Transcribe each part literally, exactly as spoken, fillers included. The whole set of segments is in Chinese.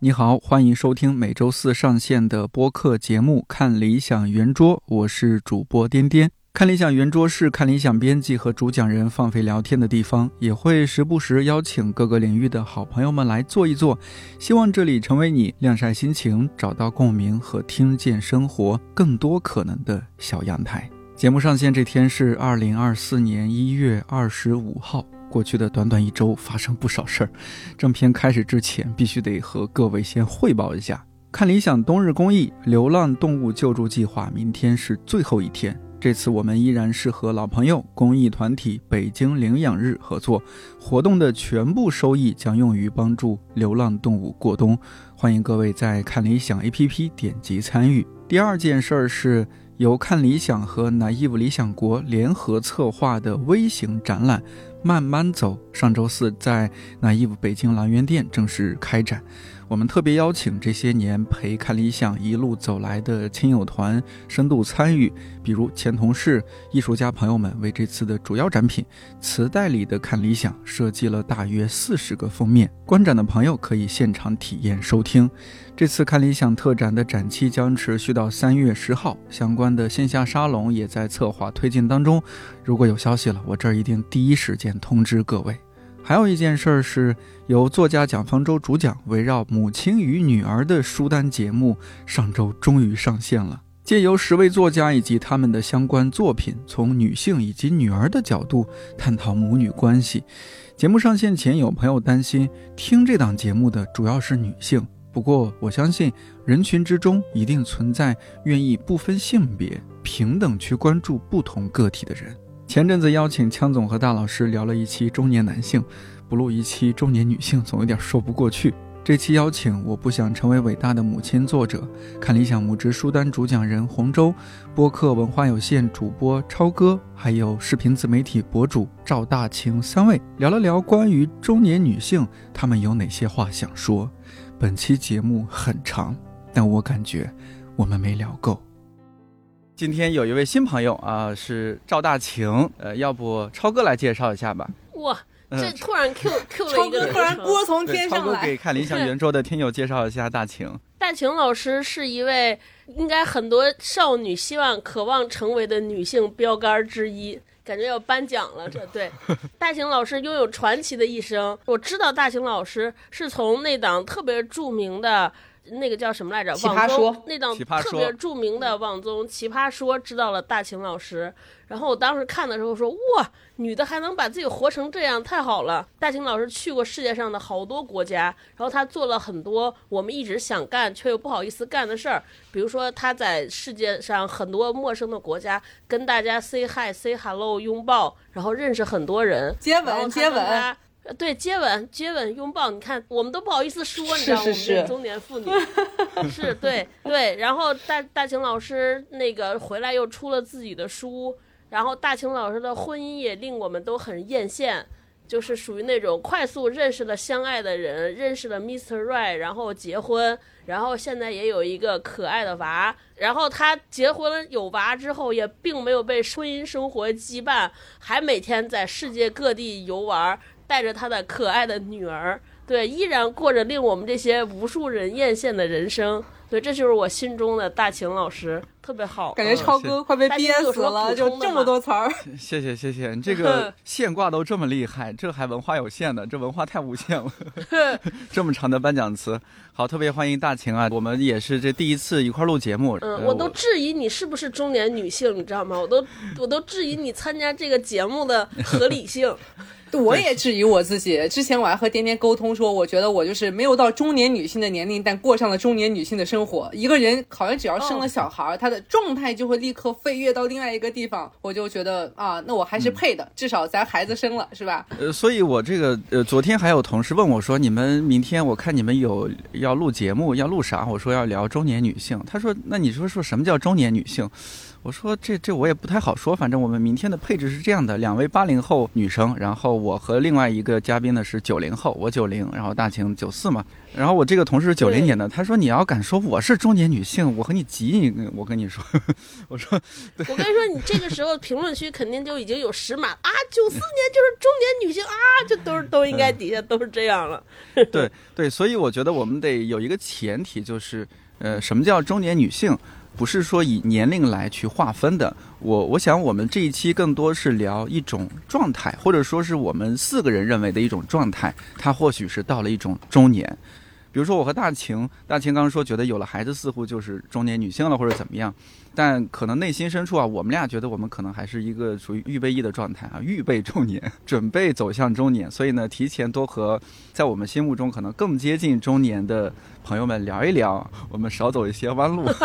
你好，欢迎收听每周四上线的播客节目《看理想圆桌》，我是主播颠颠。看理想圆桌是看理想编辑和主讲人放飞聊天的地方，也会时不时邀请各个领域的好朋友们来坐一坐，希望这里成为你晾晒心情、找到共鸣和听见生活更多可能的小阳台。节目上线这天是二零二四年一月二十五号。过去的短短一周发生不少事儿，正片开始之前必须得和各位先汇报一下。看理想冬日公益流浪动物救助计划明天是最后一天，这次我们依然是和老朋友公益团体北京领养日合作，活动的全部收益将用于帮助流浪动物过冬，欢迎各位在看理想 A P P 点击参与。第二件事是由看理想和 naive 理想国联合策划的微型展览慢慢走，上周四在 naive 北京蓝园店正式开展。我们特别邀请这些年陪看理想一路走来的亲友团深度参与，比如前同事、艺术家朋友们为这次的主要展品磁带里的看理想设计了大约四十个封面，观展的朋友可以现场体验收听。这次看理想特展的展期将持续到三月十号，相关的线下沙龙也在策划推进当中，如果有消息了，我这儿一定第一时间通知各位。还有一件事是由作家蒋方舟主讲，围绕母亲与女儿的书单节目上周终于上线了，借由十位作家以及他们的相关作品，从女性以及女儿的角度探讨母女关系。节目上线前有朋友担心听这档节目的主要是女性，不过我相信人群之中一定存在愿意不分性别平等去关注不同个体的人。前阵子邀请枪总和大老师聊了一期中年男性，不录一期中年女性总有点说不过去。这期邀请我不想成为伟大的母亲作者看理想母职书单主讲人洪舟，播客文化有限主播超哥，还有视频自媒体博主赵大晴三位聊了聊关于中年女性她们有哪些话想说。本期节目很长，但我感觉我们没聊够。今天有一位新朋友啊，是赵大晴，呃，要不超哥来介绍一下吧？ 哇，这突然 Q Q 了一个， 超哥突然锅从天上来。 超哥给看理想圆桌的听友介绍一下大晴。 大晴老师是一位应该很多少女希望渴望成为的女性标杆之一。感觉要颁奖了，这对。大晴老师拥有传奇的一生，我知道大晴老师是从那档特别著名的那个叫什么来着？ 奇葩说。 那档特别著名的网综《奇葩说》知道了大晴老师，然后我当时看的时候说，哇，女的还能把自己活成这样，太好了。大晴老师去过世界上的好多国家，然后她做了很多我们一直想干却又不好意思干的事儿，比如说她在世界上很多陌生的国家跟大家 say hi say hello 拥抱，然后认识很多人， 接吻接吻， 对，接吻接吻拥抱，你看我们都不好意思说，你知道是是是我们这中年妇女是对对。然后大大晴老师那个回来又出了自己的书，然后大晴老师的婚姻也令我们都很艳羡，就是属于那种快速认识了相爱的人，认识了 Mister Right， 然后结婚，然后现在也有一个可爱的娃。然后他结婚了有娃之后，也并没有被婚姻生活羁绊，还每天在世界各地游玩，带着他的可爱的女儿，对，依然过着令我们这些无数人艳羡的人生。对，这就是我心中的大晴老师，特别好。 感觉超哥快被憋死了，就这么多词儿。 谢谢谢谢，你这个现挂都这么厉害，这还文化有限的，这文化太无限了。这么长的颁奖词，好，特别欢迎大晴啊！我们也是这第一次一块录节目。 嗯，我都质疑你是不是中年女性，你知道吗？我都我都质疑你参加这个节目的合理性。 我也质疑我自己，之前我还和颠颠沟通说，我觉得我就是没有到中年女性的年龄，但过上了中年女性的生活。一个人好像只要生了小孩、哦、他的状态就会立刻飞跃到另外一个地方，我就觉得啊，那我还是配的、嗯、至少咱孩子生了是吧？ 呃，所以我这个呃，昨天还有同事问我说，你们明天我看你们有要录节目，要录啥？我说要聊中年女性。他说，那你说说什么叫中年女性？我说这这我也不太好说，反正我们明天的配置是这样的，两位八零后女生，然后我和另外一个嘉宾呢是九零后，我九零，然后大晴九四嘛，然后我这个同事是九零年的，他说你要敢说我是中年女性，我和你急你，我跟你说，我说， 我跟你说，你这个时候评论区肯定就已经有十码啊，九四年就是中年女性啊，就都是都应该底下都是这样了。 对对，所以我觉得我们得有一个前提，就是呃，什么叫中年女性？不是说以年龄来去划分的。我我想我们这一期更多是聊一种状态，或者说是我们四个人认为的一种状态，它或许是到了一种中年。比如说我和大晴，大晴刚刚说觉得有了孩子似乎就是中年女性了或者怎么样，但可能内心深处啊，我们俩觉得我们可能还是一个属于预备役的状态啊，预备中年，准备走向中年。所以呢，提前多和在我们心目中可能更接近中年的朋友们聊一聊，我们少走一些弯路。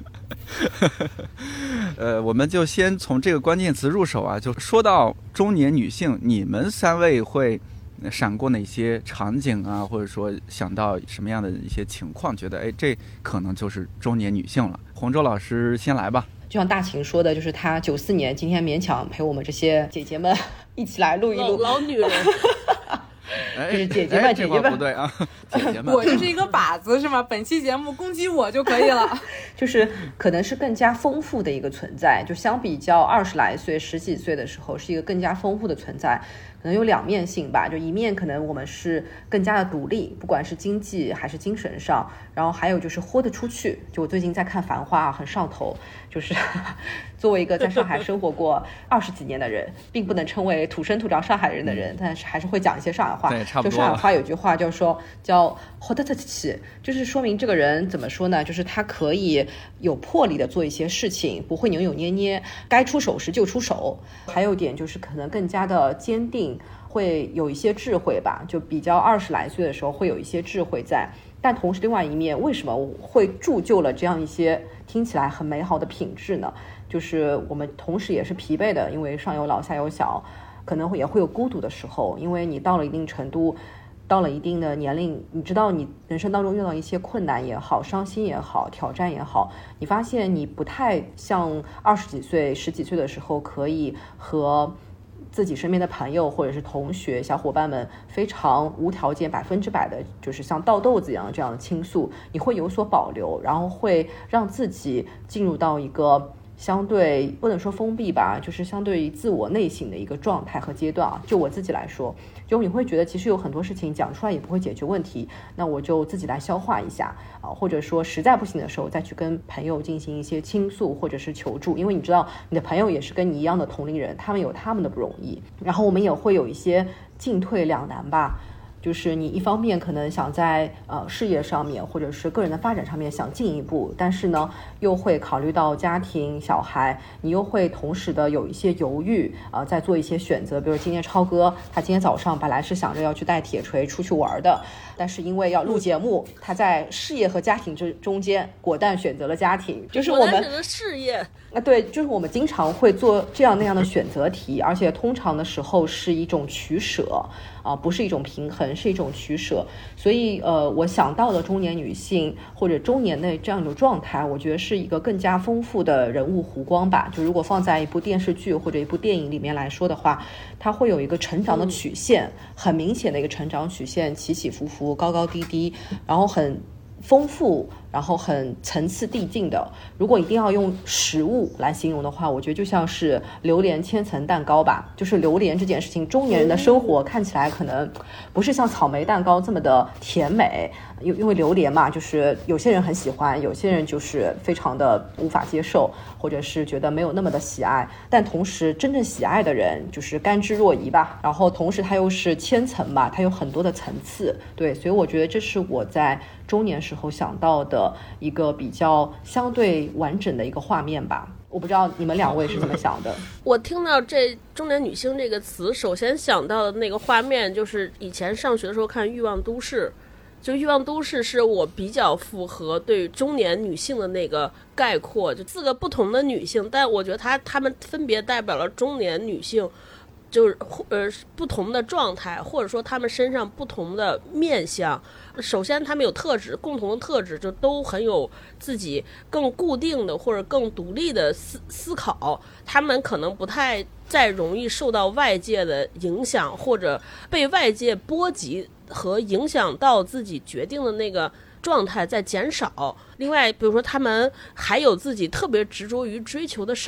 呃，我们就先从这个关键词入手啊，就说到中年女性，你们三位会闪过哪些场景啊，或者说想到什么样的一些情况，觉得哎，这可能就是中年女性了。洪舟老师先来吧。 就像大晴说的，就是她九四年今天勉强陪我们这些姐姐们一起来录一录。 老, 老女人。 就是姐姐们， 哎、 姐姐们不对啊，姐姐们， 我就是一个靶子是吗？本期节目攻击我就可以了。 就是可能是更加丰富的一个存在，就相比较二十来岁、十几岁的时候，是一个更加丰富的存在。可能有两面性吧，就一面可能我们是更加的独立，不管是经济还是精神上，然后还有就是豁得出去。就我最近在看《繁花》，很上头。就是作为一个在上海生活过二十几年的人，并不能称为土生土长上海人的人，但是还是会讲一些上海话。 对，差不多。 就上海话有句话叫说叫豁得起，就是说明这个人怎么说呢？就是他可以有魄力的做一些事情，不会扭扭捏捏，该出手时就出手。还有一点就是可能更加的坚定。会有一些智慧吧，就比较二十来岁的时候会有一些智慧在，但同时另外一面为什么会铸就了这样一些听起来很美好的品质呢？就是我们同时也是疲惫的，因为上有老下有小，可能也会有孤独的时候，因为你到了一定程度，到了一定的年龄，你知道你人生当中遇到一些困难也好，伤心也好，挑战也好，你发现你不太像二十几岁十几岁的时候可以和自己身边的朋友或者是同学小伙伴们非常无条件百分之百的就是像倒豆子一样这样的倾诉，你会有所保留，然后会让自己进入到一个相对不能说封闭吧，就是相对于自我内省的一个状态和阶段啊。就我自己来说，就你会觉得其实有很多事情讲出来也不会解决问题，那我就自己来消化一下啊，或者说实在不行的时候再去跟朋友进行一些倾诉或者是求助，因为你知道你的朋友也是跟你一样的同龄人，他们有他们的不容易，然后我们也会有一些进退两难吧。就是你一方面可能想在呃事业上面或者是个人的发展上面想进一步，但是呢又会考虑到家庭小孩，你又会同时的有一些犹豫啊、呃，在做一些选择。比如今天超哥他今天早上本来是想着要去带铁锤出去玩的，但是因为要录节目，他在事业和家庭之中间果断选择了家庭。就是我们选择事业啊，对，就是我们经常会做这样那样的选择题，而且通常的时候是一种取舍啊，不是一种平衡，是一种取舍。所以呃，我想到的中年女性或者中年的这样一种状态，我觉得是一个更加丰富的人物弧光吧。就如果放在一部电视剧或者一部电影里面来说的话，它会有一个成长的曲线，嗯、很明显的一个成长曲线，起起伏伏，高高低低，然后很丰富，然后很层次递进的。如果一定要用食物来形容的话，我觉得就像是榴莲千层蛋糕吧。就是榴莲这件事情，中年人的生活看起来可能不是像草莓蛋糕这么的甜美，因因为榴莲嘛，就是有些人很喜欢，有些人就是非常的无法接受，或者是觉得没有那么的喜爱。但同时真正喜爱的人就是甘之若饴吧。然后同时它又是千层吧，它有很多的层次。对，所以我觉得这是我在中年时候想到的一个比较相对完整的一个画面吧。我不知道你们两位是怎么想的。 我听到这中年女性这个词，首先想到的那个画面就是以前上学的时候看《欲望都市》，就《欲望都市》是我比较符合对中年女性的那个概括，就四个不同的女性，但我觉得她她们分别代表了中年女性就是呃不同的状态，或者说她们身上不同的面相。首先她们有特质，共同的特质就都很有自己更固定的或者更独立的思思考，她们可能不太再容易受到外界的影响，或者被外界波及和影响到自己决定的那个状态在减少。另外比如说他们还有自己特别执着于追求的事儿，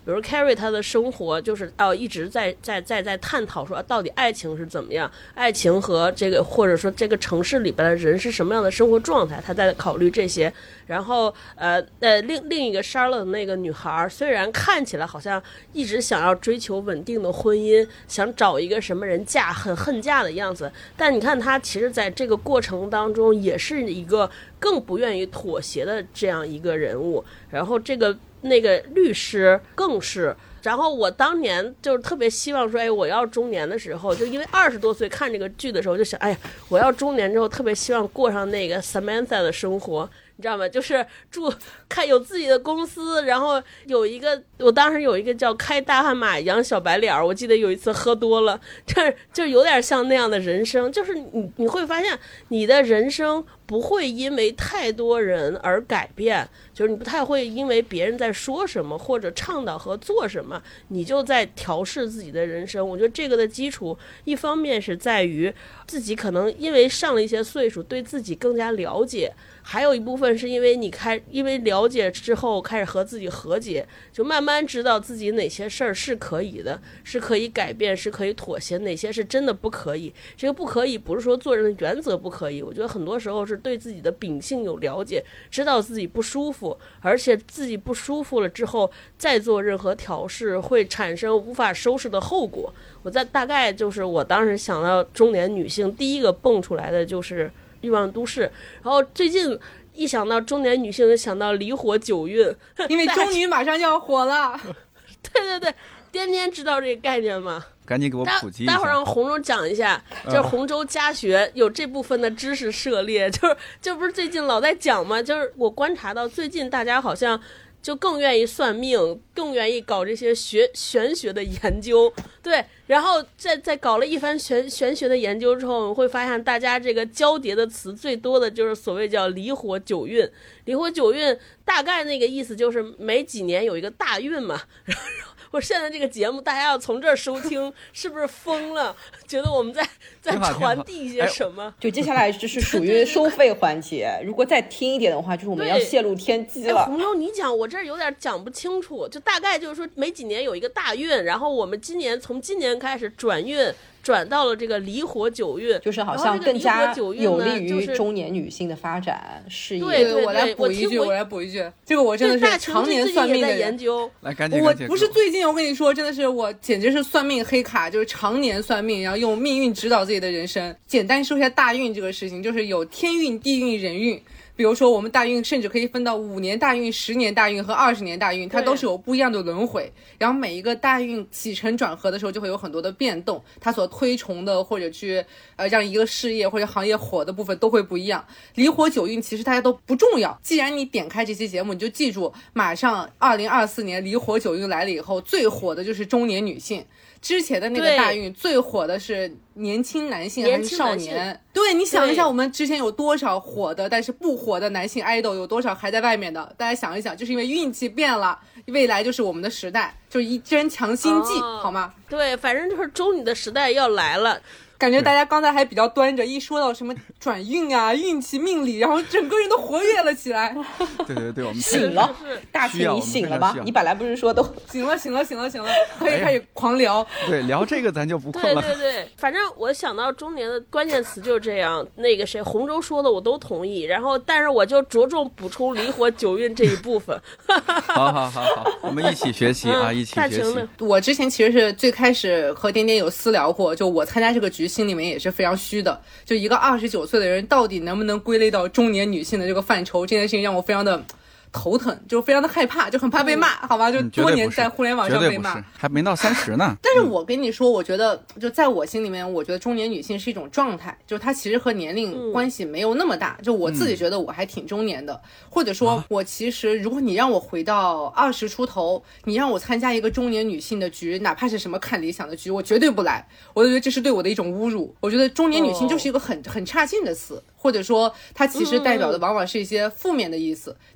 比如 Carrie 她的生活就是哦一直在在在在探讨说、啊、到底爱情是怎么样，爱情和这个或者说这个城市里边的人是什么样的生活状态，她在考虑这些。然后呃呃另另一个 Charlotte 那个女孩虽然看起来好像一直想要追求稳定的婚姻，想找一个什么人嫁，很恨嫁的样子，但你看她其实在这个过程当中也是一个更不愿意妥协的这样一个人物。然后这个那个律师更是，然后我当年就是特别希望说，哎，我要中年的时候，就因为二十多岁看这个剧的时候就想，哎呀，我要中年之后特别希望过上那个 Samantha 的生活。你知道吗？就是住看有自己的公司，然后有一个，我当时有一个叫开大悍马养小白脸，我记得有一次喝多了，这就有点像那样的人生。就是你你会发现，你的人生不会因为太多人而改变，就是你不太会因为别人在说什么或者倡导和做什么，你就在调试自己的人生。我觉得这个的基础，一方面是在于自己可能因为上了一些岁数，对自己更加了解。还有一部分是因为你开，因为了解之后开始和自己和解，就慢慢知道自己哪些事儿是可以的，是可以改变，是可以妥协，哪些是真的不可以。这个不可以不是说做人的原则不可以，我觉得很多时候是对自己的秉性有了解，知道自己不舒服，而且自己不舒服了之后再做任何调试会产生无法收拾的后果。我在大概就是我当时想到中年女性第一个蹦出来的就是欲望都市，然后最近一想到中年女性就想到离火九运， 因为终于马上就要火了。 对对对，颠颠知道这个概念吗？ 赶紧给我普及一下。 待会儿让洪州讲一下，就是洪州家学有这部分的知识涉猎，就是这不是最近老在讲吗？就是我观察到最近大家好像就更愿意算命，更愿意搞这些学玄学的研究，对，然后在在搞了一番玄玄学的研究之后，我们会发现大家这个交叠的词最多的就是所谓叫离火九运。离火九运大概那个意思就是每几年有一个大运嘛，然后我现在这个节目大家要从这儿收听，是不是疯了？觉得我们在在传递一些什么？ 就接下来就是属于收费环节，如果再听一点的话，就是我们要泄露天机了。 哎，洪州，你讲，我这儿有点讲不清楚，就大概就是说每几年有一个大运，然后我们今年从今年开始转运。转到了这个离火九运， 就是好像更加有利于中年女性的发展事业。 对对对， 我来补一句，我来补一句，这个我真的是常年算命的人。 研究来赶紧， 我不是最近，我跟你说，真的是我简直是算命黑卡，就是常年算命，然后用命运指导自己的人生。简单说一下大运这个事情，就是有天运、地运、人运。比如说我们大运甚至可以分到五年大运、十年大运和二十年大运，它都是有不一样的轮回。然后每一个大运起承转合的时候就会有很多的变动，它所推崇的或者去呃让一个事业或者行业火的部分都会不一样。离火九运其实大家都不重要，既然你点开这期节目，你就记住马上二零二四年离火九运来了以后，最火的就是中年女性。之前的那个大运最火的是年轻男性还是少年？对，你想一下我们之前有多少火的但是不火的男性 idol， 有多少还在外面的？大家想一想，就是因为运气变了，未来就是我们的时代，就是一针强心剂、哦、好吗？ 对，反正就是中女的时代要来了。 感觉大家刚才还比较端着，一说到什么转运啊、运气、命理，然后整个人都活跃了起来。 对对对，我们醒了，大齐你醒了吧？你本来不是说都醒了，醒了，醒了，醒了，可以开始狂聊。 哎、对，聊这个咱就不困了。 对对对，反正我想到中年的关键词就是这样。那个谁，洪州说的我都同意，然后但是我就着重补充离火九运这一部分。 好好好好，我们一起学习啊，嗯、一起学习。 我之前其实是最开始和点点有私聊过，就我参加这个局。心里面也是非常虚的，就一个二十九岁的人到底能不能归类到中年女性的这个范畴，这件事情让我非常的头疼，就非常的害怕，就很怕被骂、嗯、好吧，就多年在互联网上被骂， 还没到三十呢。 但是我跟你说，我觉得就在我心里面，我觉得中年女性是一种状态，就它其实和年龄关系没有那么大、嗯、就我自己觉得我还挺中年的、嗯、或者说我其实如果你让我回到二十出头，你让我参加一个中年女性的局，哪怕是什么看理想的局，我绝对不来，我觉得这是对我的一种侮辱。我觉得中年女性就是一个很很差劲的词，或者说它其实代表的往往是一些负面的意思、嗯、但是现在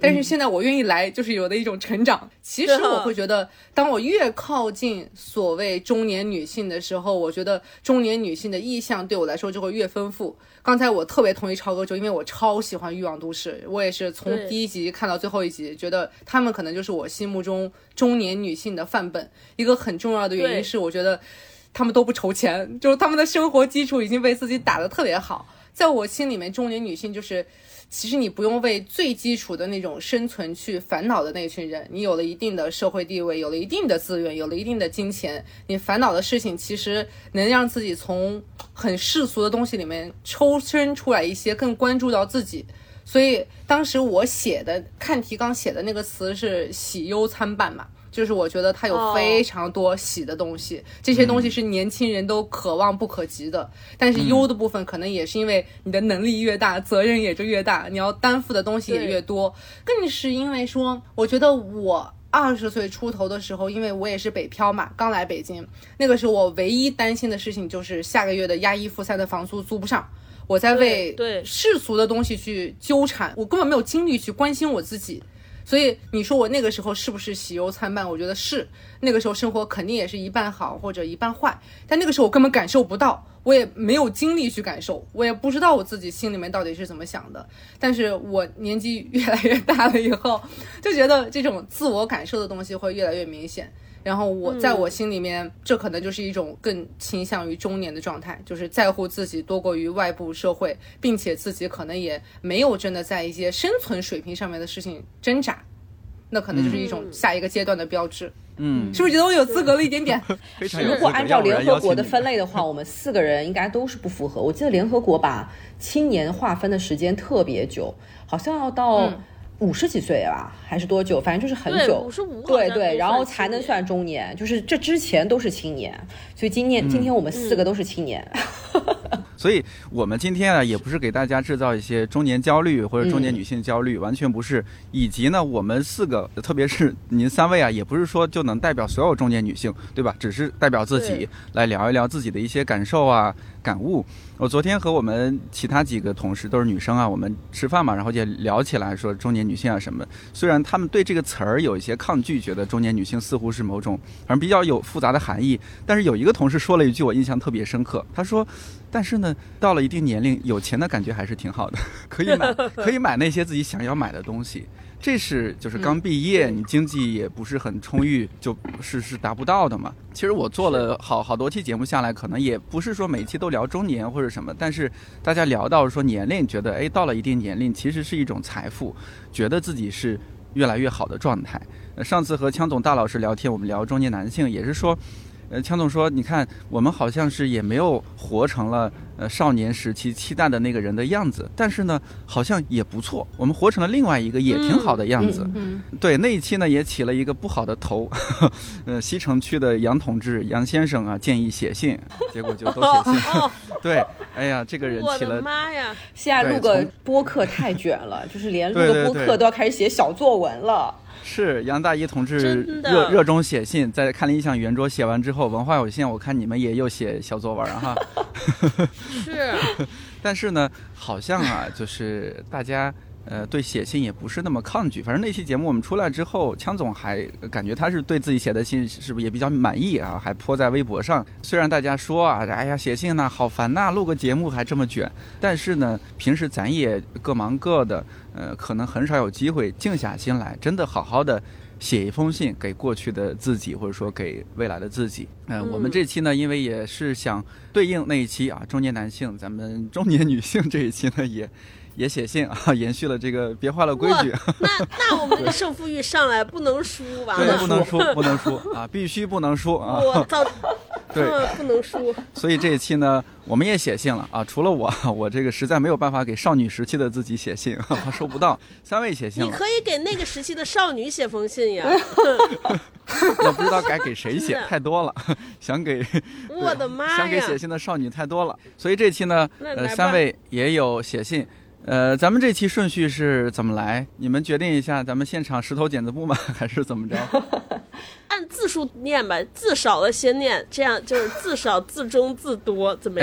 在我愿意来就是有的一种成长。其实我会觉得当我越靠近所谓中年女性的时候，我觉得中年女性的意象对我来说就会越丰富。刚才我特别同意超哥说，因为我超喜欢欲望都市，我也是从第一集看到最后一集，觉得他们可能就是我心目中中年女性的范本。一个很重要的原因是我觉得他们都不愁钱，就是他们的生活基础已经被自己打得特别好。在我心里面，中年女性就是其实你不用为最基础的那种生存去烦恼的那群人，你有了一定的社会地位，有了一定的资源，有了一定的金钱，你烦恼的事情其实能让自己从很世俗的东西里面抽身出来一些，更关注到自己。所以当时我写的看提纲写的那个词是喜忧参半嘛，就是我觉得它有非常多喜的东西、哦、这些东西是年轻人都可望不可及的、嗯、但是忧的部分可能也是因为你的能力越大责任也就越大，你要担负的东西也越多，更是因为说我觉得我二十岁出头的时候，因为我也是北漂嘛，刚来北京，那个时候我唯一担心的事情就是下个月的押一付三的房租租不上，我在为世俗的东西去纠缠，我根本没有精力去关心我自己。所以你说我那个时候是不是喜忧参半？我觉得是，那个时候生活肯定也是一半好或者一半坏，但那个时候我根本感受不到，我也没有精力去感受，我也不知道我自己心里面到底是怎么想的。但是我年纪越来越大了以后，就觉得这种自我感受的东西会越来越明显。然后我在我心里面、嗯、这可能就是一种更倾向于中年的状态，就是在乎自己多过于外部社会，并且自己可能也没有真的在一些生存水平上面的事情挣扎，那可能就是一种下一个阶段的标志。嗯，是不是觉得我有资格了一点点？ 非常有资格。 如果按照联合国的分类的话，我们四个人应该都是不符合。我记得联合国把青年划分的时间特别久，好像要到、嗯五十几岁吧，还是多久？反正就是很久。 五十五。 对对，然后才能算中年，就是这之前都是青年，所以今年、嗯、今天我们四个都是青年。 嗯、所以我们今天啊，也不是给大家制造一些中年焦虑或者中年女性焦虑，嗯、完全不是。以及呢，我们四个，特别是您三位啊，也不是说就能代表所有中年女性，对吧？只是代表自己来聊一聊自己的一些感受啊、感悟。我昨天和我们其他几个同事都是女生啊，我们吃饭嘛，然后也聊起来说中年女性啊什么。虽然他们对这个词儿有一些抗拒，觉得中年女性似乎是某种反正比较有复杂的含义，但是有一个同事说了一句我印象特别深刻，他说：“但是呢，到了一定年龄，有钱的感觉还是挺好的，可以买可以买那些自己想要买的东西。”这是就是刚毕业，你经济也不是很充裕，就是是达不到的嘛。其实我做了好好多期节目下来，可能也不是说每期都聊中年或者什么，但是大家聊到说年龄，觉得哎到了一定年龄，其实是一种财富，觉得自己是越来越好的状态。上次和枪总大老师聊天，我们聊中年男性，也是说。呃，枪总说，你看我们好像是也没有活成了呃少年时期期待的那个人的样子，但是呢，好像也不错，我们活成了另外一个也挺好的样子。嗯嗯、对，那一期呢也起了一个不好的头，呵呵呃，西城区的杨同志杨先生啊建议写信，结果就都写信。哦、对，哎呀，这个人起了， 我的妈呀！ 现在录个播客太卷了，就是连录个播客都要开始写小作文了。 是杨大一同志热热衷写信，在看理想圆桌写完之后，文化有限，我看你们也又写小作文哈。 是， 但是呢，好像啊，就是大家呃对写信也不是那么抗拒。反正那期节目我们出来之后，枪总还感觉他是对自己写的信是不是也比较满意啊，还泼在微博上。虽然大家说啊，哎呀写信呐好烦呐，录个节目还这么卷，但是呢，平时咱也各忙各的。呃，可能很少有机会静下心来，真的好好的写一封信给过去的自己，或者说给未来的自己。呃、嗯，我们这期呢，因为也是想对应那一期啊，中年男性，咱们中年女性这一期呢，也也写信啊，延续了这个别坏了规矩。 那那我们这个胜负欲上来不能输吧？ 对，不能输，不能输啊，必须不能输啊！ 我操！ 对， 不能输。 所以这一期呢，我们也写信了啊。除了我，我这个实在没有办法给少女时期的自己写信，怕收不到。三位写信了， 你可以给那个时期的少女写封信呀。 我不知道该给谁写，太多了，想给我的妈呀， 想给写信的少女太多了。所以这期呢，呃，三位也有写信。呃，咱们这期顺序是怎么来？你们决定一下，咱们现场石头剪子布吗？还是怎么着？ 按字数念吧，字少了先念，这样就是字少字中字多，怎么样？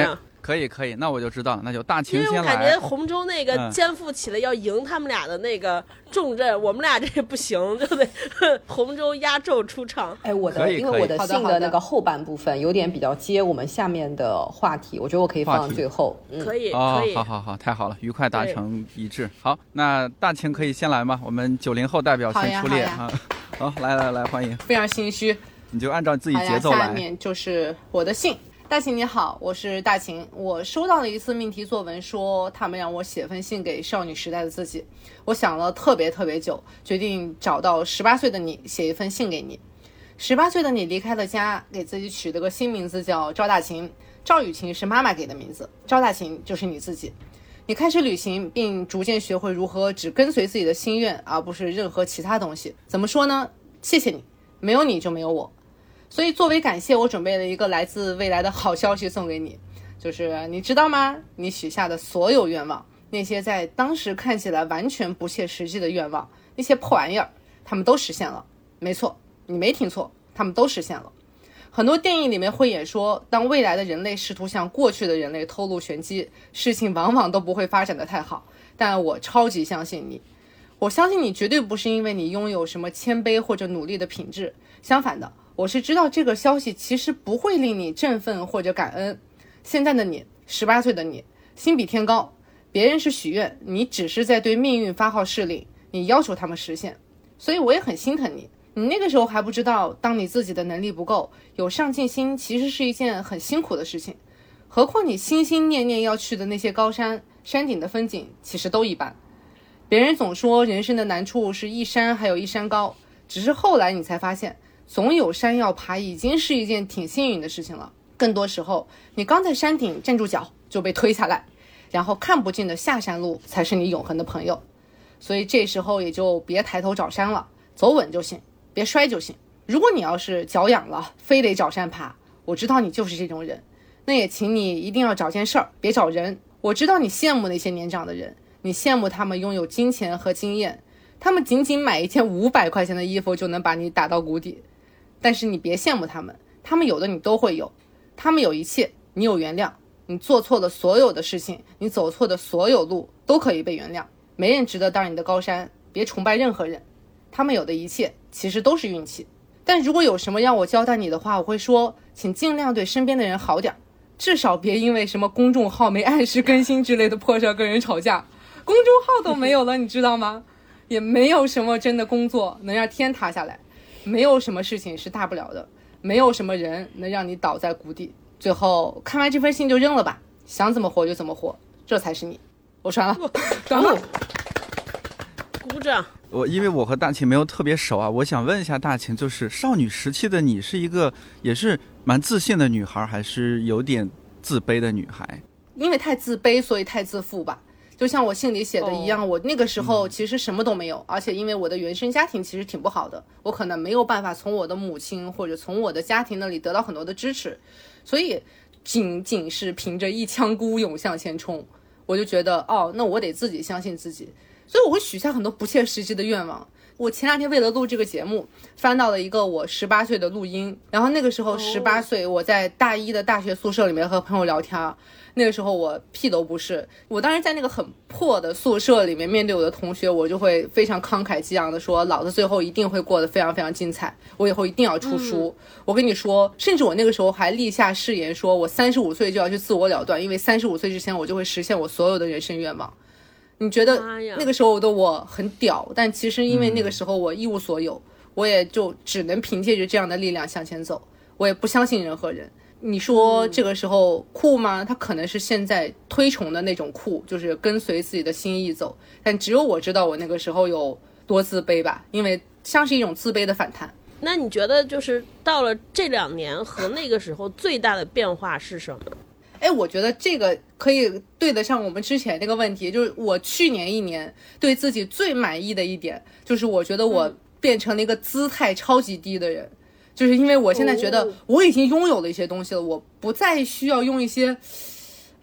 可以可以，那我就知道了，那就大秦因为先来。 我感觉洪州那个嗯肩负起了要赢他们俩的那个重任，我们俩这不行，就得洪州压轴出场。 哎，我的可以因为我的可以好的好的信的那个后半部分有点比较接我们下面的话题，我觉得我可以放到话题最后。嗯， 可以哦可以， 好好好，太好了，愉快达成一致。好，那大秦可以先来吗？我们九零后代表先出列好啊。好，来来来，欢迎， 非常心虚。 你就按照自己好呀， 节奏来。 下面就是我的信。大秦你好，我是大秦。我收到了一次命题作文，说他们让我写封信给少女时代的自己。我想了特别特别久，决定找到十八岁的你，写一封信给你。十八岁的你离开了家，给自己取了个新名字叫赵大秦。赵雨晴是妈妈给的名字，赵大秦就是你自己。你开始旅行，并逐渐学会如何只跟随自己的心愿，而不是任何其他东西。怎么说呢？谢谢你，没有你就没有我。所以作为感谢，我准备了一个来自未来的好消息送给你，就是你知道吗？你许下的所有愿望，那些在当时看起来完全不切实际的愿望，那些破玩意儿，他们都实现了。没错，你没听错，他们都实现了。很多电影里面会演说，当未来的人类试图向过去的人类偷录玄机，事情往往都不会发展得太好。但我超级相信你，我相信你绝对不是因为你拥有什么谦卑或者努力的品质，相反的，我是知道这个消息其实不会令你振奋或者感恩。现在的你，十八岁的你，心比天高，别人是许愿，你只是在对命运发号施令，你要求他们实现。所以我也很心疼你。你那个时候还不知道，当你自己的能力不够，有上进心其实是一件很辛苦的事情。何况你心心念念要去的那些高山，山顶的风景其实都一般。别人总说人生的难处是一山还有一山高，只是后来你才发现，总有山要爬已经是一件挺幸运的事情了。更多时候，你刚在山顶站住脚就被推下来，然后看不尽的下山路才是你永恒的朋友。所以这时候也就别抬头找山了，走稳就行，别摔就行。如果你要是脚痒了，非得找山爬，我知道你就是这种人，那也请你一定要找件事儿，别找人。我知道你羡慕那些年长的人，你羡慕他们拥有金钱和经验，他们仅仅买一件五百块钱的衣服就能把你打到谷底。但是你别羡慕他们，他们有的你都会有，他们有一切，你有原谅。你做错的所有的事情，你走错的所有路都可以被原谅。没人值得当你的高山，别崇拜任何人，他们有的一切其实都是运气。但如果有什么让我交代你的话，我会说，请尽量对身边的人好点，至少别因为什么公众号没按时更新之类的破事跟人吵架。公众号都没有了，你知道吗？也没有什么真的工作能让天塌下来，没有什么事情是大不了的，没有什么人能让你倒在谷底。最后看完这封信就扔了吧，想怎么活就怎么活，这才是你。我传了，传了。 鼓掌。 我因为我和大秦没有特别熟啊，我想问一下大秦，就是少女时期的你是一个也是蛮自信的女孩，还是有点自卑的女孩？ 因为太自卑，所以太自负吧。就像我信里写的一样， oh. 我那个时候其实什么都没有、嗯、而且因为我的原生家庭其实挺不好的，我可能没有办法从我的母亲或者从我的家庭那里得到很多的支持，所以仅仅是凭着一腔孤勇向前冲，我就觉得哦，那我得自己相信自己，所以我会许下很多不切实际的愿望。我前两天为了录这个节目翻到了一个我十八岁的录音，然后那个时候十八岁，我在大一的大学宿舍里面和朋友聊天，那个时候我屁都不是，我当时在那个很破的宿舍里面面对我的同学，我就会非常慷慨激昂的说，老子最后一定会过得非常非常精彩，我以后一定要出书、嗯、我跟你说，甚至我那个时候还立下誓言，说我三十五岁就要去自我了断，因为三十五岁之前我就会实现我所有的人生愿望。你觉得那个时候的我很屌，但其实因为那个时候我一无所有、嗯、我也就只能凭借着这样的力量向前走，我也不相信任何人。你说这个时候酷吗？他可能是现在推崇的那种酷，就是跟随自己的心意走，但只有我知道我那个时候有多自卑吧，因为像是一种自卑的反弹。 那你觉得就是到了这两年和那个时候最大的变化是什么？ 哎，我觉得这个可以对得上我们之前那个问题，就是我去年一年对自己最满意的一点，就是我觉得我变成了一个姿态超级低的人、嗯、就是因为我现在觉得我已经拥有了一些东西了，我不再需要用一些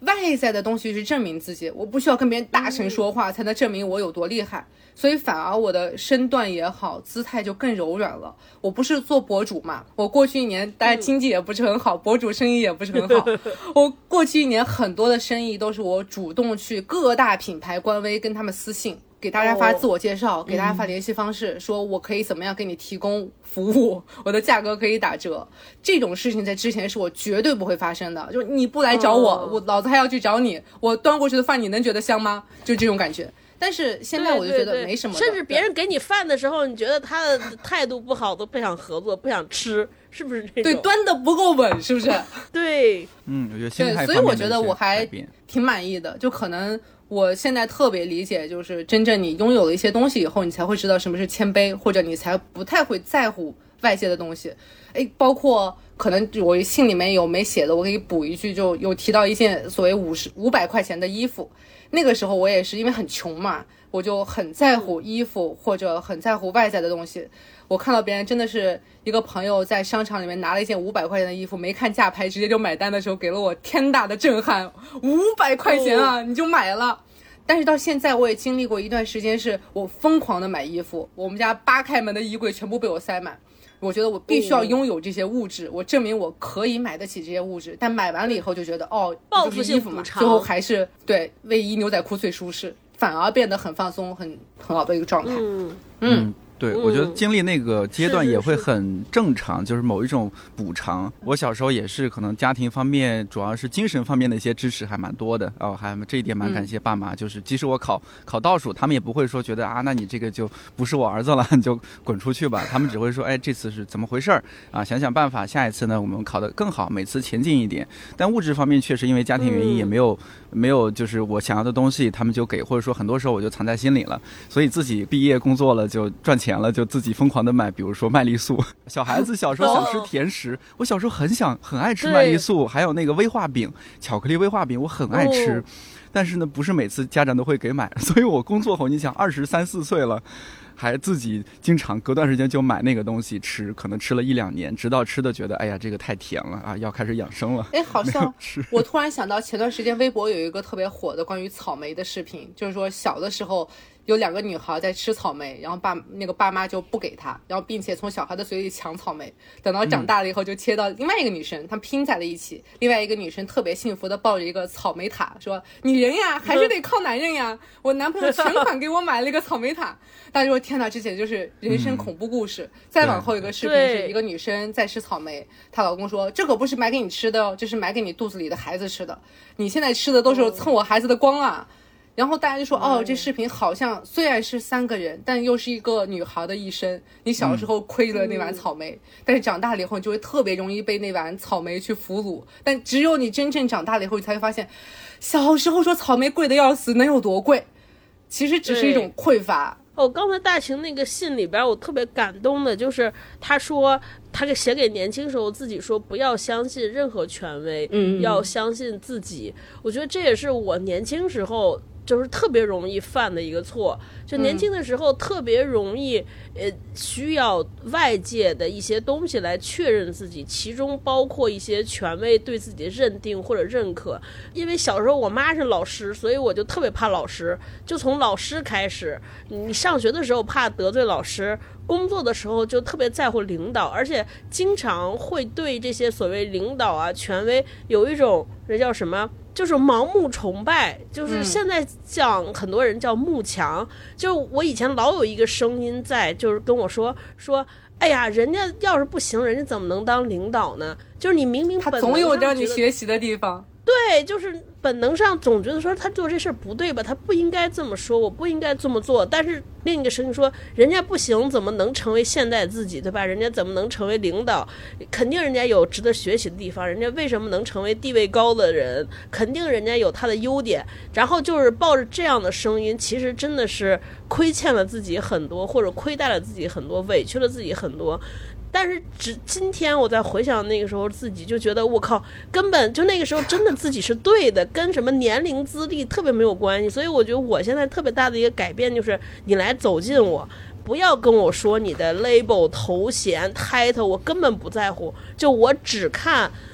外在的东西是证明自己，我不需要跟别人大声说话才能证明我有多厉害，所以反而我的身段也好，姿态就更柔软了。我不是做博主嘛，我过去一年大家经济也不是很好，博主生意也不是很好，我过去一年很多的生意都是我主动去各大品牌官微跟他们私信，给大家发自我介绍、哦、给大家发联系方式、嗯、说我可以怎么样给你提供服务，我的价格可以打折。这种事情在之前是我绝对不会发生的，就是你不来找我、哦、我老子还要去找你，我端过去的饭你能觉得香吗？就这种感觉。但是现在我就觉得没什么的， 对对对，甚至别人给你饭的时候你觉得他的态度不好都不想合作不想吃，是不是这种？ 对，端的不够稳，是不是？ 对， 嗯，我觉得心态方面的一些改变。 对，所以我觉得我还挺满意的。就可能我现在特别理解，就是真正你拥有了一些东西以后，你才会知道什么是谦卑，或者你才不太会在乎外界的东西。哎，包括可能我信里面有没写的，我可以补一句，就有提到一件所谓五十五百块钱的衣服。那个时候我也是因为很穷嘛，我就很在乎衣服或者很在乎外在的东西。我看到别人真的是一个朋友在商场里面拿了一件五百块钱的衣服，没看价牌直接就买单的时候，给了我天大的震撼。五百块钱啊，你就买了。但是到现在我也经历过一段时间，是我疯狂的买衣服，我们家扒开门的衣柜全部被我塞满。我觉得我必须要拥有这些物质、哦、我证明我可以买得起这些物质，但买完了以后就觉得哦， 报复性补偿， 最后还是对卫衣牛仔裤最舒适，反而变得很放松，很很好的一个状态。 嗯嗯，对，我觉得经历那个阶段也会很正常，是是是，就是某一种补偿。我小时候也是，可能家庭方面主要是精神方面的一些支持还蛮多的哦，还这一点蛮感谢爸妈、嗯、就是即使我考考倒数，他们也不会说觉得啊，那你这个就不是我儿子了，你就滚出去吧。他们只会说，哎，这次是怎么回事啊？想想办法，下一次呢我们考得更好，每次前进一点。但物质方面确实因为家庭原因也没有、嗯、没有就是我想要的东西他们就给，或者说很多时候我就藏在心里了，所以自己毕业工作了就赚钱了，就自己疯狂的买，比如说麦丽素。小孩子小时候想吃甜食、哦、我小时候很想很爱吃麦丽素，还有那个威化饼，巧克力威化饼我很爱吃、哦、但是呢不是每次家长都会给买，所以我工作后你想二十三四岁了还自己经常隔段时间就买那个东西吃，可能吃了一两年，直到吃的觉得哎呀这个太甜了啊，要开始养生了。 哎，好像我突然想到前段时间微博有一个特别火的关于草莓的视频，就是说小的时候有两个女孩在吃草莓，然后爸那个爸妈就不给她，然后并且从小孩的嘴里抢草莓，等到长大了以后就切到另外一个女生，她们拼在了一起，另外一个女生特别幸福的抱着一个草莓塔，说女人呀还是得靠男人呀，我男朋友全款给我买了一个草莓塔。大家说天哪，之前就是人生恐怖故事、嗯、再往后一个视频是一个女生在吃草莓，她老公说这可不是买给你吃的哦，这是买给你肚子里的孩子吃的，你现在吃的都是蹭我孩子的光啊、嗯，然后大家就说哦，这视频好像虽然是三个人，但又是一个女孩的一生。你小时候亏了那碗草莓、嗯、但是长大了以后你就会特别容易被那碗草莓去俘虏，但只有你真正长大了以后你才会发现，小时候说草莓贵的要死能有多贵，其实只是一种匮乏。 哦，刚才大晴那个信里边我特别感动的就是他说他给写给年轻时候自己说不要相信任何权威，嗯，要相信自己。我觉得这也是我年轻时候就是特别容易犯的一个错，就年轻的时候特别容易、嗯、呃需要外界的一些东西来确认自己，其中包括一些权威对自己的认定或者认可。因为小时候我妈是老师，所以我就特别怕老师，就从老师开始，你上学的时候怕得罪老师，工作的时候就特别在乎领导，而且经常会对这些所谓领导啊权威有一种这叫什么，就是盲目崇拜，就是现在讲很多人叫慕强、嗯、就我以前老有一个声音在，就是跟我说说哎呀人家要是不行人家怎么能当领导呢，就是你明明本能上他总有让你学习的地方， 对，就是本能上总觉得说他做这事儿不对吧，他不应该这么说，我不应该这么做，但是另一个声音说人家不行怎么能成为现代自己，对吧，人家怎么能成为领导，肯定人家有值得学习的地方，人家为什么能成为地位高的人，肯定人家有他的优点，然后就是抱着这样的声音，其实真的是亏欠了自己很多，或者亏待了自己很多，委屈了自己很多。但是只今天我在回想那个时候自己，就觉得我靠，根本就那个时候真的自己是对的，跟什么年龄资历特别没有关系。所以我觉得我现在特别大的一个改变就是你来走进我，不要跟我说你的 label 头衔 title， 我根本不在乎，就我只看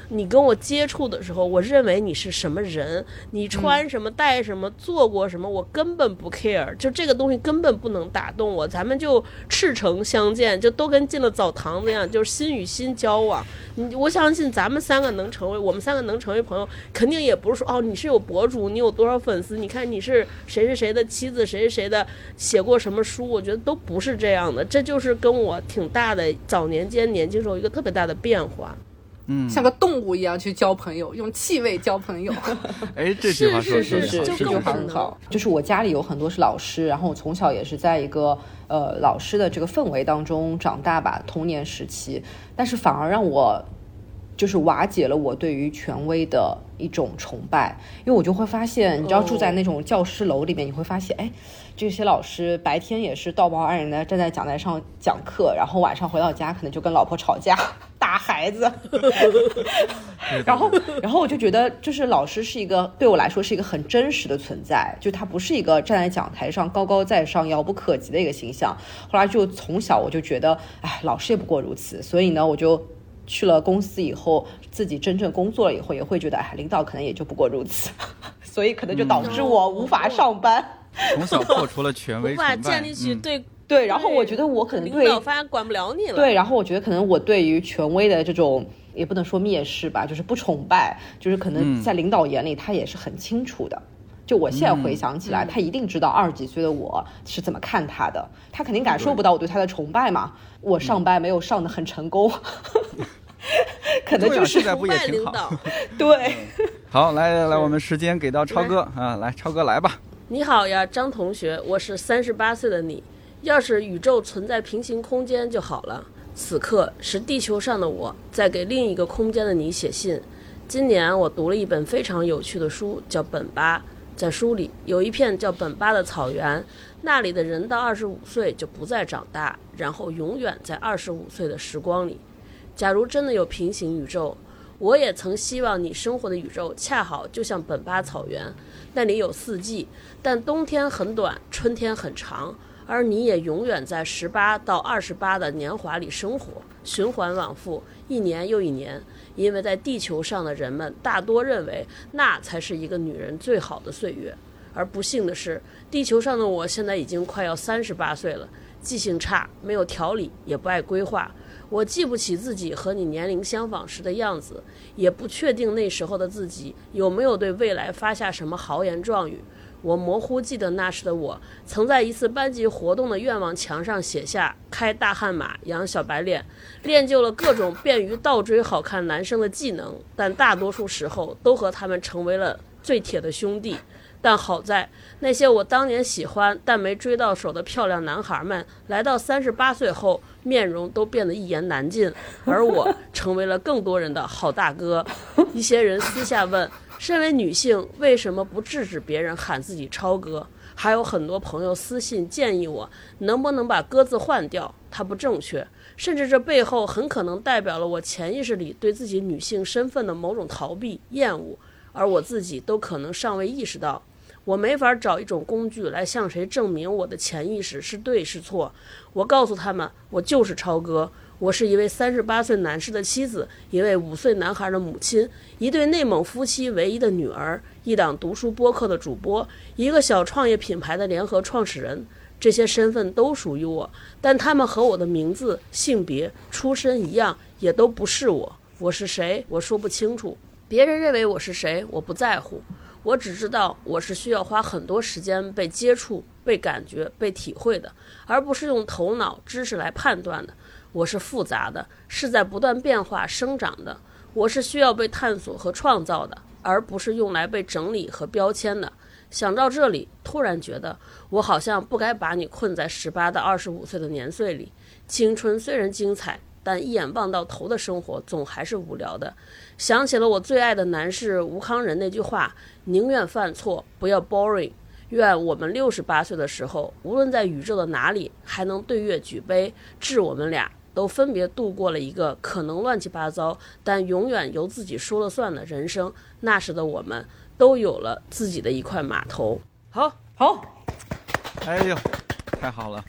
你跟我接触的时候，我认为你是什么人，你穿什么带什么做过什么，我根本不 care， 就这个东西根本不能打动我，咱们就赤诚相见，就都跟进了澡堂子一样，就是心与心交往。你我相信咱们三个能成为我们三个能成为朋友，肯定也不是说哦你是有博主，你有多少粉丝，你看你是谁谁谁的妻子，谁谁谁的写过什么书，我觉得都不是这样的。这就是跟我挺大的早年间年轻时候一个特别大的变化。 嗯， 像个动物一样去交朋友，用气味交朋友。 哎，这句话说是是是， 的这句话很好。就是我家里有很多是老师，然后我从小也是在一个呃老师的这个氛围当中长大吧，童年时期，但是反而让我就是瓦解了我对于权威的一种崇拜，因为我就会发现，你知道住在那种教师楼里面，你会发现，哎，这些老师白天也是道貌岸然的站在讲台上讲课，然后晚上回到家可能就跟老婆吵架，打孩子，然后，然后我就觉得，就是老师是一个对我来说是一个很真实的存在，就他不是一个站在讲台上高高在上、遥不可及的一个形象。后来就从小我就觉得，哎，老师也不过如此，所以呢，我就去了公司以后，自己真正工作了以后，也会觉得，哎，领导可能也就不过如此，所以可能就导致我无法上班。 从小破除了权威崇拜， 无法建立起对、嗯、 对，然后我觉得我可能对领导发现管不了你了。 对，然后我觉得可能我对于权威的这种也不能说蔑视吧，就是不崇拜，就是可能在领导眼里他也是很清楚的。嗯、就我现在回想起来、嗯，他一定知道二十几岁的我是怎么看他的，他肯定感受不到我对他的崇拜嘛。我上班没有上得很成功。嗯可能就是在不也挺好。 对， 好，来来，我们时间给到超哥啊，来，超哥来吧。 你好呀，张同学，我是三十八岁的你。要是宇宙存在平行空间就好了。此刻是地球上的我在给另一个空间的你写信。今年我读了一本非常有趣的书，叫《本巴》。在书里有一片叫本巴的草原，那里的人到二十五岁就不再长大，然后永远在二十五岁的时光里。假如真的有平行宇宙，我也曾希望你生活的宇宙恰好就像本巴草原，那里有四季，但冬天很短，春天很长，而你也永远在十八到二十八的年华里生活，循环往复，一年又一年。因为在地球上的人们大多认为那才是一个女人最好的岁月，而不幸的是，地球上的我现在已经快要三十八岁了，记性差，没有条理，也不爱规划。我记不起自己和你年龄相仿时的样子，也不确定那时候的自己有没有对未来发下什么豪言壮语。我模糊记得那时的我曾在一次班级活动的愿望墙上写下开大悍马，养小白脸，练就了各种便于倒追好看男生的技能，但大多数时候都和他们成为了最铁的兄弟。但好在那些我当年喜欢但没追到手的漂亮男孩们，来到三十八岁后面容都变得一言难尽，而我成为了更多人的好大哥。一些人私下问，身为女性为什么不制止别人喊自己超哥？还有很多朋友私信建议我能不能把哥字换掉，它不正确，甚至这背后很可能代表了我潜意识里对自己女性身份的某种逃避厌恶，而我自己都可能尚未意识到。我没法找一种工具来向谁证明我的潜意识是对是错。我告诉他们，我就是超哥，我是一位三十八岁男士的妻子，一位五岁男孩的母亲，一对内蒙夫妻唯一的女儿，一档读书播客的主播，一个小创业品牌的联合创始人。这些身份都属于我，但他们和我的名字、性别、出身一样，也都不是我。我是谁？我说不清楚。别人认为我是谁，我不在乎。我只知道我是需要花很多时间被接触、被感觉、被体会的，而不是用头脑知识来判断的。我是复杂的，是在不断变化生长的。我是需要被探索和创造的，而不是用来被整理和标签的。想到这里，突然觉得我好像不该把你困在十八到二十五岁的年岁里。青春虽然精彩，但一眼望到头的生活总还是无聊的。想起了我最爱的男士吴康仁那句话，宁愿犯错，不要 boring。 愿我们六十八岁的时候，无论在宇宙的哪里，还能对月举杯，致我们俩都分别度过了一个可能乱七八糟，但永远由自己说了算的人生。那时的我们都有了自己的一块码头。好好， 哎呦，太好了！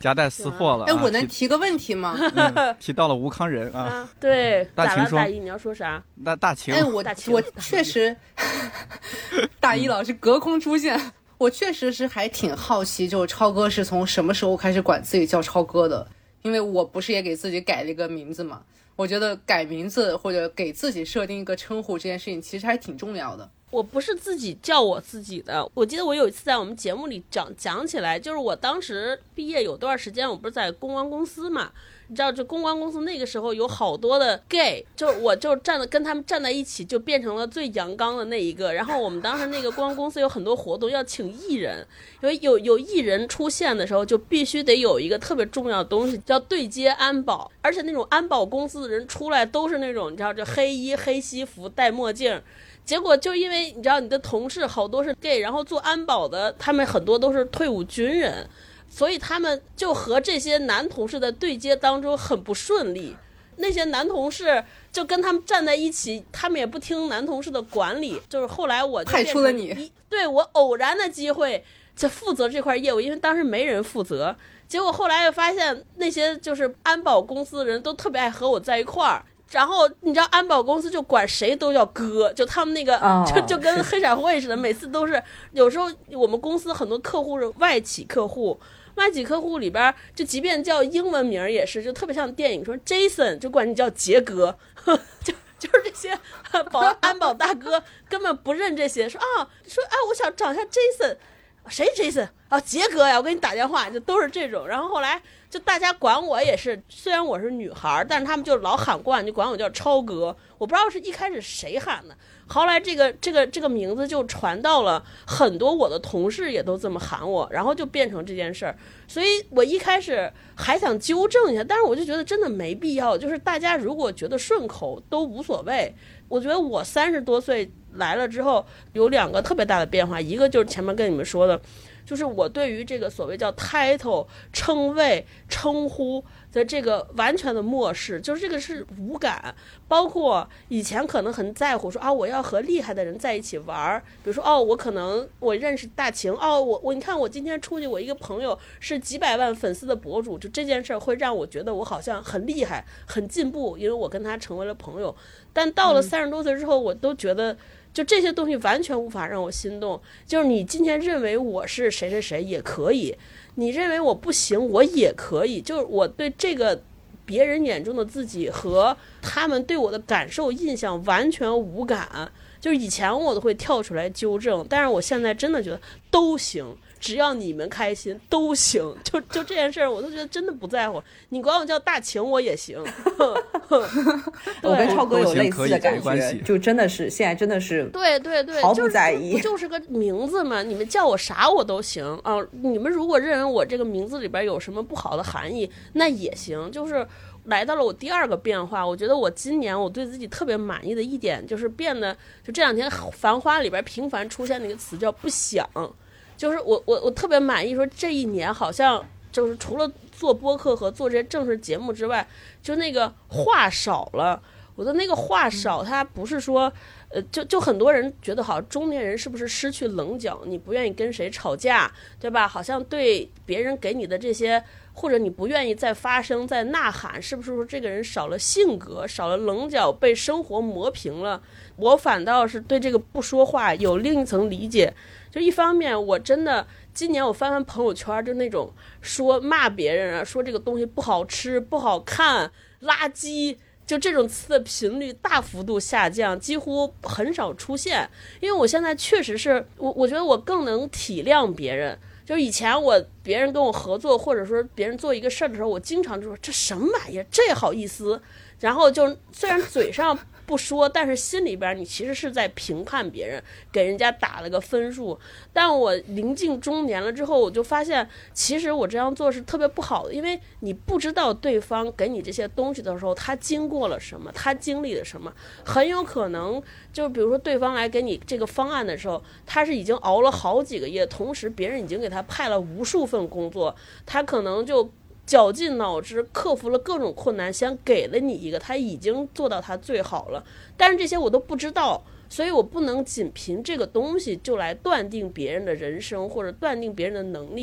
夹带私货了。 哎，我能提个问题吗？ 嗯、提到了吴康仁啊， 啊对， 大秦说， 大一你要说啥？ 大大秦， 哎，我我确实，大一老师隔空出现。我确实是还挺好奇，就超哥是从什么时候开始管自己叫超哥的？因为我不是也给自己改了一个名字嘛。我觉得改名字或者给自己设定一个称呼这件事情其实还挺重要的。 我不是自己叫我自己的，我记得我有一次在我们节目里讲讲起来，就是我当时毕业有段时间，我不是在公关公司嘛，你知道这公关公司那个时候有好多的 gay， 就我就站的跟他们站在一起，就变成了最阳刚的那一个。然后我们当时那个公关公司有很多活动要请艺人，因为有有艺人出现的时候，就必须得有一个特别重要的东西叫对接安保，而且那种安保公司的人出来都是那种你知道这黑衣黑西服戴墨镜。结果就因为你知道你的同事好多是 gay， 然后做安保的他们很多都是退伍军人，所以他们就和这些男同事的对接当中很不顺利。那些男同事就跟他们站在一起，他们也不听男同事的管理。就是后来我就派出了你， 对，我偶然的机会就负责这块业务，因为当时没人负责。结果后来又发现那些就是安保公司的人都特别爱和我在一块儿。然后你知道安保公司就管谁都叫哥，就他们那个、oh, 就就跟黑社会似的，每次都是。有时候我们公司很多客户是外企客户，外企客户里边就即便叫英文名也是，就特别像电影说 Jason 就管你叫杰哥，就就是这些保安保大哥根本不认这些，说啊说哎我想找一下 Jason， 谁 Jason 啊杰哥呀，我给你打电话，就都是这种。然后后来就大家管我也是，虽然我是女孩，但是他们就老喊惯，就管我叫超哥。我不知道是一开始谁喊的，后来这个这个这个名字就传到了很多我的同事也都这么喊我，然后就变成这件事儿。所以我一开始还想纠正一下，但是我就觉得真的没必要，就是大家如果觉得顺口都无所谓。我觉得我三十多岁来了之后有两个特别大的变化，一个就是前面跟你们说的，就是我对于这个所谓叫 title 称谓称呼的这个完全的漠视，就是这个是无感。包括以前可能很在乎说啊我要和厉害的人在一起玩，比如说哦我可能我认识大秦，哦我我你看我今天出去，我一个朋友是几百万粉丝的博主，就这件事会让我觉得我好像很厉害很进步，因为我跟他成为了朋友。但到了三十多岁之后、嗯、我都觉得就这些东西完全无法让我心动。就是你今天认为我是谁谁谁也可以，你认为我不行我也可以，就是我对这个别人眼中的自己和他们对我的感受印象完全无感。就是以前我都会跳出来纠正，但是我现在真的觉得都行，只要你们开心都行。就就这件事我都觉得真的不在乎，你管我叫大晴我也行。 我跟超哥有类似的感觉，就真的是现在真的是对对对毫不在意、 就是、就是个名字嘛，你们叫我啥我都行啊。你们如果认为我这个名字里边有什么不好的含义那也行。就是来到了我第二个变化，我觉得我今年我对自己特别满意的一点就是变得，就这两天繁花里边频繁出现那个词叫不想，就是我我我特别满意，说这一年好像就是除了做播客和做这些正式节目之外，就那个话少了。我的那个话少，它不是说呃，就就很多人觉得好像中年人是不是失去棱角，你不愿意跟谁吵架，对吧？好像对别人给你的这些，或者你不愿意再发声再呐喊，是不是说这个人少了性格少了棱角，被生活磨平了？我反倒是对这个不说话有另一层理解。就一方面我真的今年我翻翻朋友圈，就那种说骂别人啊，说这个东西不好吃不好看垃圾，就这种词的频率大幅度下降，几乎很少出现。因为我现在确实是我我觉得我更能体谅别人。就是以前我别人跟我合作，或者说别人做一个事儿的时候，我经常就说这什么玩意儿，这好意思。然后就虽然嘴上不说，但是心里边你其实是在评判别人，给人家打了个分数。但我临近中年了之后，我就发现其实我这样做是特别不好的，因为你不知道对方给你这些东西的时候他经过了什么，他经历了什么。很有可能就比如说对方来给你这个方案的时候，他是已经熬了好几个月，同时别人已经给他派了无数份工作，他可能就绞尽脑汁克服了各种困难，想给了你一个他已经做到他最好了，但是这些我都不知道，所以我不能仅凭这个东西就来断定别人的人生或者断定别人的能力。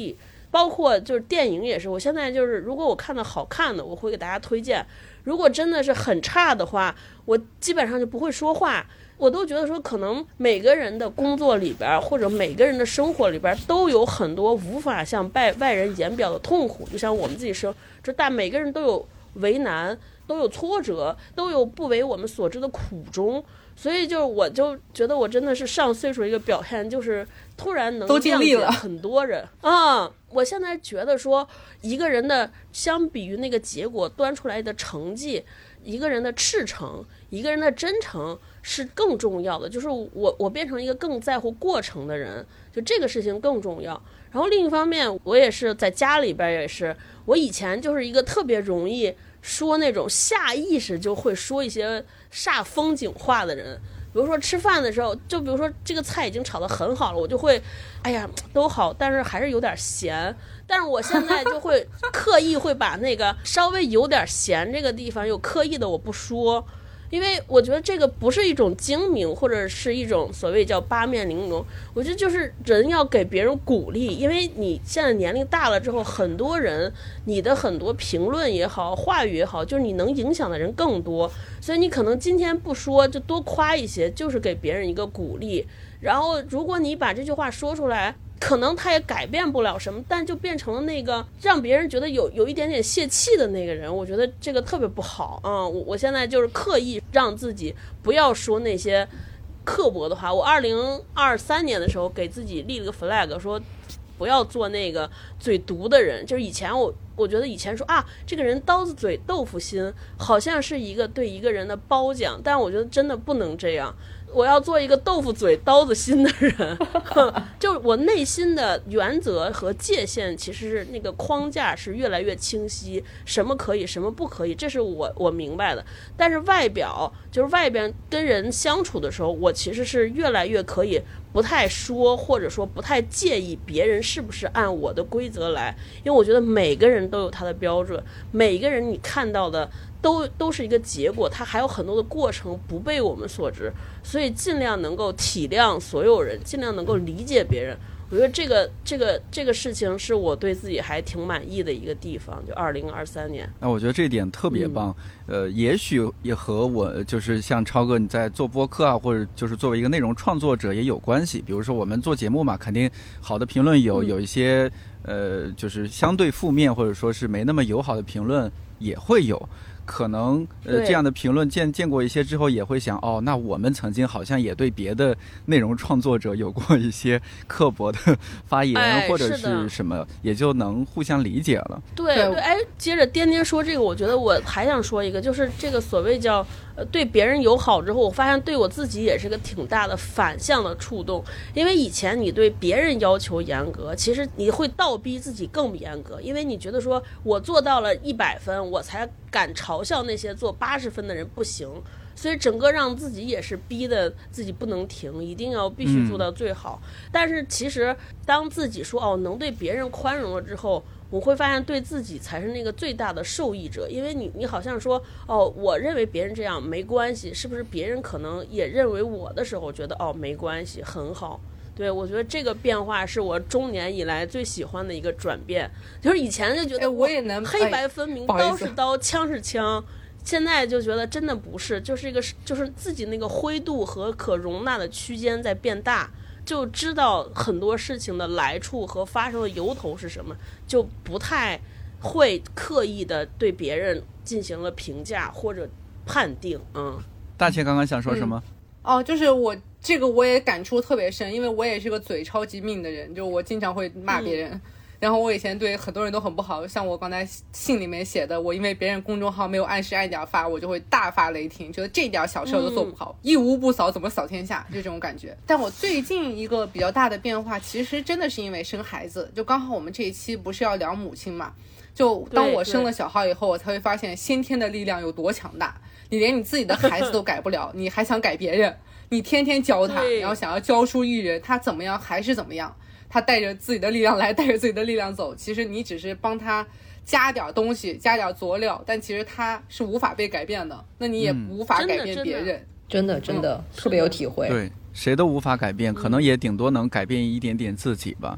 包括就是电影也是，我现在就是如果我看到好看的，我会给大家推荐。如果真的是很差的话，我基本上就不会说话。我都觉得说，可能每个人的工作里边，或者每个人的生活里边，都有很多无法向外外人言表的痛苦。就像我们自己说，这大每个人都有为难，都有挫折，都有不为我们所知的苦衷。所以就我就觉得我真的是上岁数一个表现，就是突然能谅解很多人啊、嗯。我现在觉得说，一个人的相比于那个结果端出来的成绩，一个人的赤诚，一个人的真诚是更重要的。就是我我变成一个更在乎过程的人，就这个事情更重要。然后另一方面，我也是在家里边也是，我以前就是一个特别容易说那种下意识就会说一些煞风景话的人。比如说吃饭的时候，就比如说这个菜已经炒得很好了，我就会哎呀都好，但是还是有点咸。但是我现在就会刻意会把那个稍微有点咸这个地方又刻意的我不说，因为我觉得这个不是一种精明，或者是一种所谓叫八面玲珑。我觉得就是人要给别人鼓励，因为你现在年龄大了之后，很多人你的很多评论也好，话语也好，就是你能影响的人更多，所以你可能今天不说，就多夸一些，就是给别人一个鼓励。然后如果你把这句话说出来，可能他也改变不了什么，但就变成了那个让别人觉得有有一点点泄气的那个人。我觉得这个特别不好啊、嗯！我我现在就是刻意让自己不要说那些刻薄的话。我二零二三年的时候给自己立了个 flag， 说不要做那个嘴毒的人。就是以前我我觉得以前说啊，这个人刀子嘴豆腐心，好像是一个对一个人的褒奖，但我觉得真的不能这样。我要做一个豆腐嘴刀子心的人，就我内心的原则和界限其实是那个框架是越来越清晰，什么可以什么不可以，这是我我明白的。但是外表就是外边跟人相处的时候，我其实是越来越可以不太说，或者说不太介意别人是不是按我的规则来，因为我觉得每个人都有他的标准，每个人你看到的都都是一个结果，它还有很多的过程不被我们所知，所以尽量能够体谅所有人，尽量能够理解别人。我觉得这个这个这个事情是我对自己还挺满意的一个地方，就二零二三年。 那我觉得这一点特别棒，嗯、呃，也许也和我就是像超哥你在做播客啊，或者就是作为一个内容创作者也有关系。比如说我们做节目嘛，肯定好的评论有，有一些呃就是相对负面或者说是没那么友好的评论也会有。可能呃这样的评论见见过一些之后，也会想哦，那我们曾经好像也对别的内容创作者有过一些刻薄的发言， 哎、 或者是什么，也就能互相理解了。 对对，哎，接着颠颠说这个，我觉得我还想说一个，就是这个所谓叫呃对别人友好之后，我发现对我自己也是个挺大的反向的触动。因为以前你对别人要求严格，其实你会倒逼自己更严格，因为你觉得说我做到了一百分，我才敢嘲笑那些做八十分的人不行，所以整个让自己也是逼得自己不能停，一定要必须做到最好、嗯、但是其实当自己说哦能对别人宽容了之后，我会发现对自己才是那个最大的受益者。因为你你好像说哦我认为别人这样没关系，是不是别人可能也认为我的时候觉得哦没关系很好。对，我觉得这个变化是我中年以来最喜欢的一个转变。就是以前就觉得、 哎、我也能黑白分明、哎、刀是刀枪是枪，现在就觉得真的不是，就是一个就是自己那个灰度和可容纳的区间在变大，就知道很多事情的来处和发生的由头是什么，就不太会刻意的对别人进行了评价或者判定。嗯， 大千刚刚想说什么？ 嗯、哦，就是我这个我也感触特别深，因为我也是个嘴超级命的人，就我经常会骂别人、嗯、然后我以前对很多人都很不好，像我刚才信里面写的，我因为别人公众号没有按时按点发，我就会大发雷霆，觉得这点小事都做不好、嗯、一无不扫怎么扫天下，就这种感觉。但我最近一个比较大的变化其实真的是因为生孩子，就刚好我们这一期不是要聊母亲嘛，就当我生了小孩以后，我才会发现先天的力量有多强大，你连你自己的孩子都改不了你还想改别人，你天天教他，然后想要教书育人，他怎么样还是怎么样，他带着自己的力量来，带着自己的力量走，其实你只是帮他加点东西，加点佐料，但其实他是无法被改变的，那你也无法改变别人、嗯、 真的真的、真的、嗯、特别有体会。 对，谁都无法改变，可能也顶多能改变一点点自己吧。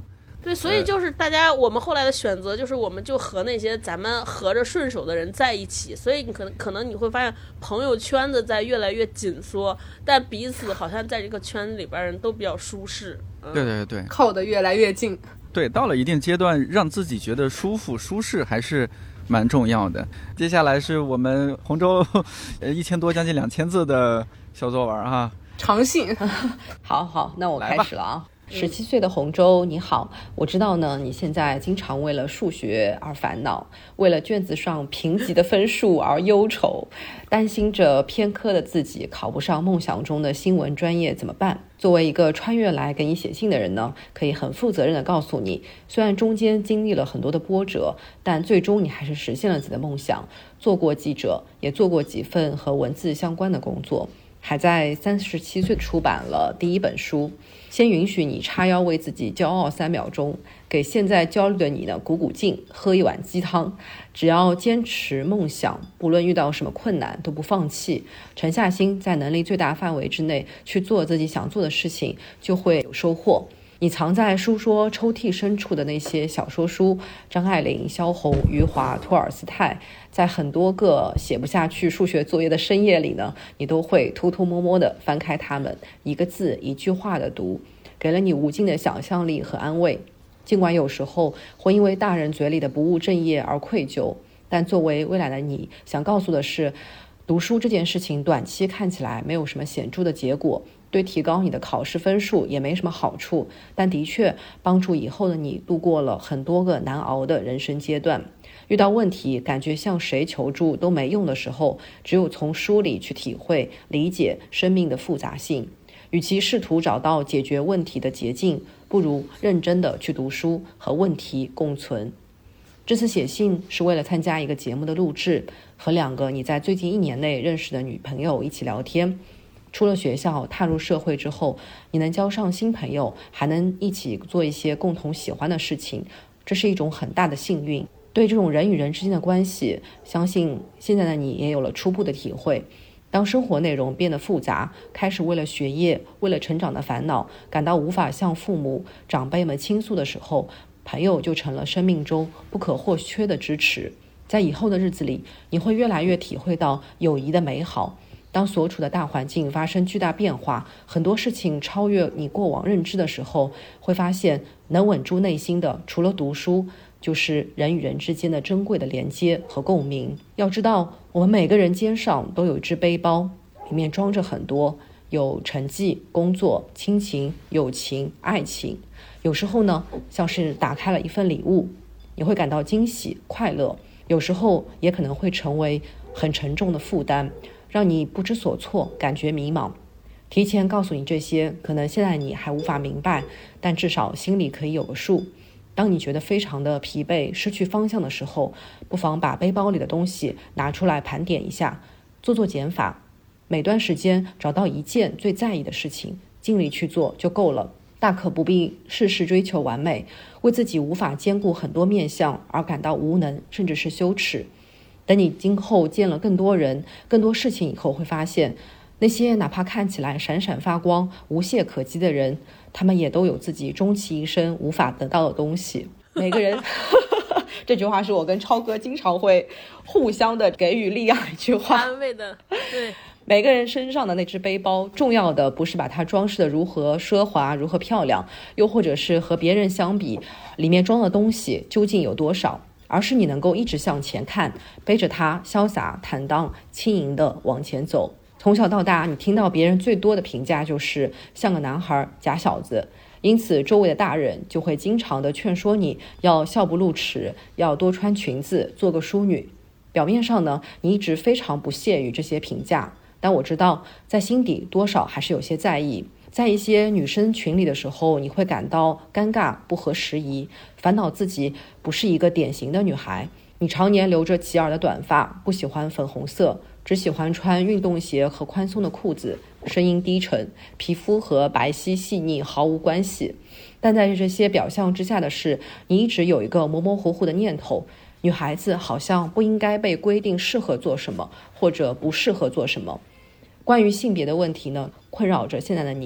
对，所以就是大家我们后来的选择就是我们就和那些咱们合着顺手的人在一起，所以你可能可能你会发现朋友圈子在越来越紧缩，但彼此好像在这个圈子里边人都比较舒适。嗯、 对对对， 靠得越来越近。 对，到了一定阶段，让自己觉得舒服舒适还是蛮重要的。接下来是我们洪州呃一千多将近两千字的小作文哈， 长信。 好好，那我开始了啊。十七岁的洪州，你好，我知道呢，你现在经常为了数学而烦恼，为了卷子上评级的分数而忧愁，担心着偏科的自己考不上梦想中的新闻专业怎么办？作为一个穿越来给你写信的人呢，可以很负责任地告诉你，虽然中间经历了很多的波折，但最终你还是实现了自己的梦想，做过记者，也做过几份和文字相关的工作，还在三十七岁出版了第一本书。先允许你叉腰为自己骄傲三秒钟，给现在焦虑的你呢鼓鼓劲，喝一碗鸡汤。只要坚持梦想，不论遇到什么困难都不放弃，沉下心，在能力最大范围之内去做自己想做的事情，就会有收获。你藏在书桌抽屉深处的那些小说书，张爱玲、萧红、余华、托尔斯泰，在很多个写不下去数学作业的深夜里呢，你都会偷偷摸摸地翻开它们，一个字一句话的读，给了你无尽的想象力和安慰。尽管有时候会因为大人嘴里的不务正业而愧疚，但作为未来的你，想告诉的是，读书这件事情短期看起来没有什么显著的结果，对提高你的考试分数也没什么好处，但的确帮助以后的你度过了很多个难熬的人生阶段。遇到问题感觉向谁求助都没用的时候，只有从书里去体会理解生命的复杂性。与其试图找到解决问题的捷径，不如认真的去读书，和问题共存。这次写信是为了参加一个节目的录制，和两个你在最近一年内认识的女朋友一起聊天。出了学校，踏入社会之后，你能交上新朋友，还能一起做一些共同喜欢的事情，这是一种很大的幸运。对这种人与人之间的关系，相信现在的你也有了初步的体会。当生活内容变得复杂，开始为了学业、为了成长的烦恼，感到无法向父母、长辈们倾诉的时候，朋友就成了生命中不可或缺的支持。在以后的日子里，你会越来越体会到友谊的美好。当所处的大环境发生巨大变化，很多事情超越你过往认知的时候，会发现能稳住内心的，除了读书，就是人与人之间的珍贵的连接和共鸣。要知道，我们每个人肩上都有一只背包，里面装着很多，有成绩、工作、亲情、友情、爱情。有时候呢，像是打开了一份礼物，你会感到惊喜、快乐；有时候也可能会成为很沉重的负担，让你不知所措，感觉迷茫。提前告诉你这些，可能现在你还无法明白，但至少心里可以有个数。当你觉得非常的疲惫、失去方向的时候，不妨把背包里的东西拿出来盘点一下，做做减法。每段时间找到一件最在意的事情，尽力去做就够了，大可不必事事追求完美，为自己无法兼顾很多面向而感到无能，甚至是羞耻。等你今后见了更多人、更多事情以后，会发现那些哪怕看起来闪闪发光、无懈可击的人，他们也都有自己终其一生无法得到的东西。每个人这句话是我跟超哥经常会互相的给予力量一句话， 安慰的。对， 每个人身上的那只背包，重要的不是把它装饰的如何奢华、如何漂亮，又或者是和别人相比，里面装的东西究竟有多少，而是你能够一直向前看，背着它潇洒坦荡、轻盈地往前走。从小到大，你听到别人最多的评价就是像个男孩、假小子，因此周围的大人就会经常的劝说你要笑不露齿，要多穿裙子，做个淑女。表面上呢，你一直非常不屑于这些评价，但我知道在心底多少还是有些在意。在一些女生群里的时候，你会感到尴尬、不合时宜，烦恼自己不是一个典型的女孩。你常年留着齐耳的短发，不喜欢粉红色，只喜欢穿运动鞋和宽松的裤子，声音低沉，皮肤和白皙细腻毫无关系。但在这些表象之下的是，你一直有一个模模糊糊的念头，女孩子好像不应该被规定适合做什么，或者不适合做什么。关于性别的问题呢，困扰着现在的你。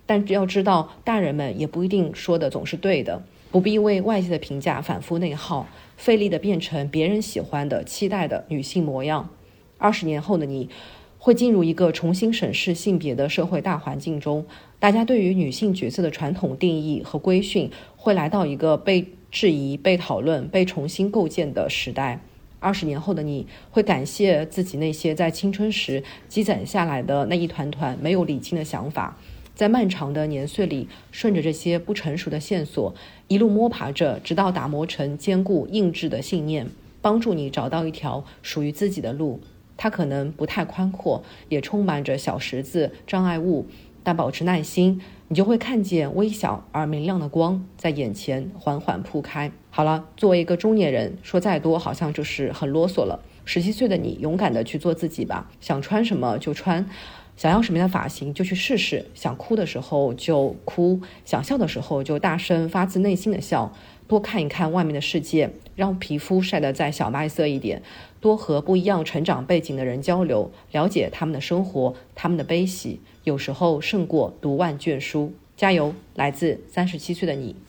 但要知道大人们也不一定说的总是对的，不必为外界的评价反复内耗，费力的变成别人喜欢的期待的女性模样。二十年后的你会进入一个重新审视性别的社会大环境中，大家对于女性角色的传统定义和规训会来到一个被质疑、被讨论、被重新构建的时代。二十年后的你会感谢自己那些在青春时积攒下来的那一团团没有理清的想法，在漫长的年岁里顺着这些不成熟的线索一路摸爬着，直到打磨成坚固硬质的信念，帮助你找到一条属于自己的路。它可能不太宽阔，也充满着小石子、障碍物，但保持耐心，你就会看见微小而明亮的光在眼前缓缓铺开。好了，作为一个中年人，说再多好像就是很啰嗦了。十七岁的你，勇敢的去做自己吧，想穿什么就穿，想要什么样的发型就去试试，想哭的时候就哭，想笑的时候就大声发自内心的笑。多看一看外面的世界，让皮肤晒得再小麦色一点，多和不一样成长背景的人交流，了解他们的生活，他们的悲喜，有时候胜过读万卷书。加油，来自三十七岁的你。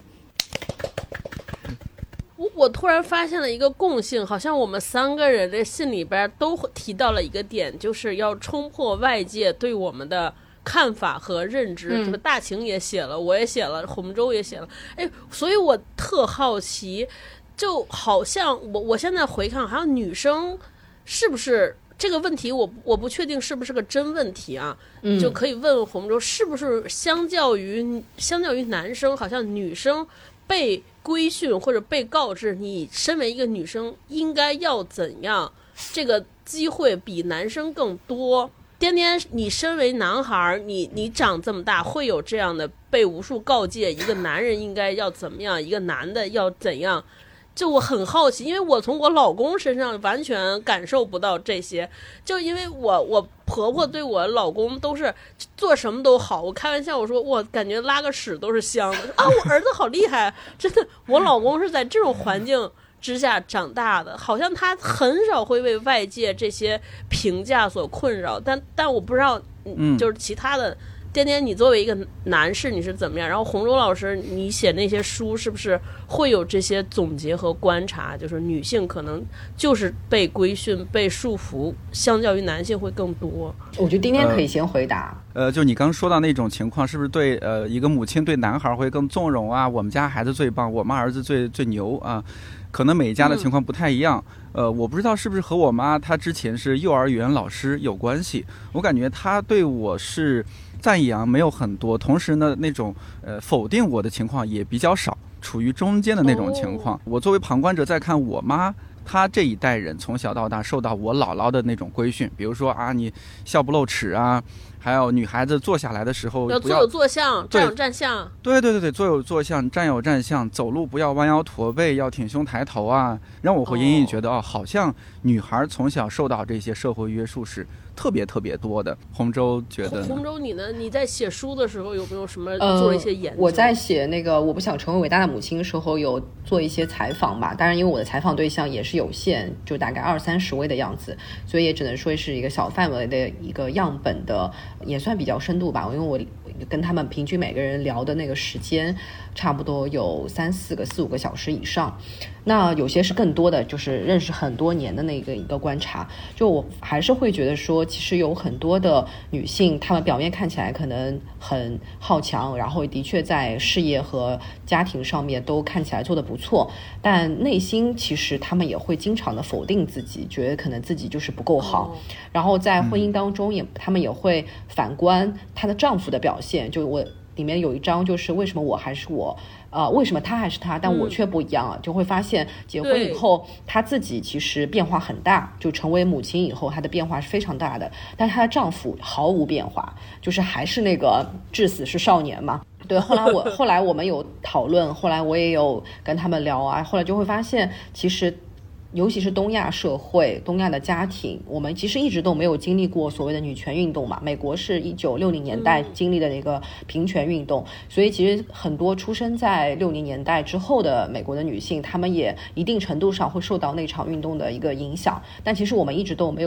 我我突然发现了一个共性，好像我们三个人的信里边都提到了一个点，就是要冲破外界对我们的看法和认知。 嗯， 这个大晴也写了，我也写了，洪州也写了，哎，所以我特好奇，就好像我我现在回看，好像女生是不是这个问题我，我我不确定是不是个真问题啊， 嗯， 就可以问洪州，是不是相较于相较于男生，好像女生被规训或者被告知你身为一个女生应该要怎样，这个机会比男生更多。颠颠，你身为男孩，你你长这么大，会有这样的被无数告诫，一个男人应该要怎么样，一个男的要怎样？就我很好奇，因为我从我老公身上完全感受不到这些，就因为我我婆婆对我老公都是做什么都好，我开玩笑我说我感觉拉个屎都是香的啊，我儿子好厉害，真的，我老公是在这种环境之下长大的，好像他很少会为外界这些评价所困扰，但但我不知道，嗯，就是其他的。颠颠，你作为一个男士，你是怎么样？然后洪州老师，你写那些书是不是会有这些总结和观察？就是女性可能就是被规训、被束缚，相较于男性会更多。 我觉得颠颠可以先回答。 呃，呃就你刚说到那种情况，是不是对呃一个母亲对男孩会更纵容啊？我们家孩子最棒，我们儿子最最牛啊？可能每一家的情况不太一样。嗯、呃，我不知道是不是和我妈她之前是幼儿园老师有关系。我感觉她对我是赞扬没有很多，同时呢，那种呃否定我的情况也比较少，处于中间的那种情况。哦、我作为旁观者在看我妈，她这一代人从小到大受到我姥姥的那种规训，比如说啊，你笑不露齿啊，还有女孩子坐下来的时候要坐有坐相，站有站相。对对对对，坐有坐相，站有站相，走路不要弯腰驼背，要挺胸抬头啊，让我会隐隐觉得哦，哦，好像女孩从小受到这些社会约束是特别特别多的。洪州觉得呢？ 洪州你呢？你在写书的时候有没有什么做了一些研究？ 呃、我在写那个我不想成为伟大的母亲的时候，有做一些采访吧。当然，因为我的采访对象也是有限，就大概二三十位的样子，所以也只能说是一个小范围的一个样本的，也算比较深度吧。因为我跟他们平均每个人聊的那个时间，差不多有三四个、四五个小时以上。那有些是更多的，就是认识很多年的那个一个观察。就我还是会觉得说，其实有很多的女性，她们表面看起来可能很好强，然后的确在事业和家庭上面都看起来做得不错，但内心其实她们也会经常的否定自己，觉得可能自己就是不够好。然后在婚姻当中也，她们也会反观她的丈夫的表现。就我里面有一章就是为什么我还是我。呃，为什么他还是他，但我却不一样啊？嗯、就会发现结婚以后，她自己其实变化很大，就成为母亲以后，她的变化是非常大的。但是她的丈夫毫无变化，就是还是那个至死是少年嘛。对，后来我后来我们有讨论，后来我也有跟他们聊啊，后来就会发现，其实。尤其是东亚社会，东亚的家庭，我们其实一直都没有经历过所谓的女权运动嘛。美国是一九六零年代经历的那个平权运动，嗯、所以其实很多出生在六零年代之后的美国的女性，她们也一定程度上会受到那场运动的一个影响。但其实我们一直都没有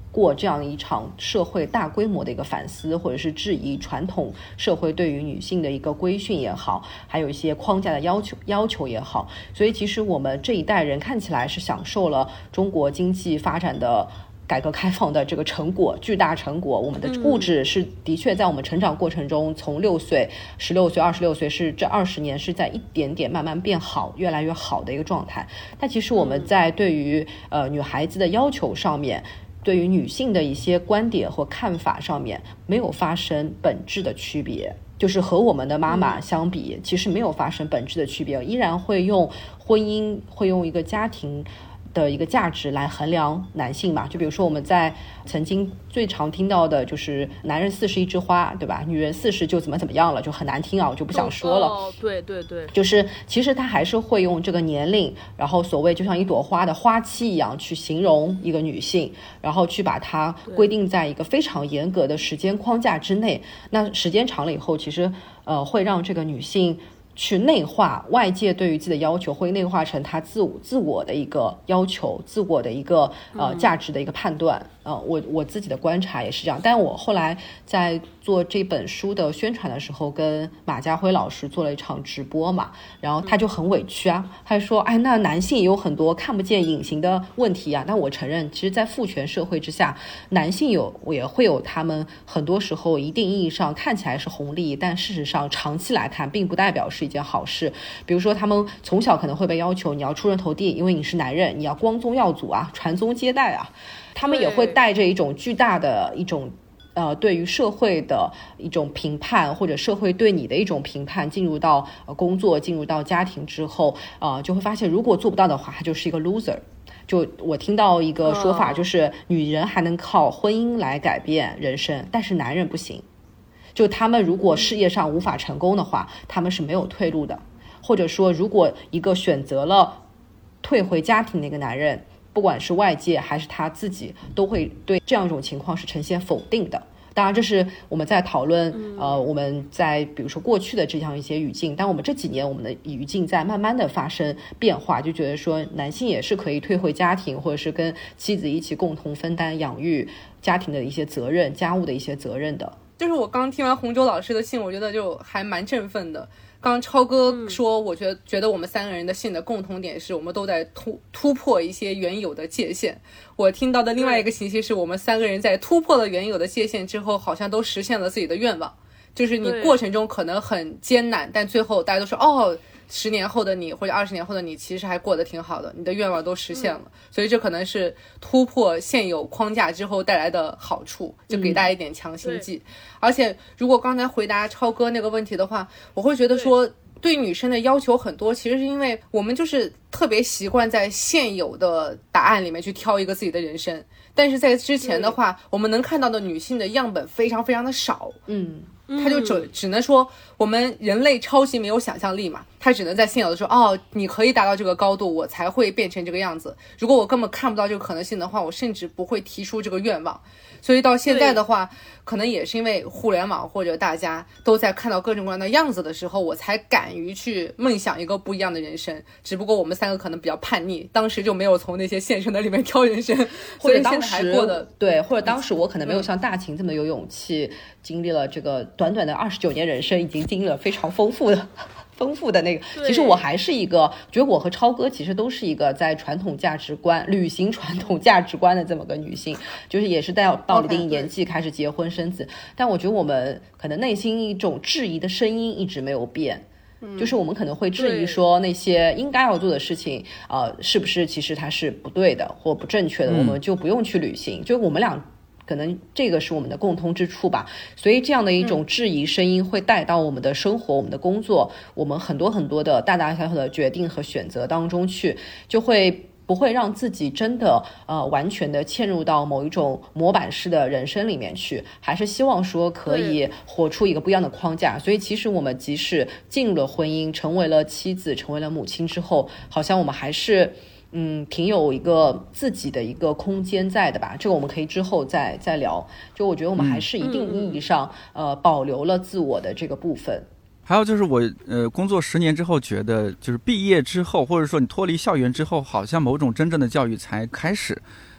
过这样一场社会大规模的一个反思，或者是质疑传统社会对于女性的一个规训也好，还有一些框架的要求要求也好。所以其实我们这一代人看起来是享受了中国经济发展的改革开放的这个成果，巨大成果。我们的物质是的确在我们成长过程中，从六岁、十六岁、二十六岁，是这二十年是在一点点慢慢变好，越来越好的一个状态。但其实我们在对于呃女孩子的要求上面，对于女性的一些观点和看法上面，没有发生本质的区别。就是和我们的妈妈相比，嗯、其实没有发生本质的区别，依然会用婚姻，会用一个家庭的一个价值来衡量男性嘛。就比如说我们在曾经最常听到的就是男人四十一枝花，对吧？女人四十就怎么怎么样了，就很难听啊，我就不想说了。 哦，对对对， 就是其实他还是会用这个年龄，然后所谓就像一朵花的花期一样去形容一个女性，然后去把它规定在一个非常严格的时间框架之内。那时间长了以后，其实呃会让这个女性去内化外界对于自己的要求，会内化成他自我自我的一个要求，自我的一个呃价值的一个判断。呃，我我自己的观察也是这样。但我后来在做这本书的宣传的时候，跟马家辉老师做了一场直播嘛，然后他就很委屈啊，他就说，哎，那男性也有很多看不见隐形的问题啊。但我承认，其实在父权社会之下，男性有也会有他们很多时候一定意义上看起来是红利，但事实上长期来看并不代表是一件好事。比如说他们从小可能会被要求你要出人头地，因为你是男人，你要光宗耀祖啊，传宗接代啊。他们也会带着一种巨大的一种呃对于社会的一种评判，或者社会对你的一种评判，进入到、呃、工作，进入到家庭之后，呃就会发现如果做不到的话，他就是一个 loser。就我听到一个说法，就是女人还能靠婚姻来改变人生，但是男人不行。就他们如果事业上无法成功的话，他们是没有退路的。或者说，如果一个选择了退回家庭的一个男人，不管是外界还是他自己，都会对这样一种情况是呈现否定的。当然这是我们在讨论、嗯、呃，我们在比如说过去的这样一些语境，但我们这几年我们的语境在慢慢的发生变化，就觉得说男性也是可以退回家庭，或者是跟妻子一起共同分担养育家庭的一些责任，家务的一些责任的。 就是我刚听完洪舟老师的信，我觉得就还蛮振奋的。刚超哥说，我觉得、嗯、觉得我们三个人的信的共同点是我们都在突突破一些原有的界限。我听到的另外一个信息是我们三个人在突破了原有的界限之后，好像都实现了自己的愿望。就是你过程中可能很艰难，但最后大家都说，哦，十年后的你或者二十年后的你其实还过得挺好的，你的愿望都实现了、嗯、所以这可能是突破现有框架之后带来的好处，就给大家一点强心剂、嗯、而且如果刚才回答超哥那个问题的话，我会觉得说对女生的要求很多，其实是因为我们就是特别习惯在现有的答案里面去挑一个自己的人生，但是在之前的话，我们能看到的女性的样本非常非常的少。 嗯， 他就只只能说我们人类超级没有想象力嘛，他只能在现有的说，哦，你可以达到这个高度，我才会变成这个样子。如果我根本看不到这个可能性的话，我甚至不会提出这个愿望。所以到现在的话，可能也是因为互联网或者大家都在看到各种各样的样子的时候，我才敢于去梦想一个不一样的人生。只不过我们三个可能比较叛逆，当时就没有从那些现成的里面挑人生， 或者当时还过得对，或者当时我可能没有像大秦这么有勇气、嗯、经历了这个短短的二十九年人生，已经经历了非常丰富的丰富的那个。其实我还是一个觉得我和超哥其实都是一个在传统价值观履行传统价值观的这么个女性，就是也是到到了一定年纪开始结婚生子、okay, 但我觉得我们可能内心一种质疑的声音一直没有变，就是我们可能会质疑说那些应该要做的事情呃，是不是其实它是不对的或不正确的、嗯、我们就不用去履行，就我们俩可能这个是我们的共通之处吧。所以这样的一种质疑声音会带到我们的生活、嗯、我们的工作，我们很多很多的大大小小的决定和选择当中去，就会不会让自己真的呃完全的嵌入到某一种模板式的人生里面去，还是希望说可以活出一个不一样的框架。所以其实我们即使进入了婚姻，成为了妻子，成为了母亲之后，好像我们还是嗯，挺有一个自己的一个空间在的吧，这个我们可以之后再再聊。就我觉得我们还是一定意义上、嗯、呃保留了自我的这个部分。 还有就是我呃工作十年之后觉得，就是毕业之后或者说你脱离校园之后，好像某种真正的教育才开始。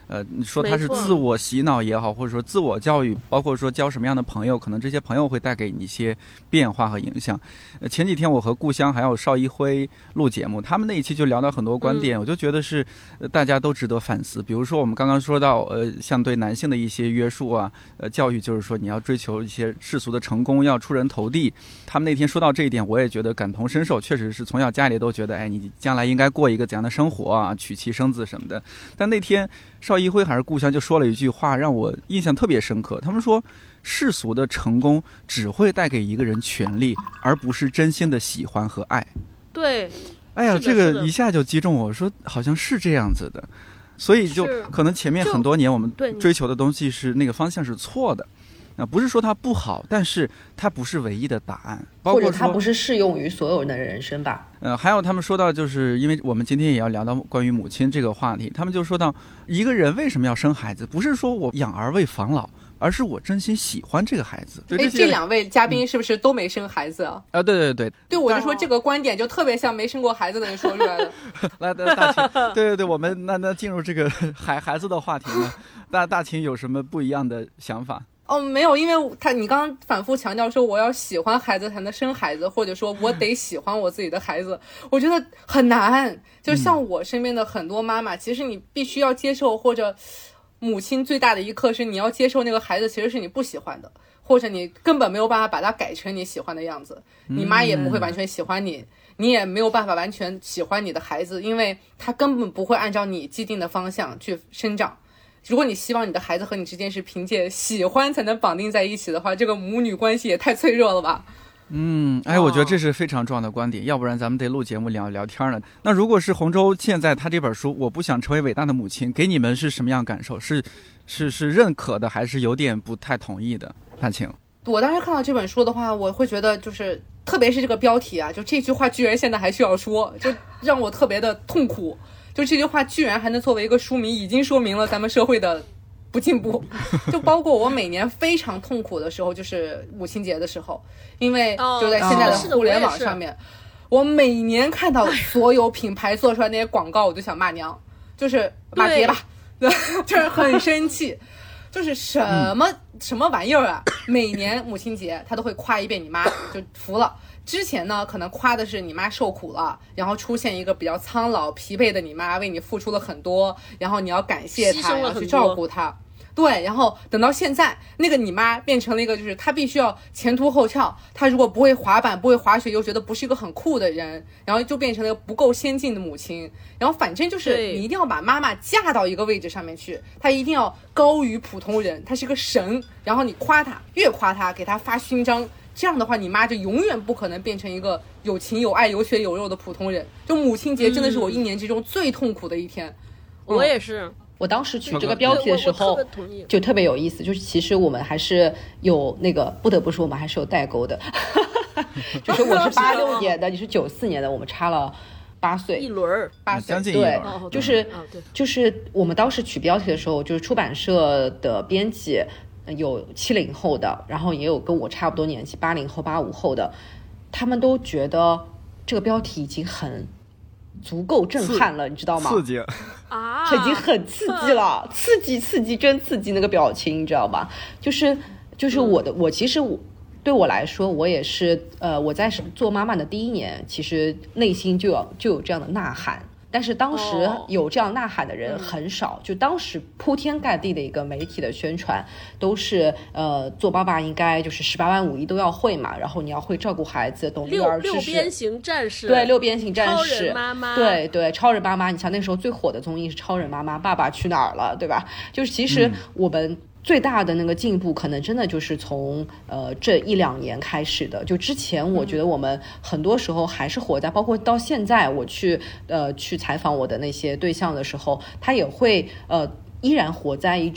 呃，你说他是自我洗脑也好，或者说自我教育，包括说交什么样的朋友，可能这些朋友会带给你一些变化和影响。呃，前几天我和故乡还有邵一辉录节目，他们那一期就聊到很多观点，嗯、我就觉得是、呃、大家都值得反思。比如说我们刚刚说到，呃，像对男性的一些约束啊，呃，教育就是说你要追求一些世俗的成功，要出人头地。他们那天说到这一点，我也觉得感同身受，确实是从小家里都觉得，哎，你将来应该过一个怎样的生活啊，娶妻生子什么的。但那天邵一辉还是故乡就说了一句话，让我印象特别深刻。他们说，世俗的成功只会带给一个人权利，而不是真心的喜欢和爱。 对， 哎呀，这个一下就击中我，说好像是这样子的。所以就可能前面很多年我们追求的东西是那个方向是错的。那不是说它不好，但是它不是唯一的答案，包括或者它不是适用于所有人的人生吧。 呃，还有他们说到，就是因为我们今天也要聊到关于母亲这个话题，他们就说到一个人为什么要生孩子，不是说我养儿为防老，而是我真心喜欢这个孩子。 哎，这两位嘉宾是不是都没生孩子啊？ 啊，对对对， 对，我就说这个观点就特别像没生过孩子的人说出来的。 来，大秦，对对对，我们那那进入这个孩孩子的话题呢，大大秦有什么不一样的想法？ 哦，没有，因为他你刚刚反复强调说我要喜欢孩子才能生孩子，或者说我得喜欢我自己的孩子，我觉得很难。就像我身边的很多妈妈，其实你必须要接受，或者母亲最大的一课是你要接受那个孩子其实是你不喜欢的，或者你根本没有办法把它改成你喜欢的样子，你妈也不会完全喜欢你，你也没有办法完全喜欢你的孩子，因为他根本不会按照你既定的方向去生长。如果你希望你的孩子和你之间是凭借喜欢才能绑定在一起的话，这个母女关系也太脆弱了吧。 嗯，哎，我觉得这是非常重要的观点，要不然咱们得录节目聊聊天了。那如果是洪舟现在他这本书《我不想成为伟大的母亲》，给你们是什么样感受？是是是认可的，还是有点不太同意的？范晴， 我当时看到这本书的话，我会觉得就是特别是这个标题啊，就这句话居然现在还需要说，就让我特别的痛苦。就这句话居然还能作为一个书名，已经说明了咱们社会的不进步。就包括我每年非常痛苦的时候，就是母亲节的时候，因为就在现在的互联网上面，我每年看到所有品牌做出来那些广告，我就想骂娘，就是骂街吧，就是很生气。就是什么、嗯、什么玩意儿啊！每年母亲节他都会夸一遍你妈，就服了。之前呢，可能夸的是你妈受苦了，然后出现一个比较苍老疲惫的你妈，为你付出了很多，然后你要感谢她，要去照顾她。对，然后等到现在，那个你妈变成了一个，就是她必须要前凸后翘，她如果不会滑板，不会滑雪，又觉得不是一个很酷的人，然后就变成了一个不够先进的母亲。然后反正就是你一定要把妈妈架到一个位置上面去，她一定要高于普通人，她是个神。然后你夸她，越夸她，给她发勋章，这样的话，你妈就永远不可能变成一个有情有爱、有血有肉的普通人。就母亲节真的是我一年之中最痛苦的一天。 嗯、我也是。 我当时取这个标题的时候就特别有意思，就是其实我们还是有那个不得不说我们还是有代沟的。就是我是八六年的，你是九四年的，我们差了八岁， 一轮八岁，将近一轮。 对，就是就是我们当时取标题的时候，就是出版社的编辑有七零后的，然后也有跟我差不多年纪八零后八五后的，他们都觉得这个标题已经很足够震撼了，你知道吗？ 刺激啊， 已经很刺激了，刺激刺激真刺激，那个表情你知道吧？就是就是我的、嗯、我其实我对我来说，我也是呃我在做妈妈的第一年，其实内心就有就有这样的呐喊。但是当时有这样呐喊的人很少、哦、就当时铺天盖地的一个媒体的宣传都是呃做爸爸应该就是十八般武艺都要会嘛，然后你要会照顾孩子，懂育儿知识， 六边形战士， 对，六边形战士， 超人妈妈， 对对，超人妈妈。你像那时候最火的综艺是超人妈妈，爸爸去哪儿了，对吧？就是其实我们最大的那个进步可能真的就是从呃这一两年开始的。就之前我觉得我们很多时候还是活在、嗯、包括到现在我去呃去采访我的那些对象的时候，他也会呃依然活在一种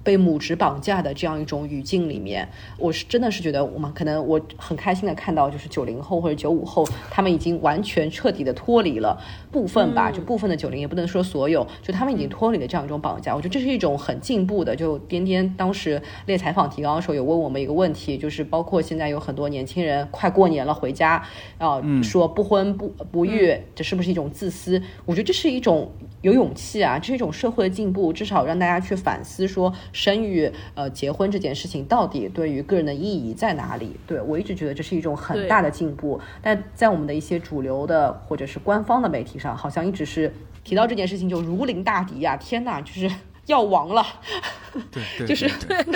被母职绑架的这样一种语境里面，我是真的是觉得我们可能我很开心的看到，就是九零后或者九五后，他们已经完全彻底的脱离了部分吧，就部分的九零也不能说所有，就他们已经脱离了这样一种绑架。我觉得这是一种很进步的。就颠颠当时列采访提纲的时候有问我们一个问题，就是包括现在有很多年轻人快过年了回家，啊、呃，说不婚不不育，这是不是一种自私？我觉得这是一种有勇气啊，这是一种社会的进步，至少让大家去反思说生育呃结婚这件事情到底对于个人的意义在哪里。对，我一直觉得这是一种很大的进步，但在我们的一些主流的或者是官方的媒体上，好像一直是提到这件事情就如临大敌啊，天哪，就是要亡了。 对对， 就是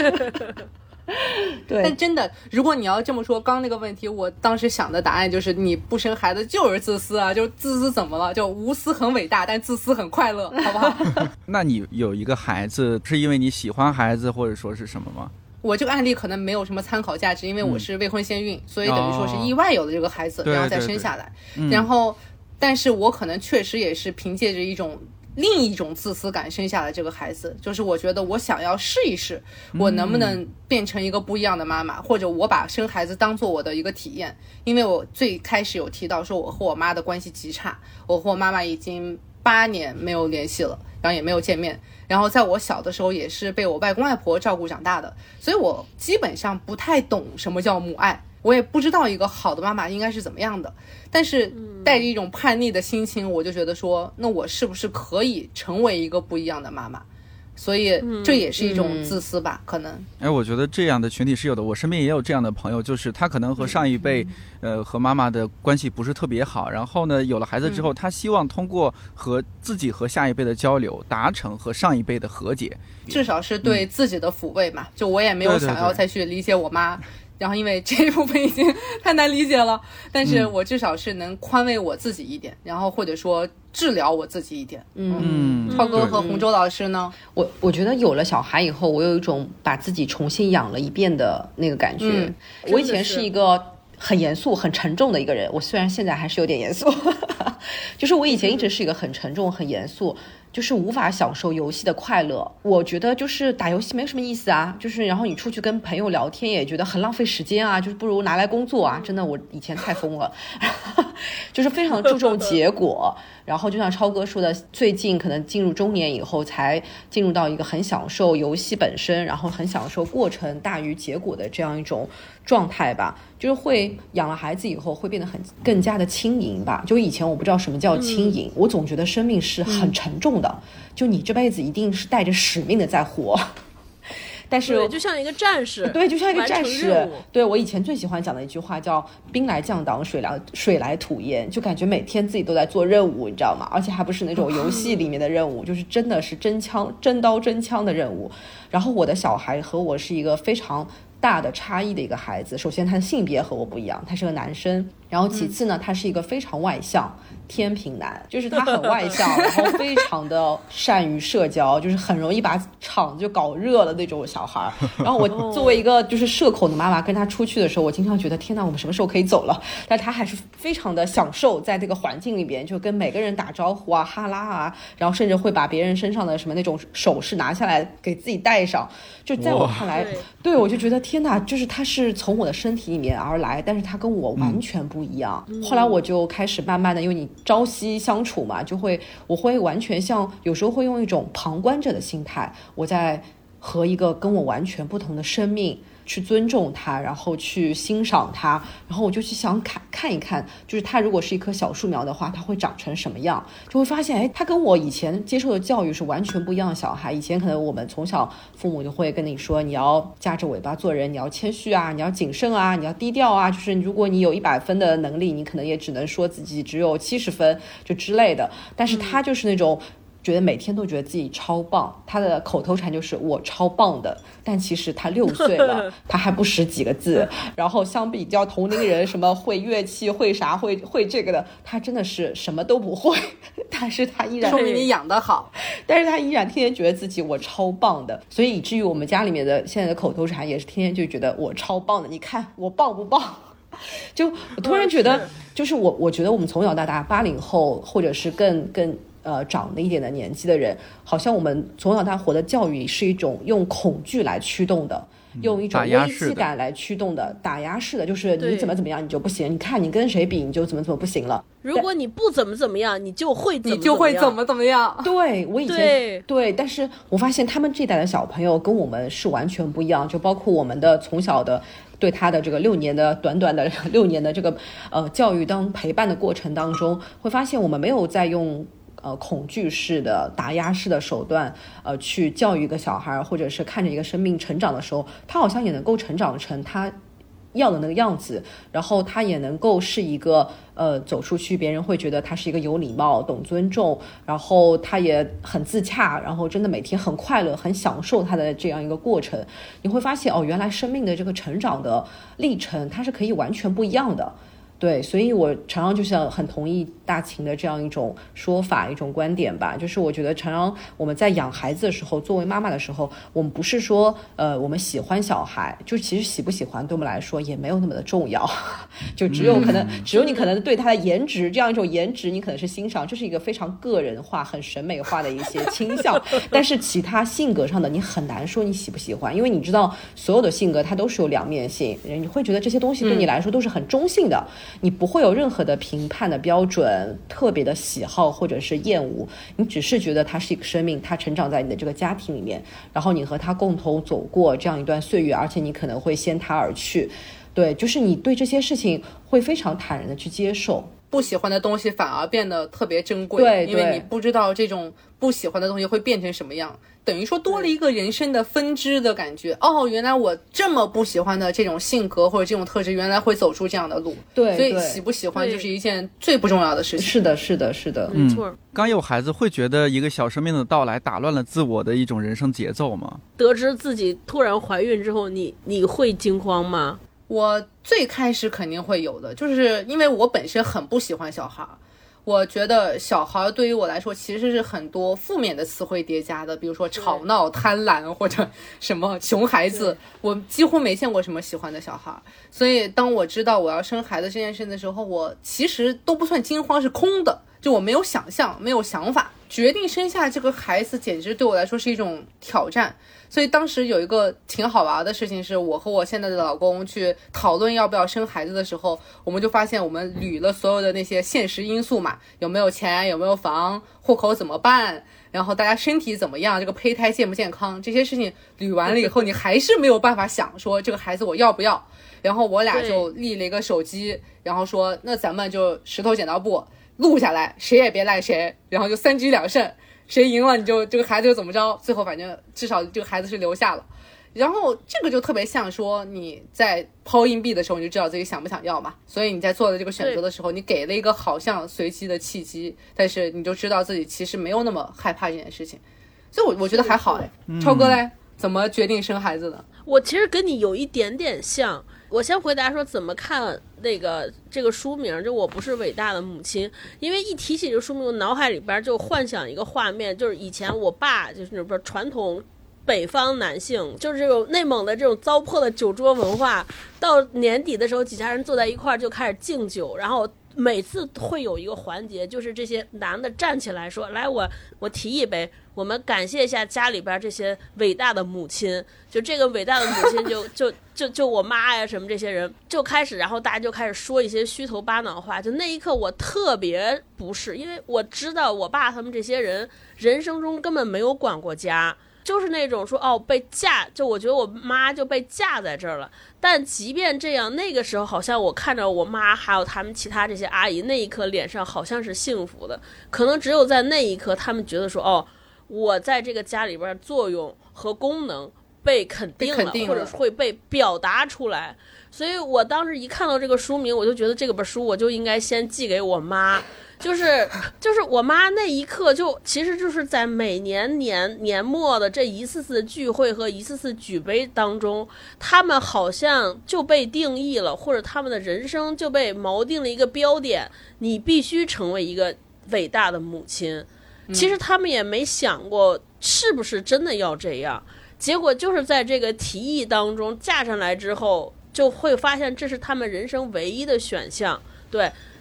对， 但真的，如果你要这么说，刚刚那个问题，我当时想的答案就是你不生孩子就是自私啊，就自私怎么了？就无私很伟大，但自私很快乐，好不好？ 那你有一个孩子，是因为你喜欢孩子，或者说是什么吗？ 我这个案例可能没有什么参考价值，因为我是未婚先孕，嗯、所以等于说是意外有的这个孩子， 哦、 然后再生下来。 对对对， 然后，但是我可能确实也是凭借着一种。另一种自私感生下来这个孩子，就是我觉得我想要试一试，我能不能变成一个不一样的妈妈，或者我把生孩子当做我的一个体验。因为我最开始有提到说我和我妈的关系极差，我和我妈妈已经八年没有联系了，然后也没有见面，然后在我小的时候也是被我外公外婆照顾长大的，所以我基本上不太懂什么叫母爱，我也不知道一个好的妈妈应该是怎么样的，但是带着一种叛逆的心情，我就觉得说，那我是不是可以成为一个不一样的妈妈？所以这也是一种自私吧，嗯、可能。 哎，我觉得这样的群体是有的，我身边也有这样的朋友，就是他可能和上一辈，嗯、呃，和妈妈的关系不是特别好，然后呢，有了孩子之后，他希望通过和自己和下一辈的交流，达成和上一辈的和解， 至少是对自己的抚慰嘛。嗯、就我也没有想要再去理解我妈。对对对，然后因为这一部分已经太难理解了，但是我至少是能宽慰我自己一点，嗯、然后或者说治疗我自己一点。嗯，超哥和洪舟老师呢？ 我我觉得有了小孩以后，我有一种把自己重新养了一遍的那个感觉。嗯、我以前是一个很严肃、很沉重的一个人，我虽然现在还是有点严肃，就是我以前一直是一个很沉重、很严肃。就是无法享受游戏的快乐，我觉得就是打游戏没有什么意思啊，就是然后你出去跟朋友聊天也觉得很浪费时间啊，就是不如拿来工作啊，真的我以前太疯了，就是非常注重结果。然后就像超哥说的，最近可能进入中年以后才进入到一个很享受游戏本身，然后很享受过程大于结果的这样一种状态吧，就是会养了孩子以后会变得很更加的轻盈吧。就以前我不知道什么叫轻盈，嗯、我总觉得生命是很沉重的，嗯、就你这辈子一定是带着使命的在活。但是对，就像一个战士， 对，就像一个战士。对，我以前最喜欢讲的一句话叫“兵来将挡，水来水来土掩”，就感觉每天自己都在做任务，你知道吗？而且还不是那种游戏里面的任务，就是真的是真枪真刀真枪的任务。然后我的小孩和我是一个非常大的差异的一个孩子，首先他的性别和我不一样，他是个男生，然后其次呢，他是一个非常外向。天平男，就是他很外向，然后非常的善于社交，就是很容易把场子就搞热了那种小孩。然后我作为一个就是社恐的妈妈，跟他出去的时候，我经常觉得天哪，我们什么时候可以走了？但他还是非常的享受在这个环境里边，就跟每个人打招呼啊、哈拉啊，然后甚至会把别人身上的什么那种首饰拿下来给自己戴上。就在我看来，对，我就觉得天哪，就是他是从我的身体里面而来，但是他跟我完全不一样。嗯、后来我就开始慢慢的，因为你朝夕相处嘛，就会我会完全像有时候会用一种旁观者的心态，我在和一个跟我完全不同的生命去尊重它，然后去欣赏它，然后我就去想看看一看，就是它如果是一棵小树苗的话，它会长成什么样，就会发现哎，它跟我以前接受的教育是完全不一样的小孩。以前可能我们从小父母就会跟你说，你要夹着尾巴做人，你要谦虚啊，你要谨慎啊，你要低调啊，就是如果你有一百分的能力，你可能也只能说自己只有七十分就之类的。但是他就是那种、嗯觉得每天都觉得自己超棒，他的口头禅就是我超棒的，但其实他六岁了他还不识几个字，然后相比较同龄人什么会乐器会啥会会这个的，他真的是什么都不会，但是他依然说明你养得好， 但是他依然天天觉得自己我超棒的，所以以至于我们家里面的现在的口头禅也是天天就觉得我超棒的，你看我棒不棒。就我突然觉得就是我我觉得我们从小到大八零后或者是更更呃长了一点的年纪的人，好像我们从小到大活的教育是一种用恐惧来驱动的，用一种危机感来驱动的，打压式的，就是你怎么怎么样你就不行，你看你跟谁比你就怎么怎么不行了， 如果你不怎么怎么样你就会怎么怎么样， 你就会怎么怎么样。 对，我以前 对, 对但是我发现他们这代的小朋友跟我们是完全不一样，就包括我们的从小的对他的这个六年的短短的六年的这个呃教育当陪伴的过程当中，会发现我们没有在用呃恐惧式的打压式的手段呃去教育一个小孩，或者是看着一个生命成长的时候，他好像也能够成长成他要的那个样子，然后他也能够是一个呃走出去别人会觉得他是一个有礼貌懂尊重，然后他也很自洽，然后真的每天很快乐很享受他的这样一个过程。你会发现哦，原来生命的这个成长的历程它是可以完全不一样的。对，所以我常常就是很同意大秦的这样一种说法一种观点吧，就是我觉得常常我们在养孩子的时候，作为妈妈的时候，我们不是说呃我们喜欢小孩，就其实喜不喜欢对我们来说也没有那么的重要，就只有可能、嗯、只有你可能对他的颜值这样一种颜值你可能是欣赏，这是一个非常个人化很审美化的一些倾向但是其他性格上的你很难说你喜不喜欢，因为你知道所有的性格它都是有两面性，你会觉得这些东西对你来说都是很中性的、嗯你不会有任何的评判的标准，特别的喜好或者是厌恶，你只是觉得他是一个生命，他成长在你的这个家庭里面，然后你和他共同走过这样一段岁月，而且你可能会先他而去。对，就是你对这些事情会非常坦然的去接受， 不喜欢的东西反而变得特别珍贵， 对， 因为你不知道这种不喜欢的东西会变成什么样，等于说多了一个人生的分支的感觉。哦，原来我这么不喜欢的这种性格或者这种特质，原来会走出这样的路。 对， 所以喜不喜欢就是一件最不重要的事情。 是的，是的，是的， 没错、嗯。 刚有孩子会觉得一个小生命的到来打乱了自我的一种人生节奏吗？ 得知自己突然怀孕之后，你你会惊慌吗？ 我最开始肯定会有的，就是因为我本身很不喜欢小孩，我觉得小孩对于我来说其实是很多负面的词汇叠加的，比如说吵闹、贪婪或者什么熊孩子，我几乎没见过什么喜欢的小孩。所以当我知道我要生孩子这件事的时候，我其实都不算惊慌，是空的，就我没有想象，没有想法。决定生下这个孩子简直对我来说是一种挑战。所以当时有一个挺好玩的事情，是我和我现在的老公去讨论要不要生孩子的时候，我们就发现我们捋了所有的那些现实因素嘛，有没有钱，有没有房，户口怎么办，然后大家身体怎么样，这个胚胎健不健康，这些事情捋完了以后，你还是没有办法想说这个孩子我要不要。然后我俩就立了一个手机，然后说那咱们就石头剪刀布录下来，谁也别赖谁，然后就三局两胜，谁赢了你就这个孩子就怎么着，最后反正至少这个孩子是留下了。然后这个就特别像说你在抛硬币的时候你就知道自己想不想要嘛，所以你在做的这个选择的时候，你给了一个好像随机的契机，但是你就知道自己其实没有那么害怕这件事情。所以我我觉得还好哎。超哥嘞，怎么决定生孩子的？ 我其实跟你有一点点像。我先回答说怎么看那个这个书名，就我不是伟大的母亲，因为一提起这个书名，我脑海里边就幻想一个画面，就是以前我爸就是那种传统北方男性，就是这种内蒙的这种糟粕的酒桌文化，到年底的时候几家人坐在一块儿就开始敬酒，然后每次会有一个环节，就是这些男的站起来说，来我我提一杯，我们感谢一下家里边这些伟大的母亲，就这个伟大的母亲就就就就我妈呀什么这些人就开始，然后大家就开始说一些虚头巴脑话，就那一刻我特别不适，因为我知道我爸他们这些人人生中根本没有管过家，就是那种说哦被架，就我觉得我妈就被架在这儿了。但即便这样，那个时候好像我看着我妈还有他们其他这些阿姨，那一刻脸上好像是幸福的，可能只有在那一刻他们觉得说哦我在这个家里边作用和功能被肯定了， 被肯定了或者会被表达出来。所以我当时一看到这个书名，我就觉得这个本书我就应该先寄给我妈，就是就是我妈那一刻就其实就是在每年年年末的这一次次聚会和一次次举杯当中，他们好像就被定义了，或者他们的人生就被锚定了一个标点，你必须成为一个伟大的母亲。其实他们也没想过是不是真的要这样，结果就是在这个提议当中架上来之后，就会发现这是他们人生唯一的选项。对，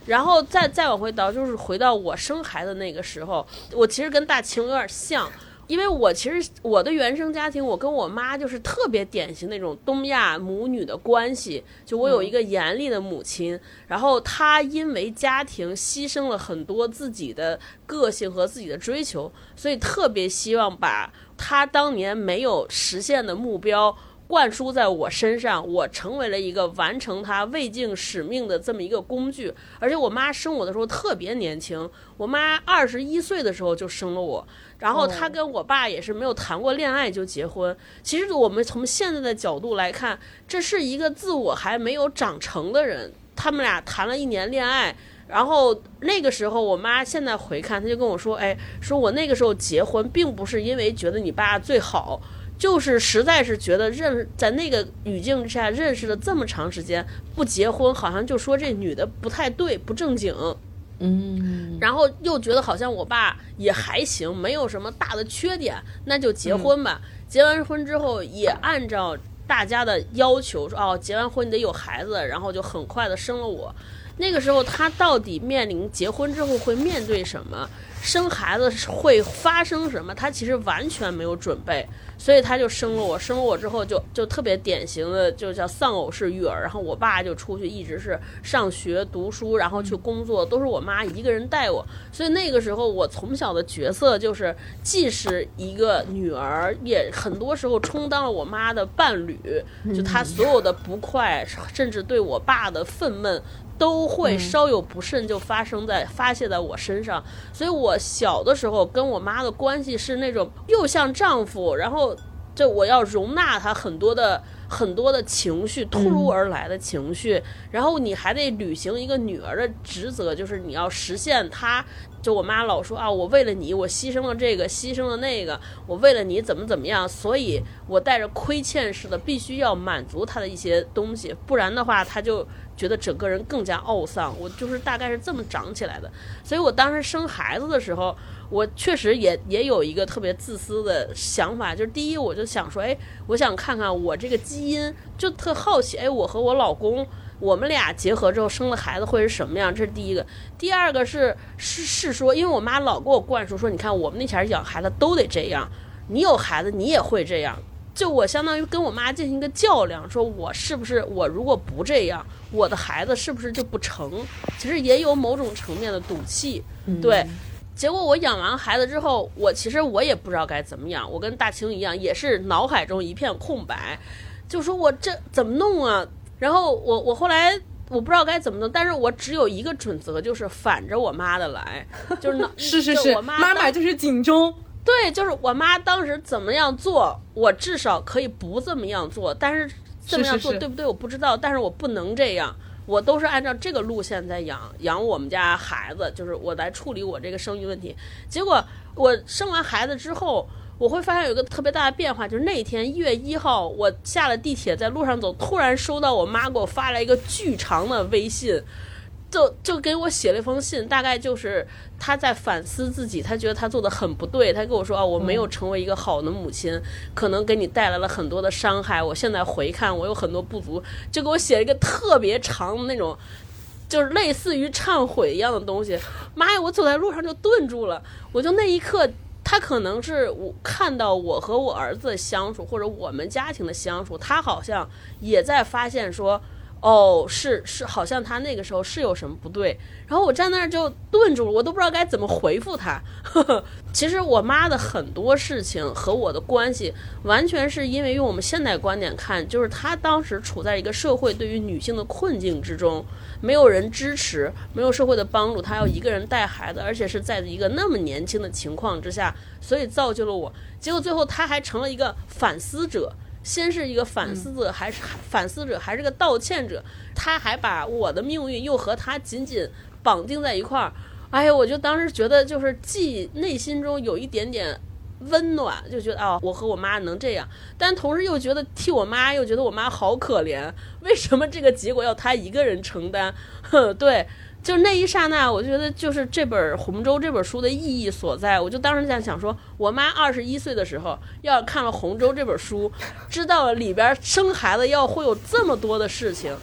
然后再再往回倒，就是回到我生孩子那个时候，我其实跟大晴有点像。因为我其实我的原生家庭，我跟我妈就是特别典型那种东亚母女的关系，就我有一个严厉的母亲，嗯、然后她因为家庭牺牲了很多自己的个性和自己的追求，所以特别希望把她当年没有实现的目标灌输在我身上，我成为了一个完成他未尽使命的这么一个工具。而且我妈生我的时候特别年轻，我妈二十一岁的时候就生了我，然后她跟我爸也是没有谈过恋爱就结婚。其实我们从现在的角度来看，这是一个自我还没有长成的人，他们俩谈了一年恋爱。然后那个时候我妈现在回看，她就跟我说，哎，说我那个时候结婚并不是因为觉得你爸最好，就是实在是觉得认在那个语境之下认识了这么长时间，不结婚好像就说这女的不太对，不正经。 嗯， 然后又觉得好像我爸也还行，没有什么大的缺点，那就结婚吧。嗯、结完婚之后也按照大家的要求说，哦，结完婚你得有孩子，然后就很快的生了我。那个时候他到底面临结婚之后会面对什么，生孩子会发生什么，他其实完全没有准备，所以他就生了我。生了我之后就就特别典型的就叫丧偶式育儿，然后我爸就出去一直是上学读书，然后去工作，都是我妈一个人带我。所以那个时候我从小的角色就是既是一个女儿，也很多时候充当了我妈的伴侣，就她所有的不快，甚至对我爸的愤懑都会稍有不慎就发生在发泄在我身上。所以我小的时候跟我妈的关系是那种又像丈夫，然后就我要容纳她很多的很多的情绪，突如而来的情绪，然后你还得履行一个女儿的职责，就是你要实现她。就我妈老说啊，我为了你我牺牲了这个牺牲了那个，我为了你怎么怎么样，所以我带着亏欠似的必须要满足她的一些东西，不然的话她就觉得整个人更加懊丧。我就是大概是这么长起来的。所以我当时生孩子的时候，我确实也也有一个特别自私的想法，就是第一我就想说，哎，我想看看我这个基因，就特好奇，哎，我和我老公我们俩结合之后生了孩子会是什么样，这是第一个。第二个是是是说，因为我妈老给我灌输说，你看我们那前养孩子都得这样，你有孩子你也会这样。就我相当于跟我妈进行一个较量，说我是不是我如果不这样，我的孩子是不是就不成？其实也有某种层面的赌气，对。嗯，结果我养完孩子之后，我其实我也不知道该怎么养，我跟大清一样，也是脑海中一片空白，就说我这怎么弄啊？然后我我后来我不知道该怎么弄，但是我只有一个准则，就是反着我妈的来，就是是是是， 我妈妈妈就是警钟。 对，就是我妈当时怎么样做，我至少可以不这么样做，但是这么样做对不对我不知道，但是我不能这样。我都是按照这个路线在养养我们家孩子，就是我来处理我这个生育问题。结果我生完孩子之后，我会发现有一个特别大的变化，就是那天一月一号，我下了地铁在路上走，突然收到我妈给我发来一个巨长的微信，就就给我写了一封信，大概就是他在反思自己，他觉得他做的很不对，他跟我说啊，我没有成为一个好的母亲，可能给你带来了很多的伤害，我现在回看我有很多不足，就给我写了一个特别长的那种就是类似于忏悔一样的东西。妈呀，我走在路上就顿住了，我就那一刻他可能是我看到我和我儿子的相处，或者我们家庭的相处，他好像也在发现说哦，是是，好像他那个时候是有什么不对，然后我站那儿就顿住了，我都不知道该怎么回复他。呵呵，其实我妈的很多事情和我的关系，完全是因为用我们现代观点看，就是她当时处在一个社会对于女性的困境之中，没有人支持，没有社会的帮助，她要一个人带孩子，而且是在一个那么年轻的情况之下，所以造就了我。结果最后她还成了一个反思者。先是一个反思者，还是反思者，还是个道歉者，他还把我的命运又和他紧紧绑定在一块儿。哎呀，我就当时觉得，就是既内心中有一点点温暖，就觉得啊、哦，我和我妈能这样，但同时又觉得替我妈，又觉得我妈好可怜，为什么这个结果要她一个人承担？哼，对。就那一刹那，我觉得就是这本《红州》这本书的意义所在。我就当时在想说，我妈二十一岁的时候，要看了《红州》这本书，知道了里边生孩子要会有这么多的事情，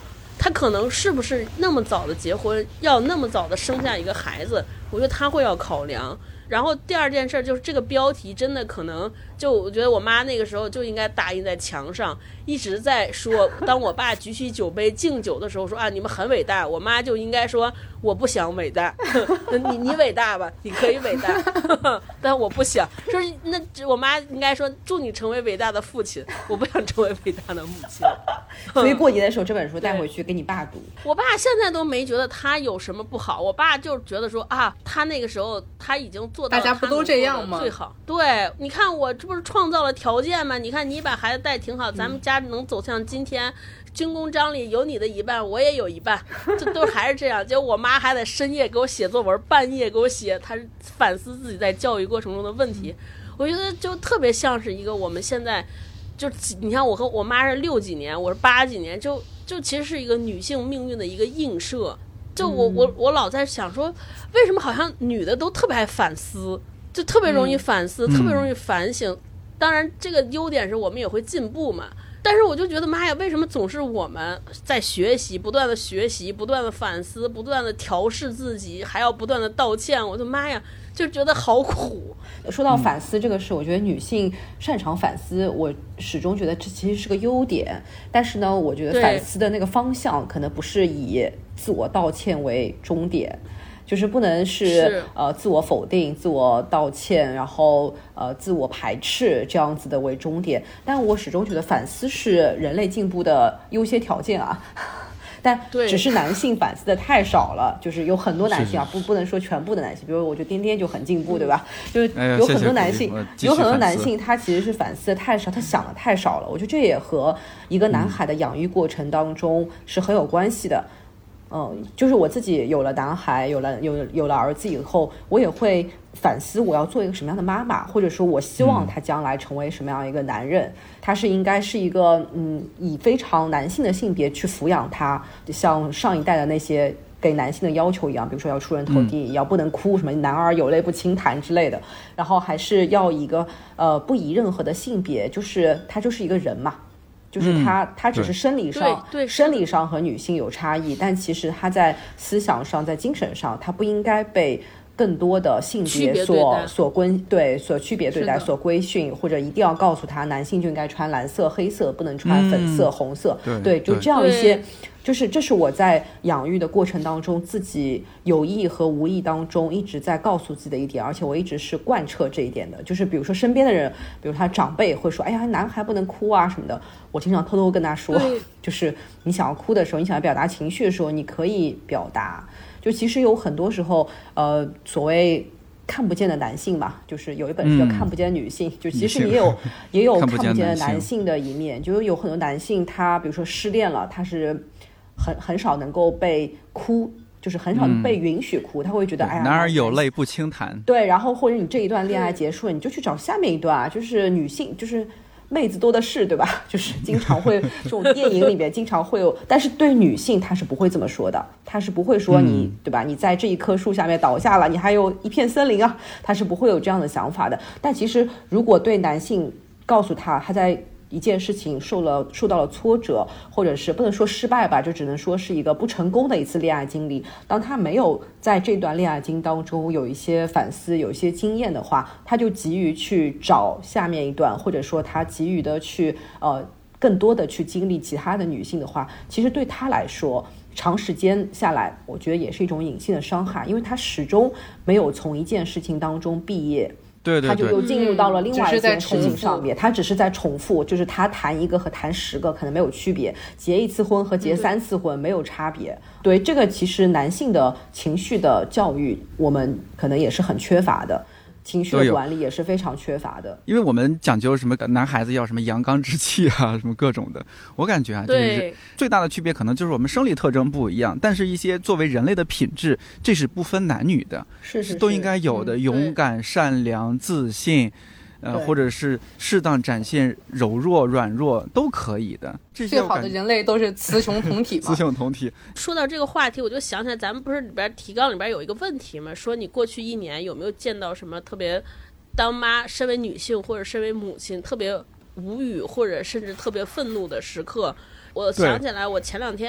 他可能是不是那么早的结婚，要那么早的生下一个孩子，我觉得他会要考量。然后第二件事就是这个标题真的可能就我觉得我妈那个时候就应该打印在墙上，一直在说，当我爸举起酒杯敬酒的时候说啊你们很伟大，我妈就应该说我不想伟大，你你伟大吧，你可以伟大，但我不想说，那我妈应该说祝你成为伟大的父亲，我不想成为伟大的母亲。 所以过节的时候这本书带回去给你爸读。 我爸现在都没觉得他有什么不好，我爸就觉得说啊他那个时候他已经做到大家不都这样吗？ 最好，对，你看我这不是创造了条件吗？你看你把孩子带挺好，咱们家能走向今天，军功章里有你的一半，我也有一半，这都还是这样。结果我妈还得深夜给我写作文，半夜给我写，她反思自己在教育过程中的问题。我觉得就特别像是一个我们现在，就你看我和我妈是六几年，我是八几年，就就其实是一个女性命运的一个映射。就我我我老在想说，为什么好像女的都特别爱反思，就特别容易反思，嗯、特别容易反省。当然，这个优点是我们也会进步嘛。但是我就觉得妈呀，为什么总是我们在学习，不断的学习，不断的反思，不断的调试自己，还要不断的道歉？我的妈呀，就觉得好苦。 说到反思这个事，我觉得女性擅长反思，我始终觉得这其实是个优点。但是呢，我觉得反思的那个方向可能不是以自我道歉为终点。就是不能 是, 是呃自我否定、自我道歉，然后呃自我排斥这样子的为终点。但我始终觉得反思是人类进步的优先条件啊。但只是男性反思的太少了，就是有很多男性啊，不不能说全部的男性，比如我觉得颠颠就很进步，对吧？就是有很多男性，哎、谢谢有很多男性他其实是反思的太少，他想的太少了。我觉得这也和一个男孩的养育过程当中是很有关系的。嗯，就是我自己有了男孩，有了有有了儿子以后，我也会反思我要做一个什么样的妈妈，或者说我希望他将来成为什么样一个男人。嗯、他是应该是一个嗯，以非常男性的性别去抚养他，像上一代的那些给男性的要求一样，比如说要出人头地，嗯、要不能哭，什么男儿有泪不轻弹之类的。然后还是要一个呃不以任何的性别，就是他就是一个人嘛。就是他、嗯、他只是生理上生理上和女性有差异，但其实他在思想上在精神上他不应该被更多的性别所所规对所区别对待所规训，或者一定要告诉他男性就应该穿蓝色黑色，不能穿粉色、嗯、红色，对, 对就这样一些，就是这是我在养育的过程当中自己有意和无意当中一直在告诉自己的一点，而且我一直是贯彻这一点的。就是比如说身边的人，比如他长辈会说哎呀男孩不能哭啊什么的，我经常偷偷跟他说，就是你想要哭的时候，你想要表达情绪的时候，你可以表达。就其实有很多时候呃，所谓看不见的男性嘛，就是有一本书叫看不见的女性、嗯、就其实也有也有看不见的男性的一面，就有很多男性他比如说失恋了，他是很很少能够被哭，就是很少被允许哭、嗯、他会觉得哎呀男儿有泪不轻弹， 对，然后或者你这一段恋爱结束了，你就去找下面一段啊，就是女性就是妹子多的是，对吧？就是经常会这种电影里面经常会有，但是对女性她是不会这么说的，她是不会说你、嗯、对吧？你在这一棵树下面倒下了，你还有一片森林啊，她是不会有这样的想法的。但其实如果对男性告诉他他在一件事情受了受到了挫折，或者是不能说失败吧，就只能说是一个不成功的一次恋爱经历，当他没有在这段恋爱经当中有一些反思有一些经验的话，他就急于去找下面一段，或者说他急于的去呃更多的去经历其他的女性的话，其实对他来说长时间下来我觉得也是一种隐性的伤害，因为他始终没有从一件事情当中毕业， 对对对， 他就又进入到了另外一件事情上面，他只是在重复，就是他谈一个和谈十个可能没有区别，结一次婚和结三次婚没有差别。对，这个其实男性的情绪的教育我们可能也是很缺乏的，情绪的管理也是非常缺乏的， 因为我们讲究什么男孩子要什么阳刚之气啊，什么各种的。我感觉啊，就是最大的区别可能就是我们生理特征不一样，但是一些作为人类的品质，这是不分男女的， 是是是都应该有的，嗯、勇敢、善良、自信。呃，或者是适当展现柔弱、软弱都可以的。这最好的人类都是雌雄同体嘛。 雌雄同体。 说到这个话题，我就想起来，咱们不是里边提纲里边有一个问题吗？说你过去一年有没有见到什么特别，当妈身为女性或者身为母亲特别无语或者甚至特别愤怒的时刻？我想起来，我前两天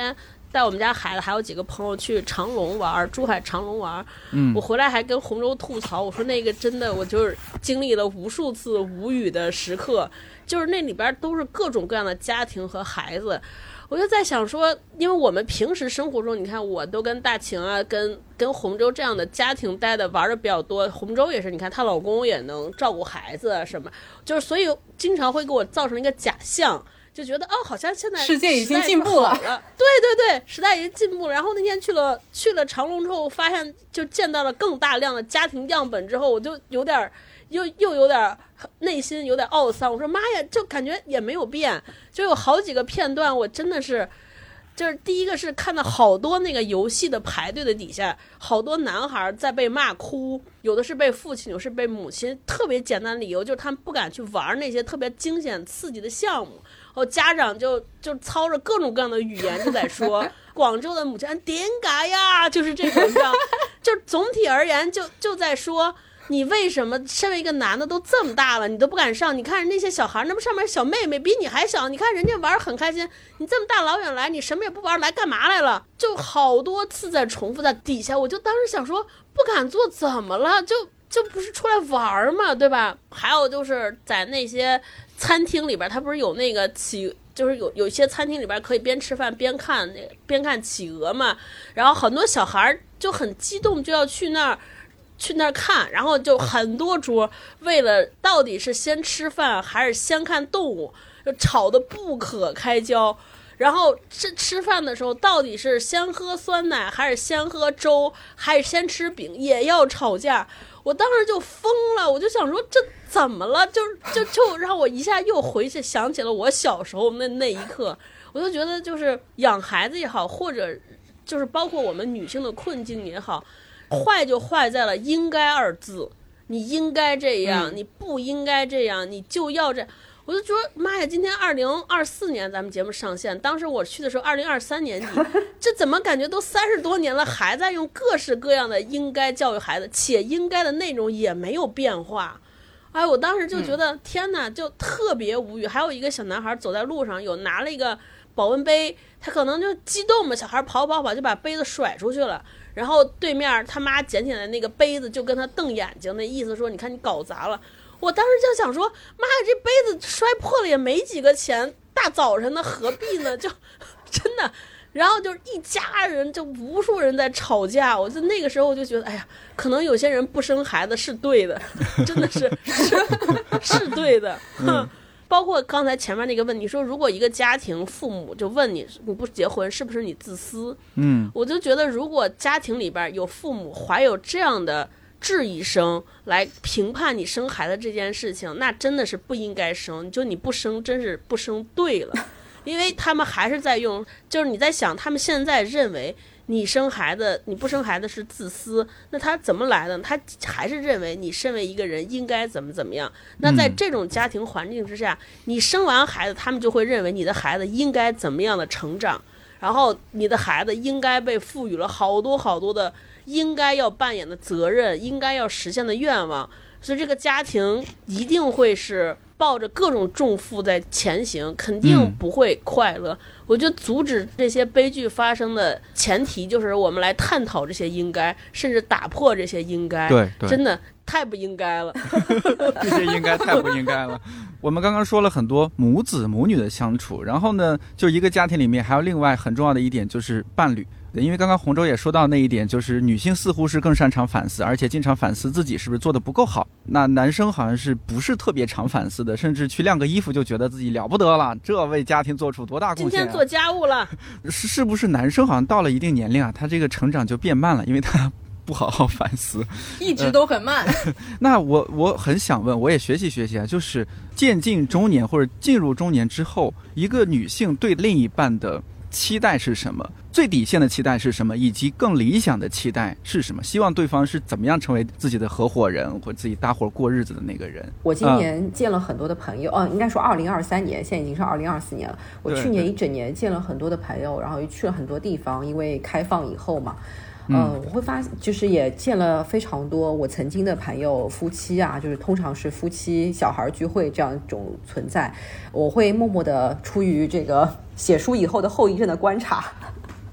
带我们家孩子还有几个朋友去长隆玩，珠海长隆玩。 嗯， 我回来还跟洪州吐槽，我说那个真的，我就是经历了无数次无语的时刻，就是那里边都是各种各样的家庭和孩子。我就在想说，因为我们平时生活中，你看我都跟大晴啊，跟跟洪州这样的家庭待的玩的比较多。洪州也是，你看她老公也能照顾孩子什么，就是所以经常会给我造成一个假象，就觉得哦，好像现在世界已经进步了。 了对对对，时代已经进步了。然后那天去了去了长隆之后，发现就见到了更大量的家庭样本之后，我就有点又又有点内心有点懊丧。我说妈呀，就感觉也没有变，就有好几个片段，我真的是。就是第一个是看到好多那个游戏的排队的底下，好多男孩在被骂哭，有的是被父亲，有的是被母亲，特别简单的理由就是他们不敢去玩那些特别惊险刺激的项目，然后家长就就操着各种各样的语言就在说广州的母亲点解呀，就是这种，你知道，就总体而言就就在说。你为什么身为一个男的都这么大了，你都不敢上？你看那些小孩，那不上面小妹妹比你还小，你看人家玩很开心，你这么大老远来，你什么也不玩，来干嘛来了？就好多次在重复在底下，我就当时想说，不敢做怎么了？就就不是出来玩嘛，对吧？还有就是在那些餐厅里边，他不是有那个企。就是有有一些餐厅里边可以边吃饭边看边看企鹅嘛，然后很多小孩就很激动，就要去那儿。去那儿看，然后就很多桌为了到底是先吃饭还是先看动物，就吵得不可开交。然后吃吃饭的时候，到底是先喝酸奶还是先喝粥，还是先吃饼，也要吵架。我当时就疯了，我就想说这怎么了？就就就让我一下又回去想起了我小时候那那一刻，我就觉得就是养孩子也好，或者就是包括我们女性的困境也好。坏就坏在了应该二字，你应该这样、嗯、你不应该这样，你就要这样。我就说妈呀，今天二零二四年咱们节目上线，当时我去的时候二零二三年底，这怎么感觉都三十多年了，还在用各式各样的应该教育孩子，且应该的内容也没有变化。哎，我当时就觉得、嗯、天哪，就特别无语。还有一个小男孩走在路上，有拿了一个保温杯，他可能就激动嘛，小孩跑跑跑就把杯子甩出去了。然后对面他妈捡起来那个杯子就跟他瞪眼睛，那意思说你看你搞砸了。我当时就想说妈呀，这杯子摔破了也没几个钱，大早晨的何必呢，就真的。然后就是一家人，就无数人在吵架。我就那个时候我就觉得哎呀，可能有些人不生孩子是对的，真的是是是对的。哼，包括刚才前面那个问题说，如果一个家庭父母就问你你不结婚是不是你自私，嗯，我就觉得如果家庭里边有父母怀有这样的质疑声来评判你生孩子这件事情，那真的是不应该生，就你不生真是不生对了。因为他们还是在用，就是你在想他们现在认为你生孩子你不生孩子是自私，那他怎么来的？他还是认为你身为一个人应该怎么怎么样。那在这种家庭环境之下，你生完孩子他们就会认为你的孩子应该怎么样的成长，然后你的孩子应该被赋予了好多好多的应该要扮演的责任，应该要实现的愿望，所以这个家庭一定会是抱着各种重负在前行，肯定不会快乐、嗯、我觉得阻止这些悲剧发生的前提就是我们来探讨这些应该，甚至打破这些应该。 对对， 真的太不应该了这些应该太不应该了。我们刚刚说了很多母子母女的相处，然后呢就一个家庭里面还有另外很重要的一点就是伴侣，因为刚刚洪州也说到那一点，就是女性似乎是更擅长反思，而且经常反思自己是不是做得不够好，那男生好像是不是特别常反思的，甚至去晾个衣服就觉得自己了不得了，这为家庭做出多大贡献、啊、 今天做家务了是是不是男生好像到了一定年龄啊，他这个成长就变慢了，因为他不好好反思， 一直都很慢、 呃、那我我很想问，我也学习学习啊，就是渐进中年或者进入中年之后，一个女性对另一半的期待是什么？最底线的期待是什么？以及更理想的期待是什么？希望对方是怎么样成为自己的合伙人或自己搭伙过日子的那个人？ 我今年见了很多的朋友，哦、呃，应该说二零二三年，现在已经是二零二四年了。我去年一整年见了很多的朋友，然后又去了很多地方，因为开放以后嘛。嗯、呃，我会发现，就是也见了非常多我曾经的朋友夫妻啊，就是通常是夫妻小孩聚会这样一种存在，我会默默的出于这个写书以后的后遗症的观察，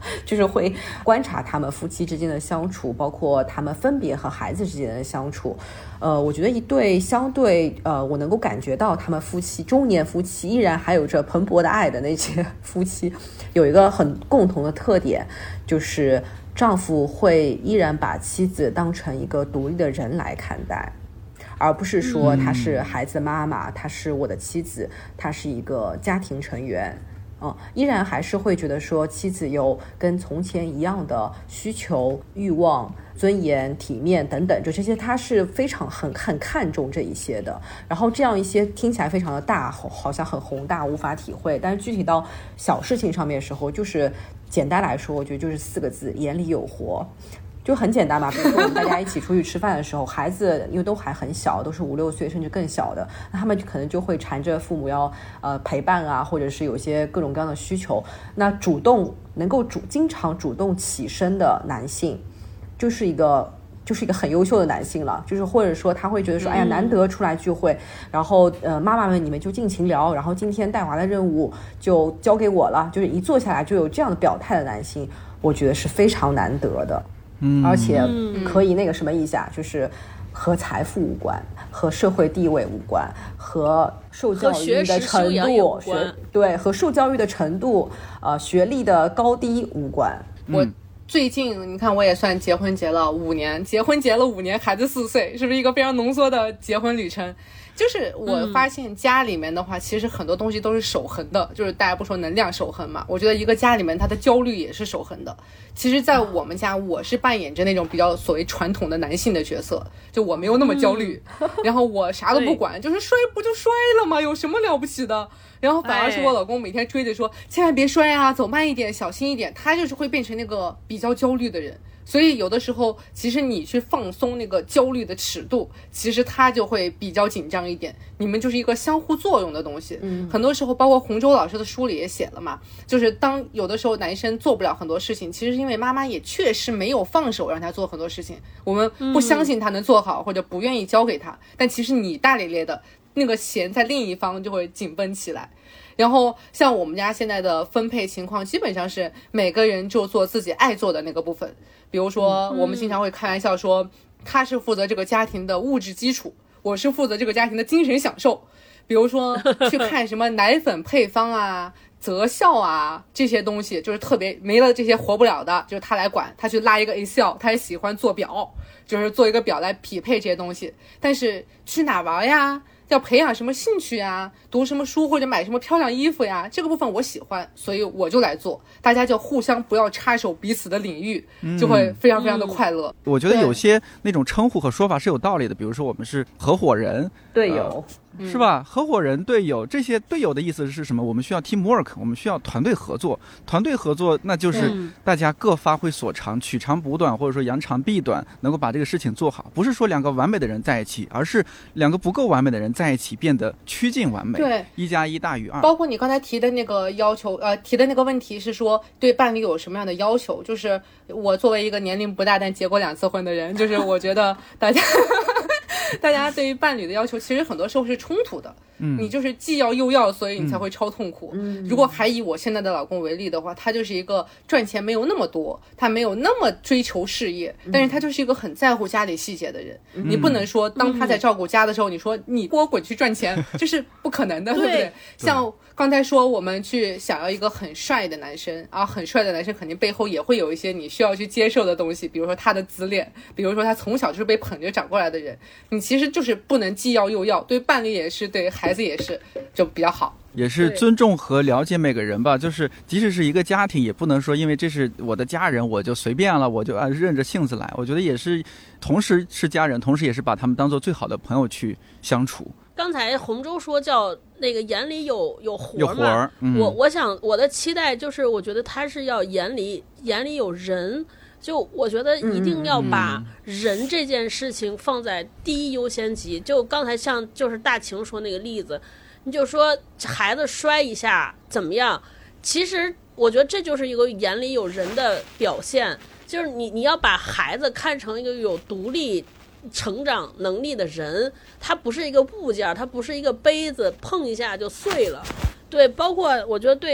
就是会观察他们夫妻之间的相处，包括他们分别和孩子之间的相处。呃，我觉得一对相对呃，我能够感觉到他们夫妻中年夫妻依然还有着蓬勃的爱的那些夫妻，有一个很共同的特点，就是丈夫会依然把妻子当成一个独立的人来看待，而不是说她是孩子的妈妈，她是我的妻子，她是一个家庭成员。嗯，依然还是会觉得说妻子有跟从前一样的需求、欲望、尊严、体面等等，就这些他是非常很很看重这一些的。然后这样一些听起来非常的大，好像很宏大无法体会，但是具体到小事情上面的时候，就是简单来说我觉得就是四个字，眼里有活。就很简单嘛，比如说我们大家一起出去吃饭的时候，孩子因为都还很小，都是五六岁甚至更小的，那他们可能就会缠着父母要呃陪伴啊，或者是有些各种各样的需求。那主动能够主经常主动起身的男性，就是一个就是一个很优秀的男性了，就是或者说他会觉得说，哎呀，难得出来聚会，然后呃妈妈们你们就尽情聊，然后今天带娃的任务就交给我了，就是一坐下来就有这样的表态的男性，我觉得是非常难得的。嗯，而且可以那个什么一下，就是和财富无关，和社会地位无关，和受教育的程度，学对和受教育的程度，呃，学历的高低无关。 我最近你看，我也算结婚结了五年，结婚结了五年，孩子四岁，是不是一个非常浓缩的结婚旅程？就是我发现家里面的话、嗯、其实很多东西都是守恒的，就是大家不说能量守恒嘛，我觉得一个家里面它的焦虑也是守恒的。其实在我们家我是扮演着那种比较所谓传统的男性的角色，就我没有那么焦虑、嗯、然后我啥都不管，就是摔不就摔了吗，有什么了不起的，然后反而是我老公每天追着说、哎、千万别摔啊，走慢一点，小心一点，他就是会变成那个比较焦虑的人。所以有的时候其实你去放松那个焦虑的尺度，其实他就会比较紧张一点，你们就是一个相互作用的东西。嗯，很多时候包括洪舟老师的书里也写了嘛，就是当有的时候男生做不了很多事情，其实是因为妈妈也确实没有放手让他做很多事情，我们不相信他能做好、嗯、或者不愿意交给他，但其实你大咧咧的那个弦在另一方就会紧绷起来。然后像我们家现在的分配情况基本上是每个人就做自己爱做的那个部分，比如说我们经常会开玩笑说、嗯、他是负责这个家庭的物质基础，我是负责这个家庭的精神享受，比如说去看什么奶粉配方啊择校啊这些东西，就是特别没了这些活不了的，就是他来管，他去拉一个 Excel， 他也喜欢做表，就是做一个表来匹配这些东西。但是去哪玩呀，要培养什么兴趣啊，读什么书或者买什么漂亮衣服呀，这个部分我喜欢，所以我就来做，大家就互相不要插手彼此的领域、嗯、就会非常非常的快乐、 嗯、我觉得有些那种称呼和说法是有道理的，比如说我们是合伙人队友、 呃、是吧？合伙人队友，这些队友的意思是什么？我们需要 teamwork， 我们需要团队合作，团队合作那就是大家各发挥所长，取长补短，或者说扬长避短，能够把这个事情做好，不是说两个完美的人在一起，而是两个不够完美的人在一起变得趋近完美， 对， 一加一大于二。 包括你刚才提的那个要求，呃，提的那个问题是说对伴侣有什么样的要求？就是我作为一个年龄不大但结过两次婚的人，就是我觉得大家大家对于伴侣的要求其实很多时候是冲突的。嗯，你就是既要又要，所以你才会超痛苦。嗯，如果还以我现在的老公为例的话，他就是一个赚钱没有那么多，他没有那么追求事业，但是他就是一个很在乎家里细节的人。嗯、你不能说当他在照顾家的时候，你说你给我滚去赚钱，这是不可能的，对不对？像刚才说我们去想要一个很帅的男生啊，很帅的男生肯定背后也会有一些你需要去接受的东西，比如说他的自恋，比如说他从小就是被捧着长过来的人，你其实就是不能既要又要，对伴侣也是，对孩子也是，就比较好。 也是尊重和了解每个人吧，就是即使是一个家庭，也不能说因为这是我的家人我就随便了，我就按认着性子来。我觉得也是同时是家人，同时也是把他们当做最好的朋友去相处。 刚才洪舟说叫那个眼里有有活嘛， 有活、嗯、 我我想我的期待就是我觉得他是要眼里眼里有人，就我觉得一定要把人这件事情放在第一优先级。就刚才像就是大晴说那个例子，你就说孩子摔一下怎么样，其实我觉得这就是一个眼里有人的表现，就是你你要把孩子看成一个有独立成长能力的人，他不是一个物件，他不是一个杯子碰一下就碎了。对，包括我觉得对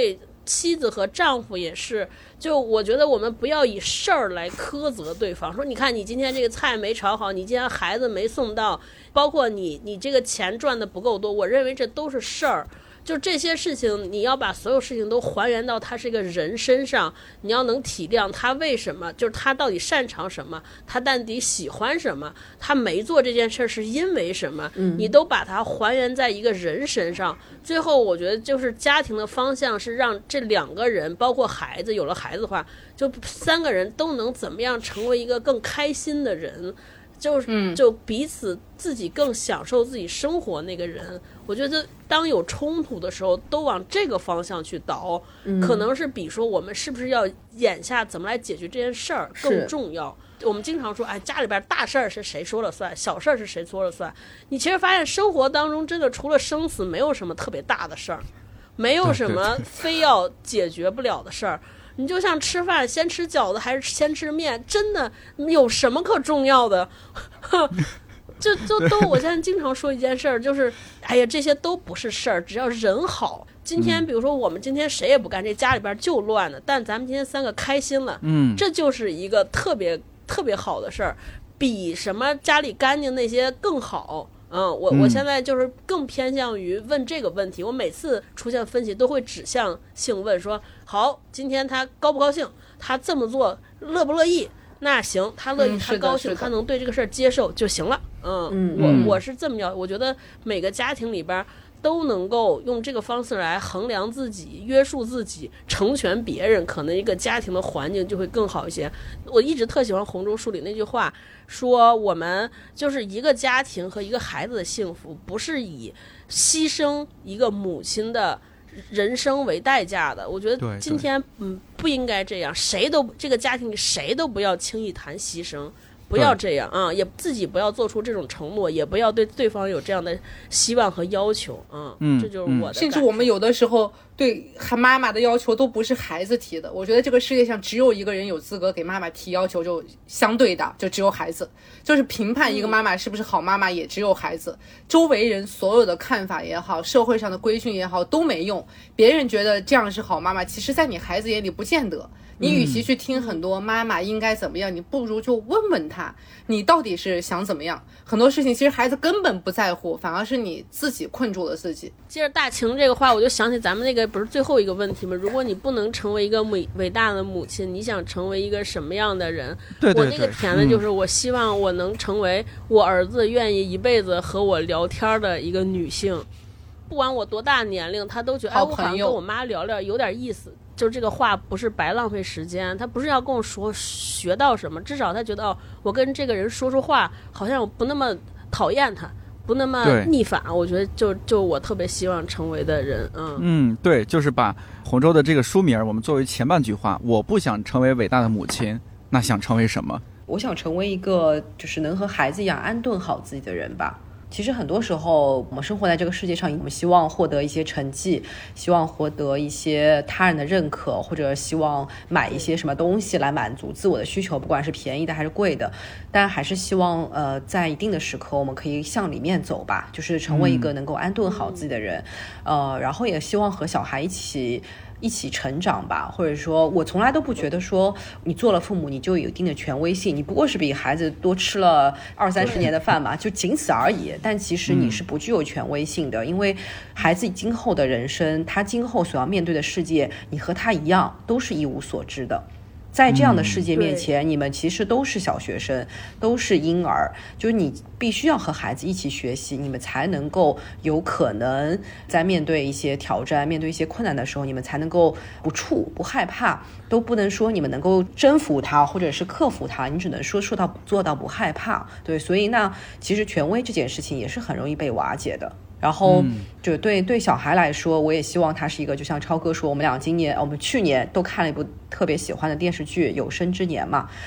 妻子和丈夫也是，就我觉得我们不要以事儿来苛责对方，说你看你今天这个菜没炒好，你今天孩子没送到，包括你你这个钱赚的不够多，我认为这都是事儿。就这些事情，你要把所有事情都还原到他是一个人身上，你要能体谅他为什么，就是他到底擅长什么，他到底喜欢什么，他没做这件事是因为什么， 嗯， 你都把它还原在一个人身上。最后我觉得就是家庭的方向是让这两个人，包括孩子，有了孩子的话，就三个人都能怎么样成为一个更开心的人，就就彼此自己更享受自己生活那个人。我觉得当有冲突的时候都往这个方向去倒，嗯，可能是比说我们是不是要眼下怎么来解决这件事儿更重要。我们经常说，哎，家里边大事儿是谁说了算，小事儿是谁说了算。你其实发现生活当中真的除了生死没有什么特别大的事儿，没有什么非要解决不了的事儿。你就像吃饭，先吃饺子还是先吃面，真的有什么可重要的？就就都，我现在经常说一件事儿，就是哎呀，这些都不是事儿，只要人好。今天比如说我们今天谁也不干，这家里边就乱了，但咱们今天三个开心了，嗯，这就是一个特别特别好的事儿，比什么家里干净那些更好。嗯，我我现在就是更偏向于问这个问题，我每次出现分歧都会指向性问说，好，今天他高不高兴，他这么做乐不乐意，那行，他乐意，他高兴，他能对这个事儿接受就行了。嗯，嗯我我是这么要，我觉得每个家庭里边都能够用这个方式来衡量自己，约束自己，成全别人，可能一个家庭的环境就会更好一些。我一直特喜欢洪忠书里那句话，说我们就是一个家庭和一个孩子的幸福，不是以牺牲一个母亲的人生为代价的。我觉得今天嗯不应该这样，谁都这个家庭里谁都不要轻易谈牺牲。不要这样啊！也自己不要做出这种承诺，也不要对对方有这样的希望和要求啊！嗯，这就是我的感受。 甚至我们有的时候对妈妈的要求都不是孩子提的。我觉得这个世界上只有一个人有资格给妈妈提要求，就相对的就只有孩子。就是评判一个妈妈是不是好妈妈，也只有孩子。嗯、周围人所有的看法也好，社会上的规训也好都没用。别人觉得这样是好妈妈，其实在你孩子眼里不见得。你与其去听很多妈妈应该怎么样，你不如就问问他，你到底是想怎么样。很多事情其实孩子根本不在乎，反而是你自己困住了自己。 接着大晴这个话，我就想起咱们那个不是最后一个问题吗？如果你不能成为一个伟伟大的母亲，你想成为一个什么样的人？ 对对对， 我那个填的就是、嗯、我希望我能成为我儿子愿意一辈子和我聊天的一个女性。不管我多大年龄，他都觉得哎，我好像跟我妈聊聊有点意思。就这个话不是白浪费时间，他不是要跟我说学到什么，至少他觉得哦，我跟这个人说说话，好像我不那么讨厌他，不那么逆反。我觉得就就我特别希望成为的人，嗯嗯，对，就是把洪州的这个书名我们作为前半句话，我不想成为伟大的母亲，那想成为什么？ 我想成为一个就是能和孩子一样安顿好自己的人吧。其实很多时候我们生活在这个世界上，我们希望获得一些成绩，希望获得一些他人的认可，或者希望买一些什么东西来满足自我的需求，不管是便宜的还是贵的，但还是希望呃在一定的时刻我们可以向里面走吧，就是成为一个能够安顿好自己的人、嗯、呃，然后也希望和小孩一起一起成长吧，或者说我从来都不觉得说你做了父母你就有一定的权威性，你不过是比孩子多吃了二三十年的饭嘛，就仅此而已。但其实你是不具有权威性的、嗯、因为孩子今后的人生，他今后所要面对的世界，你和他一样都是一无所知的。在这样的世界面前、嗯、你们其实都是小学生，都是婴儿，就是你必须要和孩子一起学习，你们才能够有可能在面对一些挑战，面对一些困难的时候，你们才能够不怵不害怕，都不能说你们能够征服它或者是克服它，你只能说做到做到不害怕。对，所以那其实权威这件事情也是很容易被瓦解的。然后就对对小孩来说，我也希望他是一个，就像超哥说，我们俩今年我们去年都看了一部特别喜欢的电视剧《有生之年》嘛，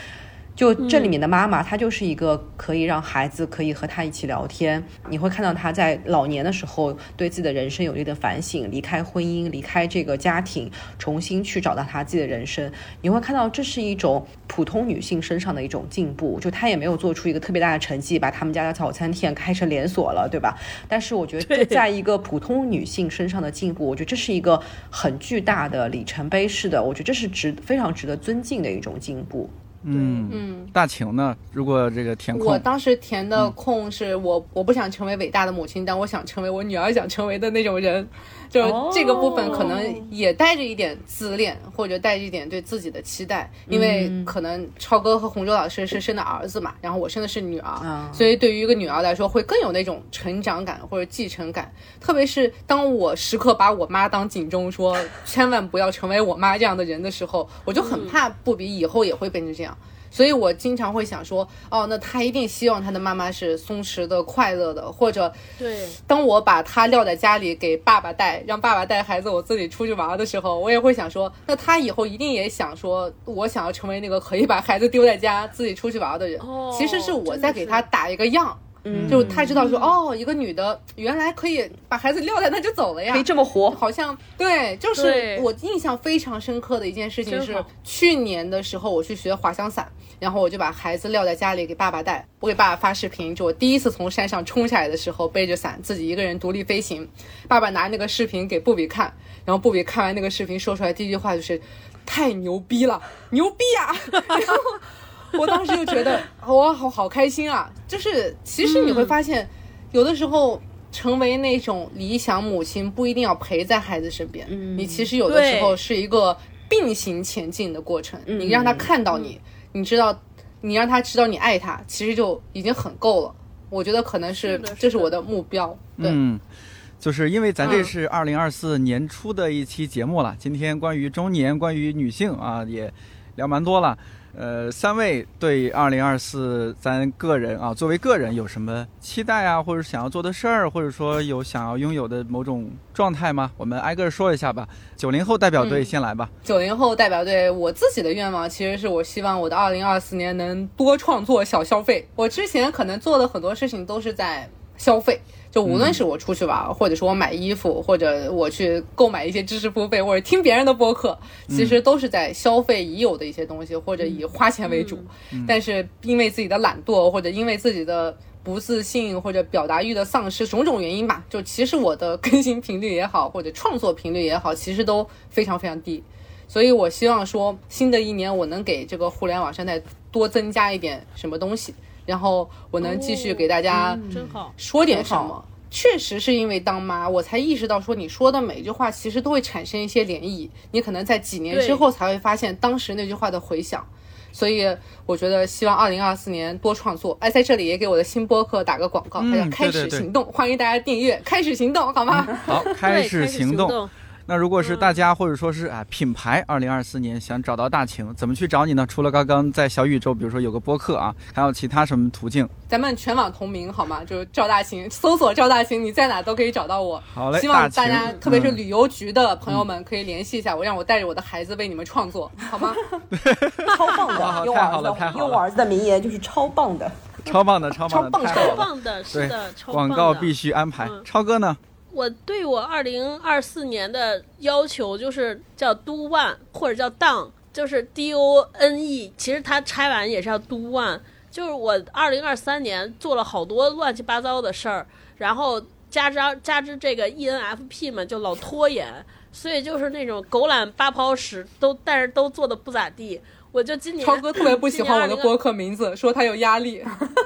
就这里面的妈妈，她就是一个可以让孩子可以和她一起聊天，你会看到她在老年的时候对自己的人生有力的反省，离开婚姻，离开这个家庭，重新去找到她自己的人生。你会看到这是一种普通女性身上的一种进步，就她也没有做出一个特别大的成绩，把他们家的早餐店开成连锁了，对吧？但是我觉得这在一个普通女性身上的进步，我觉得这是一个很巨大的里程碑式的，我觉得这是值非常值得尊敬的一种进步。 嗯嗯，大晴呢？如果这个填空， 我当时填的空是我、嗯、我不想成为伟大的母亲，但我想成为我女儿想成为的那种人。就这个部分可能也带着一点自恋，或者带着一点对自己的期待，因为可能超哥和洪舟老师是生的儿子嘛，然后我生的是女儿、嗯、所以对于一个女儿来说会更有那种成长感或者继承感，特别是当我时刻把我妈当警钟，说千万不要成为我妈这样的人的时候，我就很怕布比以后也会变成这样。所以我经常会想说，哦，那他一定希望他的妈妈是松弛的、快乐的，或者， 对， 当我把他撂在家里给爸爸带，让爸爸带孩子，我自己出去玩的时候，我也会想说，那他以后一定也想说，我想要成为那个可以把孩子丢在家自己出去玩的人。哦，其实是我在给他打一个样。嗯，就他知道说、嗯、哦，一个女的原来可以把孩子撂在那就走了呀， 可以这么活， 好像对，就是我印象非常深刻的一件事情是，去年的时候我去学滑翔伞，然后我就把孩子撂在家里给爸爸带，我给爸爸发视频，就我第一次从山上冲下来的时候，背着伞自己一个人独立飞行，爸爸拿那个视频给布比看，然后布比看完那个视频说出来第一句话就是太牛逼了，牛逼啊然后我当时就觉得哇，好好开心啊！就是其实你会发现、嗯、有的时候成为那种理想母亲不一定要陪在孩子身边、嗯、你其实有的时候是一个并行前进的过程，你让他看到你、嗯、你知道你让他知道你爱他，其实就已经很够了。我觉得可能是这是我的目标。对， 嗯，就是因为咱这是二零二四年初的一期节目了、嗯、今天关于中年关于女性啊也聊蛮多了。呃，三位对二零二四咱个人啊，作为个人有什么期待啊，或者想要做的事儿，或者说有想要拥有的某种状态吗？我们挨个说一下吧。九零后代表队先来吧。 九零、嗯、后代表队，我自己的愿望其实是我希望我的二零二四年能多创作少消费。我之前可能做的很多事情都是在消费。就无论是我出去玩、嗯、或者是我买衣服，或者我去购买一些知识付费，或者听别人的播客，其实都是在消费已有的一些东西，或者以花钱为主、嗯嗯、但是因为自己的懒惰，或者因为自己的不自信，或者表达欲的丧失，种种原因吧，就其实我的更新频率也好，或者创作频率也好，其实都非常非常低。所以我希望说新的一年我能给这个互联网生态多增加一点什么东西，然后我能继续给大家说点什么、哦嗯、确实是因为当妈我才意识到说你说的每一句话其实都会产生一些涟漪，你可能在几年之后才会发现当时那句话的回响。所以我觉得希望二零二四年多创作。哎，在这里也给我的新播客打个广告，它叫开始行动、嗯、对对对，欢迎大家订阅开始行动好吗、 嗯、好，开始行动。那如果是大家或者说是啊品牌二零二四年想找到大晴，怎么去找你呢？除了刚刚在小宇宙比如说有个播客啊，还有其他什么途径？ 咱们全网同名好吗？就是赵大晴，搜索赵大晴，你在哪都可以找到我。 好嘞， 希望大家特别是旅游局的朋友们可以联系一下、嗯、我，让我带着我的孩子为你们创作好吗？ 超棒的，用我儿子用我儿子的名言就是超棒的， 超棒的，超棒的， 超棒的，是的，超棒的。 广告必须安排、嗯、超哥呢？ 我对我二零二四年的要求就是叫 do one 或者叫 done， 就是 D O N E， 其实它拆完也是要 do one。就是我二零二三年做了好多乱七八糟的事儿，然后加之加之这个 E N F P 嘛就老拖延，所以就是那种狗懒八泡屎都，但是都做的不咋地。我就今年超哥特别不喜欢我的播客名字，说他有压力。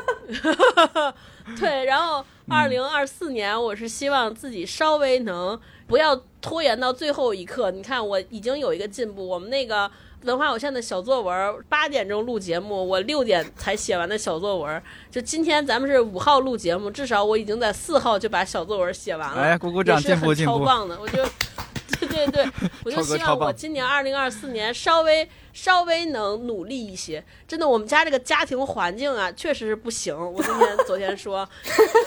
对，然后二零二四年我是希望自己稍微能不要拖延到最后一刻。你看我已经有一个进步，我们那个文化有限的小作文八点钟录节目，我六点才写完的小作文，就今天咱们是五号录节目，至少我已经在四号就把小作文写完了。 哎，鼓鼓掌，进步进步， 超棒的，我觉得。对对对，我就希望我今年二零二四年稍微稍微能努力一些。真的，我们家这个家庭环境啊，确实是不行。我今天昨天说，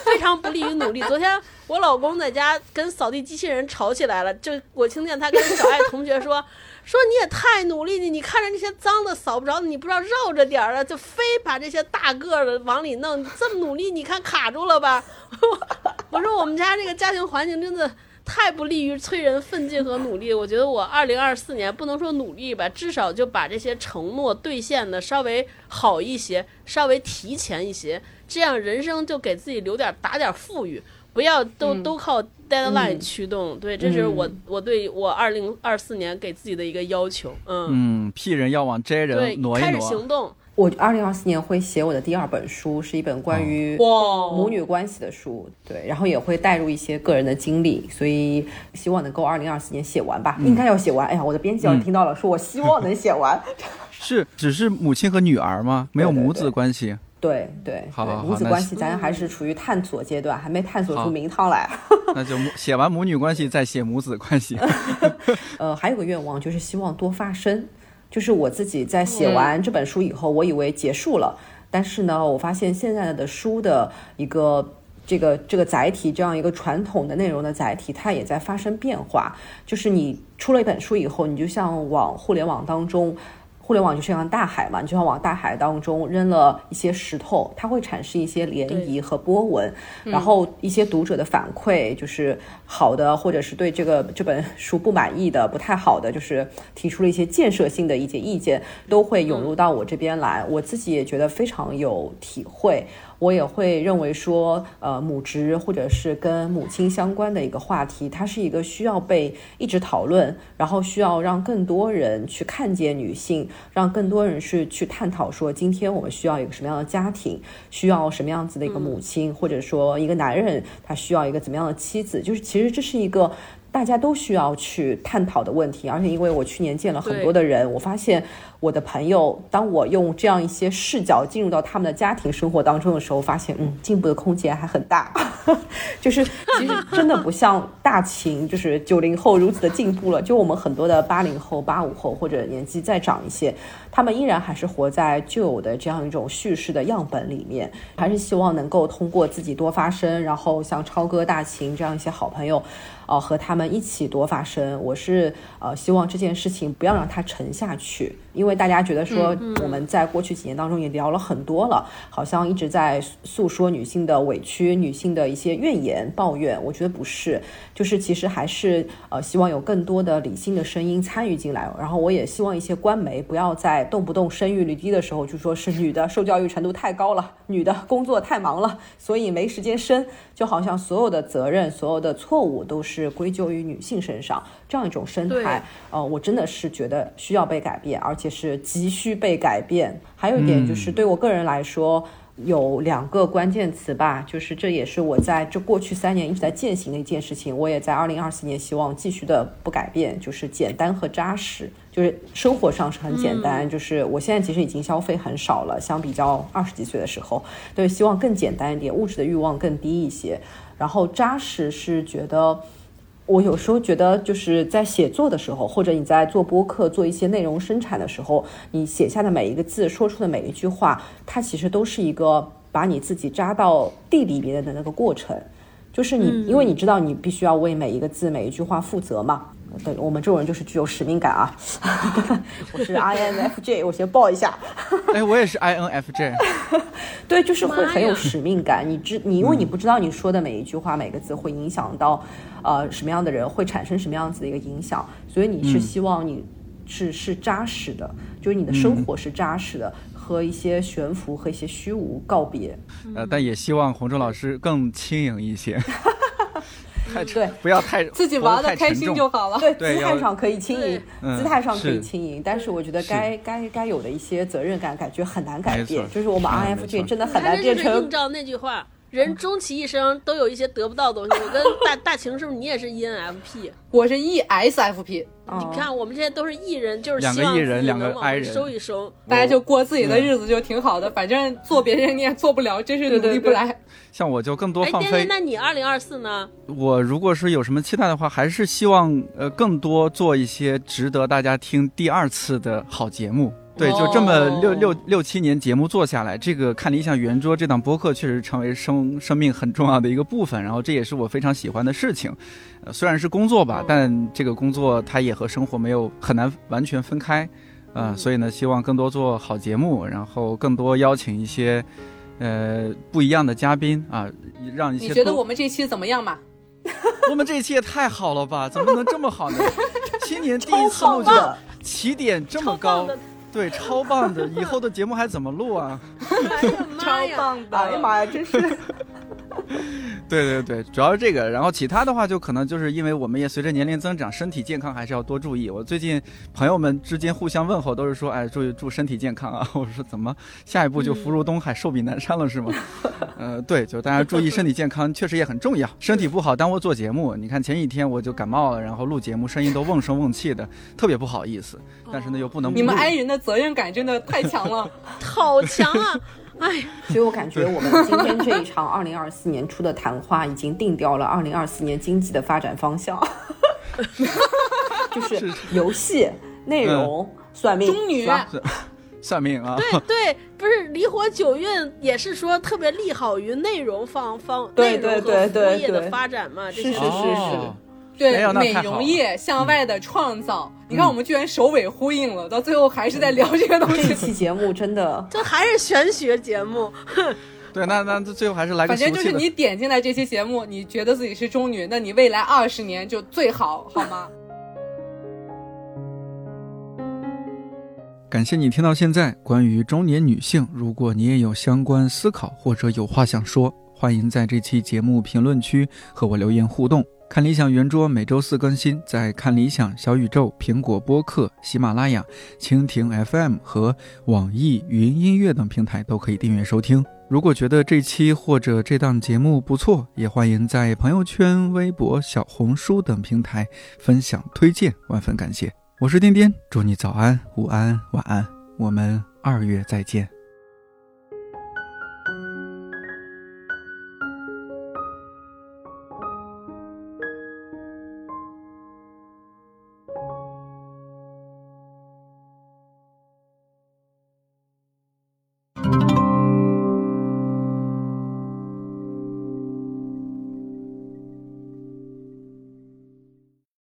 非常不利于努力。昨天我老公在家跟扫地机器人吵起来了，就我听见他跟小爱同学说说你也太努力了，你看着那些脏的扫不着的，你不知道绕着点儿了，就非把这些大个的往里弄，这么努力，你看卡住了吧？我说我们家这个家庭环境真的太不利于催人奋进和努力。我觉得我二零二四年不能说努力吧，至少就把这些承诺兑现的稍微好一些，稍微提前一些，这样人生就给自己留点打点富裕，不要都、嗯、都靠 deadline 驱动、嗯、对，这是我、嗯、我对我二零二四年给自己的一个要求。嗯嗯，屁人要往 J 人挪一挪， 开始行动。 我二零二四年会写我的第二本书，是一本关于母女关系的书，对，然后也会带入一些个人的经历，所以希望能够二零二四年写完吧、嗯、应该要写完。哎呀，我的编辑要是听到了、嗯、说我希望能写完是只是母亲和女儿吗？没有母子关系？ 对对 对, 对, 好好好， 母子关系咱还是处于探索阶段，还没探索出名堂来。 那就写完母女关系再写母子关系呃，还有个愿望就是希望多发声，就是我自己在写完这本书以后、嗯、我以为结束了，但是呢我发现现在的书的一个这个这个载体，这样一个传统的内容的载体，它也在发生变化。就是你出了一本书以后，你就像往互联网当中，互联网就像大海嘛，你就像往大海当中扔了一些石头，它会产生一些涟漪和波纹，然后一些读者的反馈就是好的，或者是对这个这本书不满意的，不太好的，就是提出了一些建设性的一些意见，都会涌入到我这边来、嗯、我自己也觉得非常有体会。我也会认为说呃，母职或者是跟母亲相关的一个话题，它是一个需要被一直讨论，然后需要让更多人去看见女性，让更多人是去探讨说今天我们需要一个什么样的家庭，需要什么样子的一个母亲、嗯、或者说一个男人他需要一个怎么样的妻子，就是其实这是一个大家都需要去探讨的问题。而且因为我去年见了很多的人，我发现我的朋友，当我用这样一些视角进入到他们的家庭生活当中的时候，发现嗯，进步的空间还很大就是其实真的不像大秦就是九零后如此的进步了，就我们很多的八零后八五后或者年纪再长一些，他们依然还是活在旧有的这样一种叙事的样本里面。还是希望能够通过自己多发声，然后像超哥大秦这样一些好朋友呃，和他们一起多发声。我是呃希望这件事情不要让它沉下去，因为大家觉得说我们在过去几年当中也聊了很多了、嗯、好像一直在诉说女性的委屈，女性的一些怨言抱怨。我觉得不是，就是其实还是呃希望有更多的理性的声音参与进来。然后我也希望一些官媒不要在动不动生育率低的时候就说是女的受教育程度太高了，女的工作太忙了所以没时间生，就好像所有的责任所有的错误都是归咎于女性身上，这样一种生态呃，我真的是觉得需要被改变，而且是急需被改变。还有一点就是对我个人来说、嗯、有两个关键词吧，就是这也是我在这过去三年一直在践行的一件事情，我也在二零二四年希望继续的不改变，就是简单和扎实。就是生活上是很简单、嗯、就是我现在其实已经消费很少了，相比较二十几岁的时候，对，希望更简单一点，物质的欲望更低一些。然后扎实是觉得我有时候觉得就是在写作的时候，或者你在做播客做一些内容生产的时候，你写下的每一个字说出的每一句话，它其实都是一个把你自己扎到地里面的那个过程。就是你、嗯、因为你知道你必须要为每一个字每一句话负责嘛，对，我们这种人就是具有使命感啊我是 I N F J 我先报一下哎，我也是 I N F J 对，就是会很有使命感。你知你因为你不知道你说的每一句话、嗯、每个字会影响到呃什么样的人，会产生什么样子的一个影响，所以你是希望你是、嗯、是扎实的，就是你的生活是扎实的、嗯、和一些悬浮和一些虚无告别。 呃，但也希望洪忠老师更轻盈一些太对， 不要太自己玩的开心就好了。 对，姿态上可以轻盈，姿态上可以轻盈，但是我觉得该该该有的一些责任感，感觉很难改变。就是我们 I N F J 真的很难变成。 映照那句话，人终其一生都有一些得不到的东西。我跟大大晴是不是你也是 E N F P？ 我是 E S F P。 你看我们这些都是艺人，就是两个艺人，两个 I 人， 收一收， 大家就过自己的日子就挺好的。反正做别人你也做不了，真是努力不来。对对对， 像我就更多放飞。 哎，颠颠，那你二零二四呢？ 我如果是有什么期待的话，还是希望呃更多做一些值得大家听第二次的好节目。 对，就这么六六六七年节目做下来，这个看理想圆桌这档播客确实成为生生命很重要的一个部分，然后这也是我非常喜欢的事情。呃，虽然是工作吧，但这个工作它也和生活没有很难完全分开。呃，所以呢，希望更多做好节目，然后更多邀请一些呃不一样的嘉宾啊，让一些。 你觉得我们这期怎么样嘛？ 我们这一期也太好了吧？怎么能这么好呢？七年第一次录就起点这么高，对，超棒的！以后的节目还怎么录啊？ 哎呀妈呀， 超棒的！哎呀妈呀，真是。 对对对，主要是这个，然后其他的话就可能就是因为我们也随着年龄增长，身体健康还是要多注意。我最近朋友们之间互相问候都是说，哎，注意祝身体健康啊！我说怎么下一步就福如东海，寿比南山了是吗？呃，对，就大家注意身体健康，确实也很重要。身体不好耽误做节目，你看前几天我就感冒了，然后录节目声音都瓮声瓮气的，特别不好意思。但是呢又不能不录。 你们爱人的责任感真的太强了， 好强啊！哎， 所以我感觉我们今天这一场二零二四年初的谈话已经定掉了二零二四年经济的发展方向，就是游戏内容、嗯、算命、 中女算命啊。 对对，不是离火九运也是说特别利好于内容方方对内容和服务业的发展嘛， 是是是是。哦对，美容业向外的创造、嗯、你看我们居然首尾呼应了、嗯、到最后还是在聊这个东西。 这期节目真的这还是玄学节目。 对，那那最后还是来个反正就是你点进来这期节目，你觉得自己是中女，那你未来二十年就最好，好吗？ 感谢你听到现在。关于中年女性，如果你也有相关思考或者有话想说，欢迎在这期节目评论区和我留言互动。看理想圆桌每周四更新，在看理想、小宇宙、苹果播客、喜马拉雅、蜻蜓 F M 和网易云音乐等平台都可以订阅收听。如果觉得这期或者这档节目不错，也欢迎在朋友圈、微博、小红书等平台分享推荐，万分感谢。我是颠颠，祝你早安、午安、晚安，我们二月再见。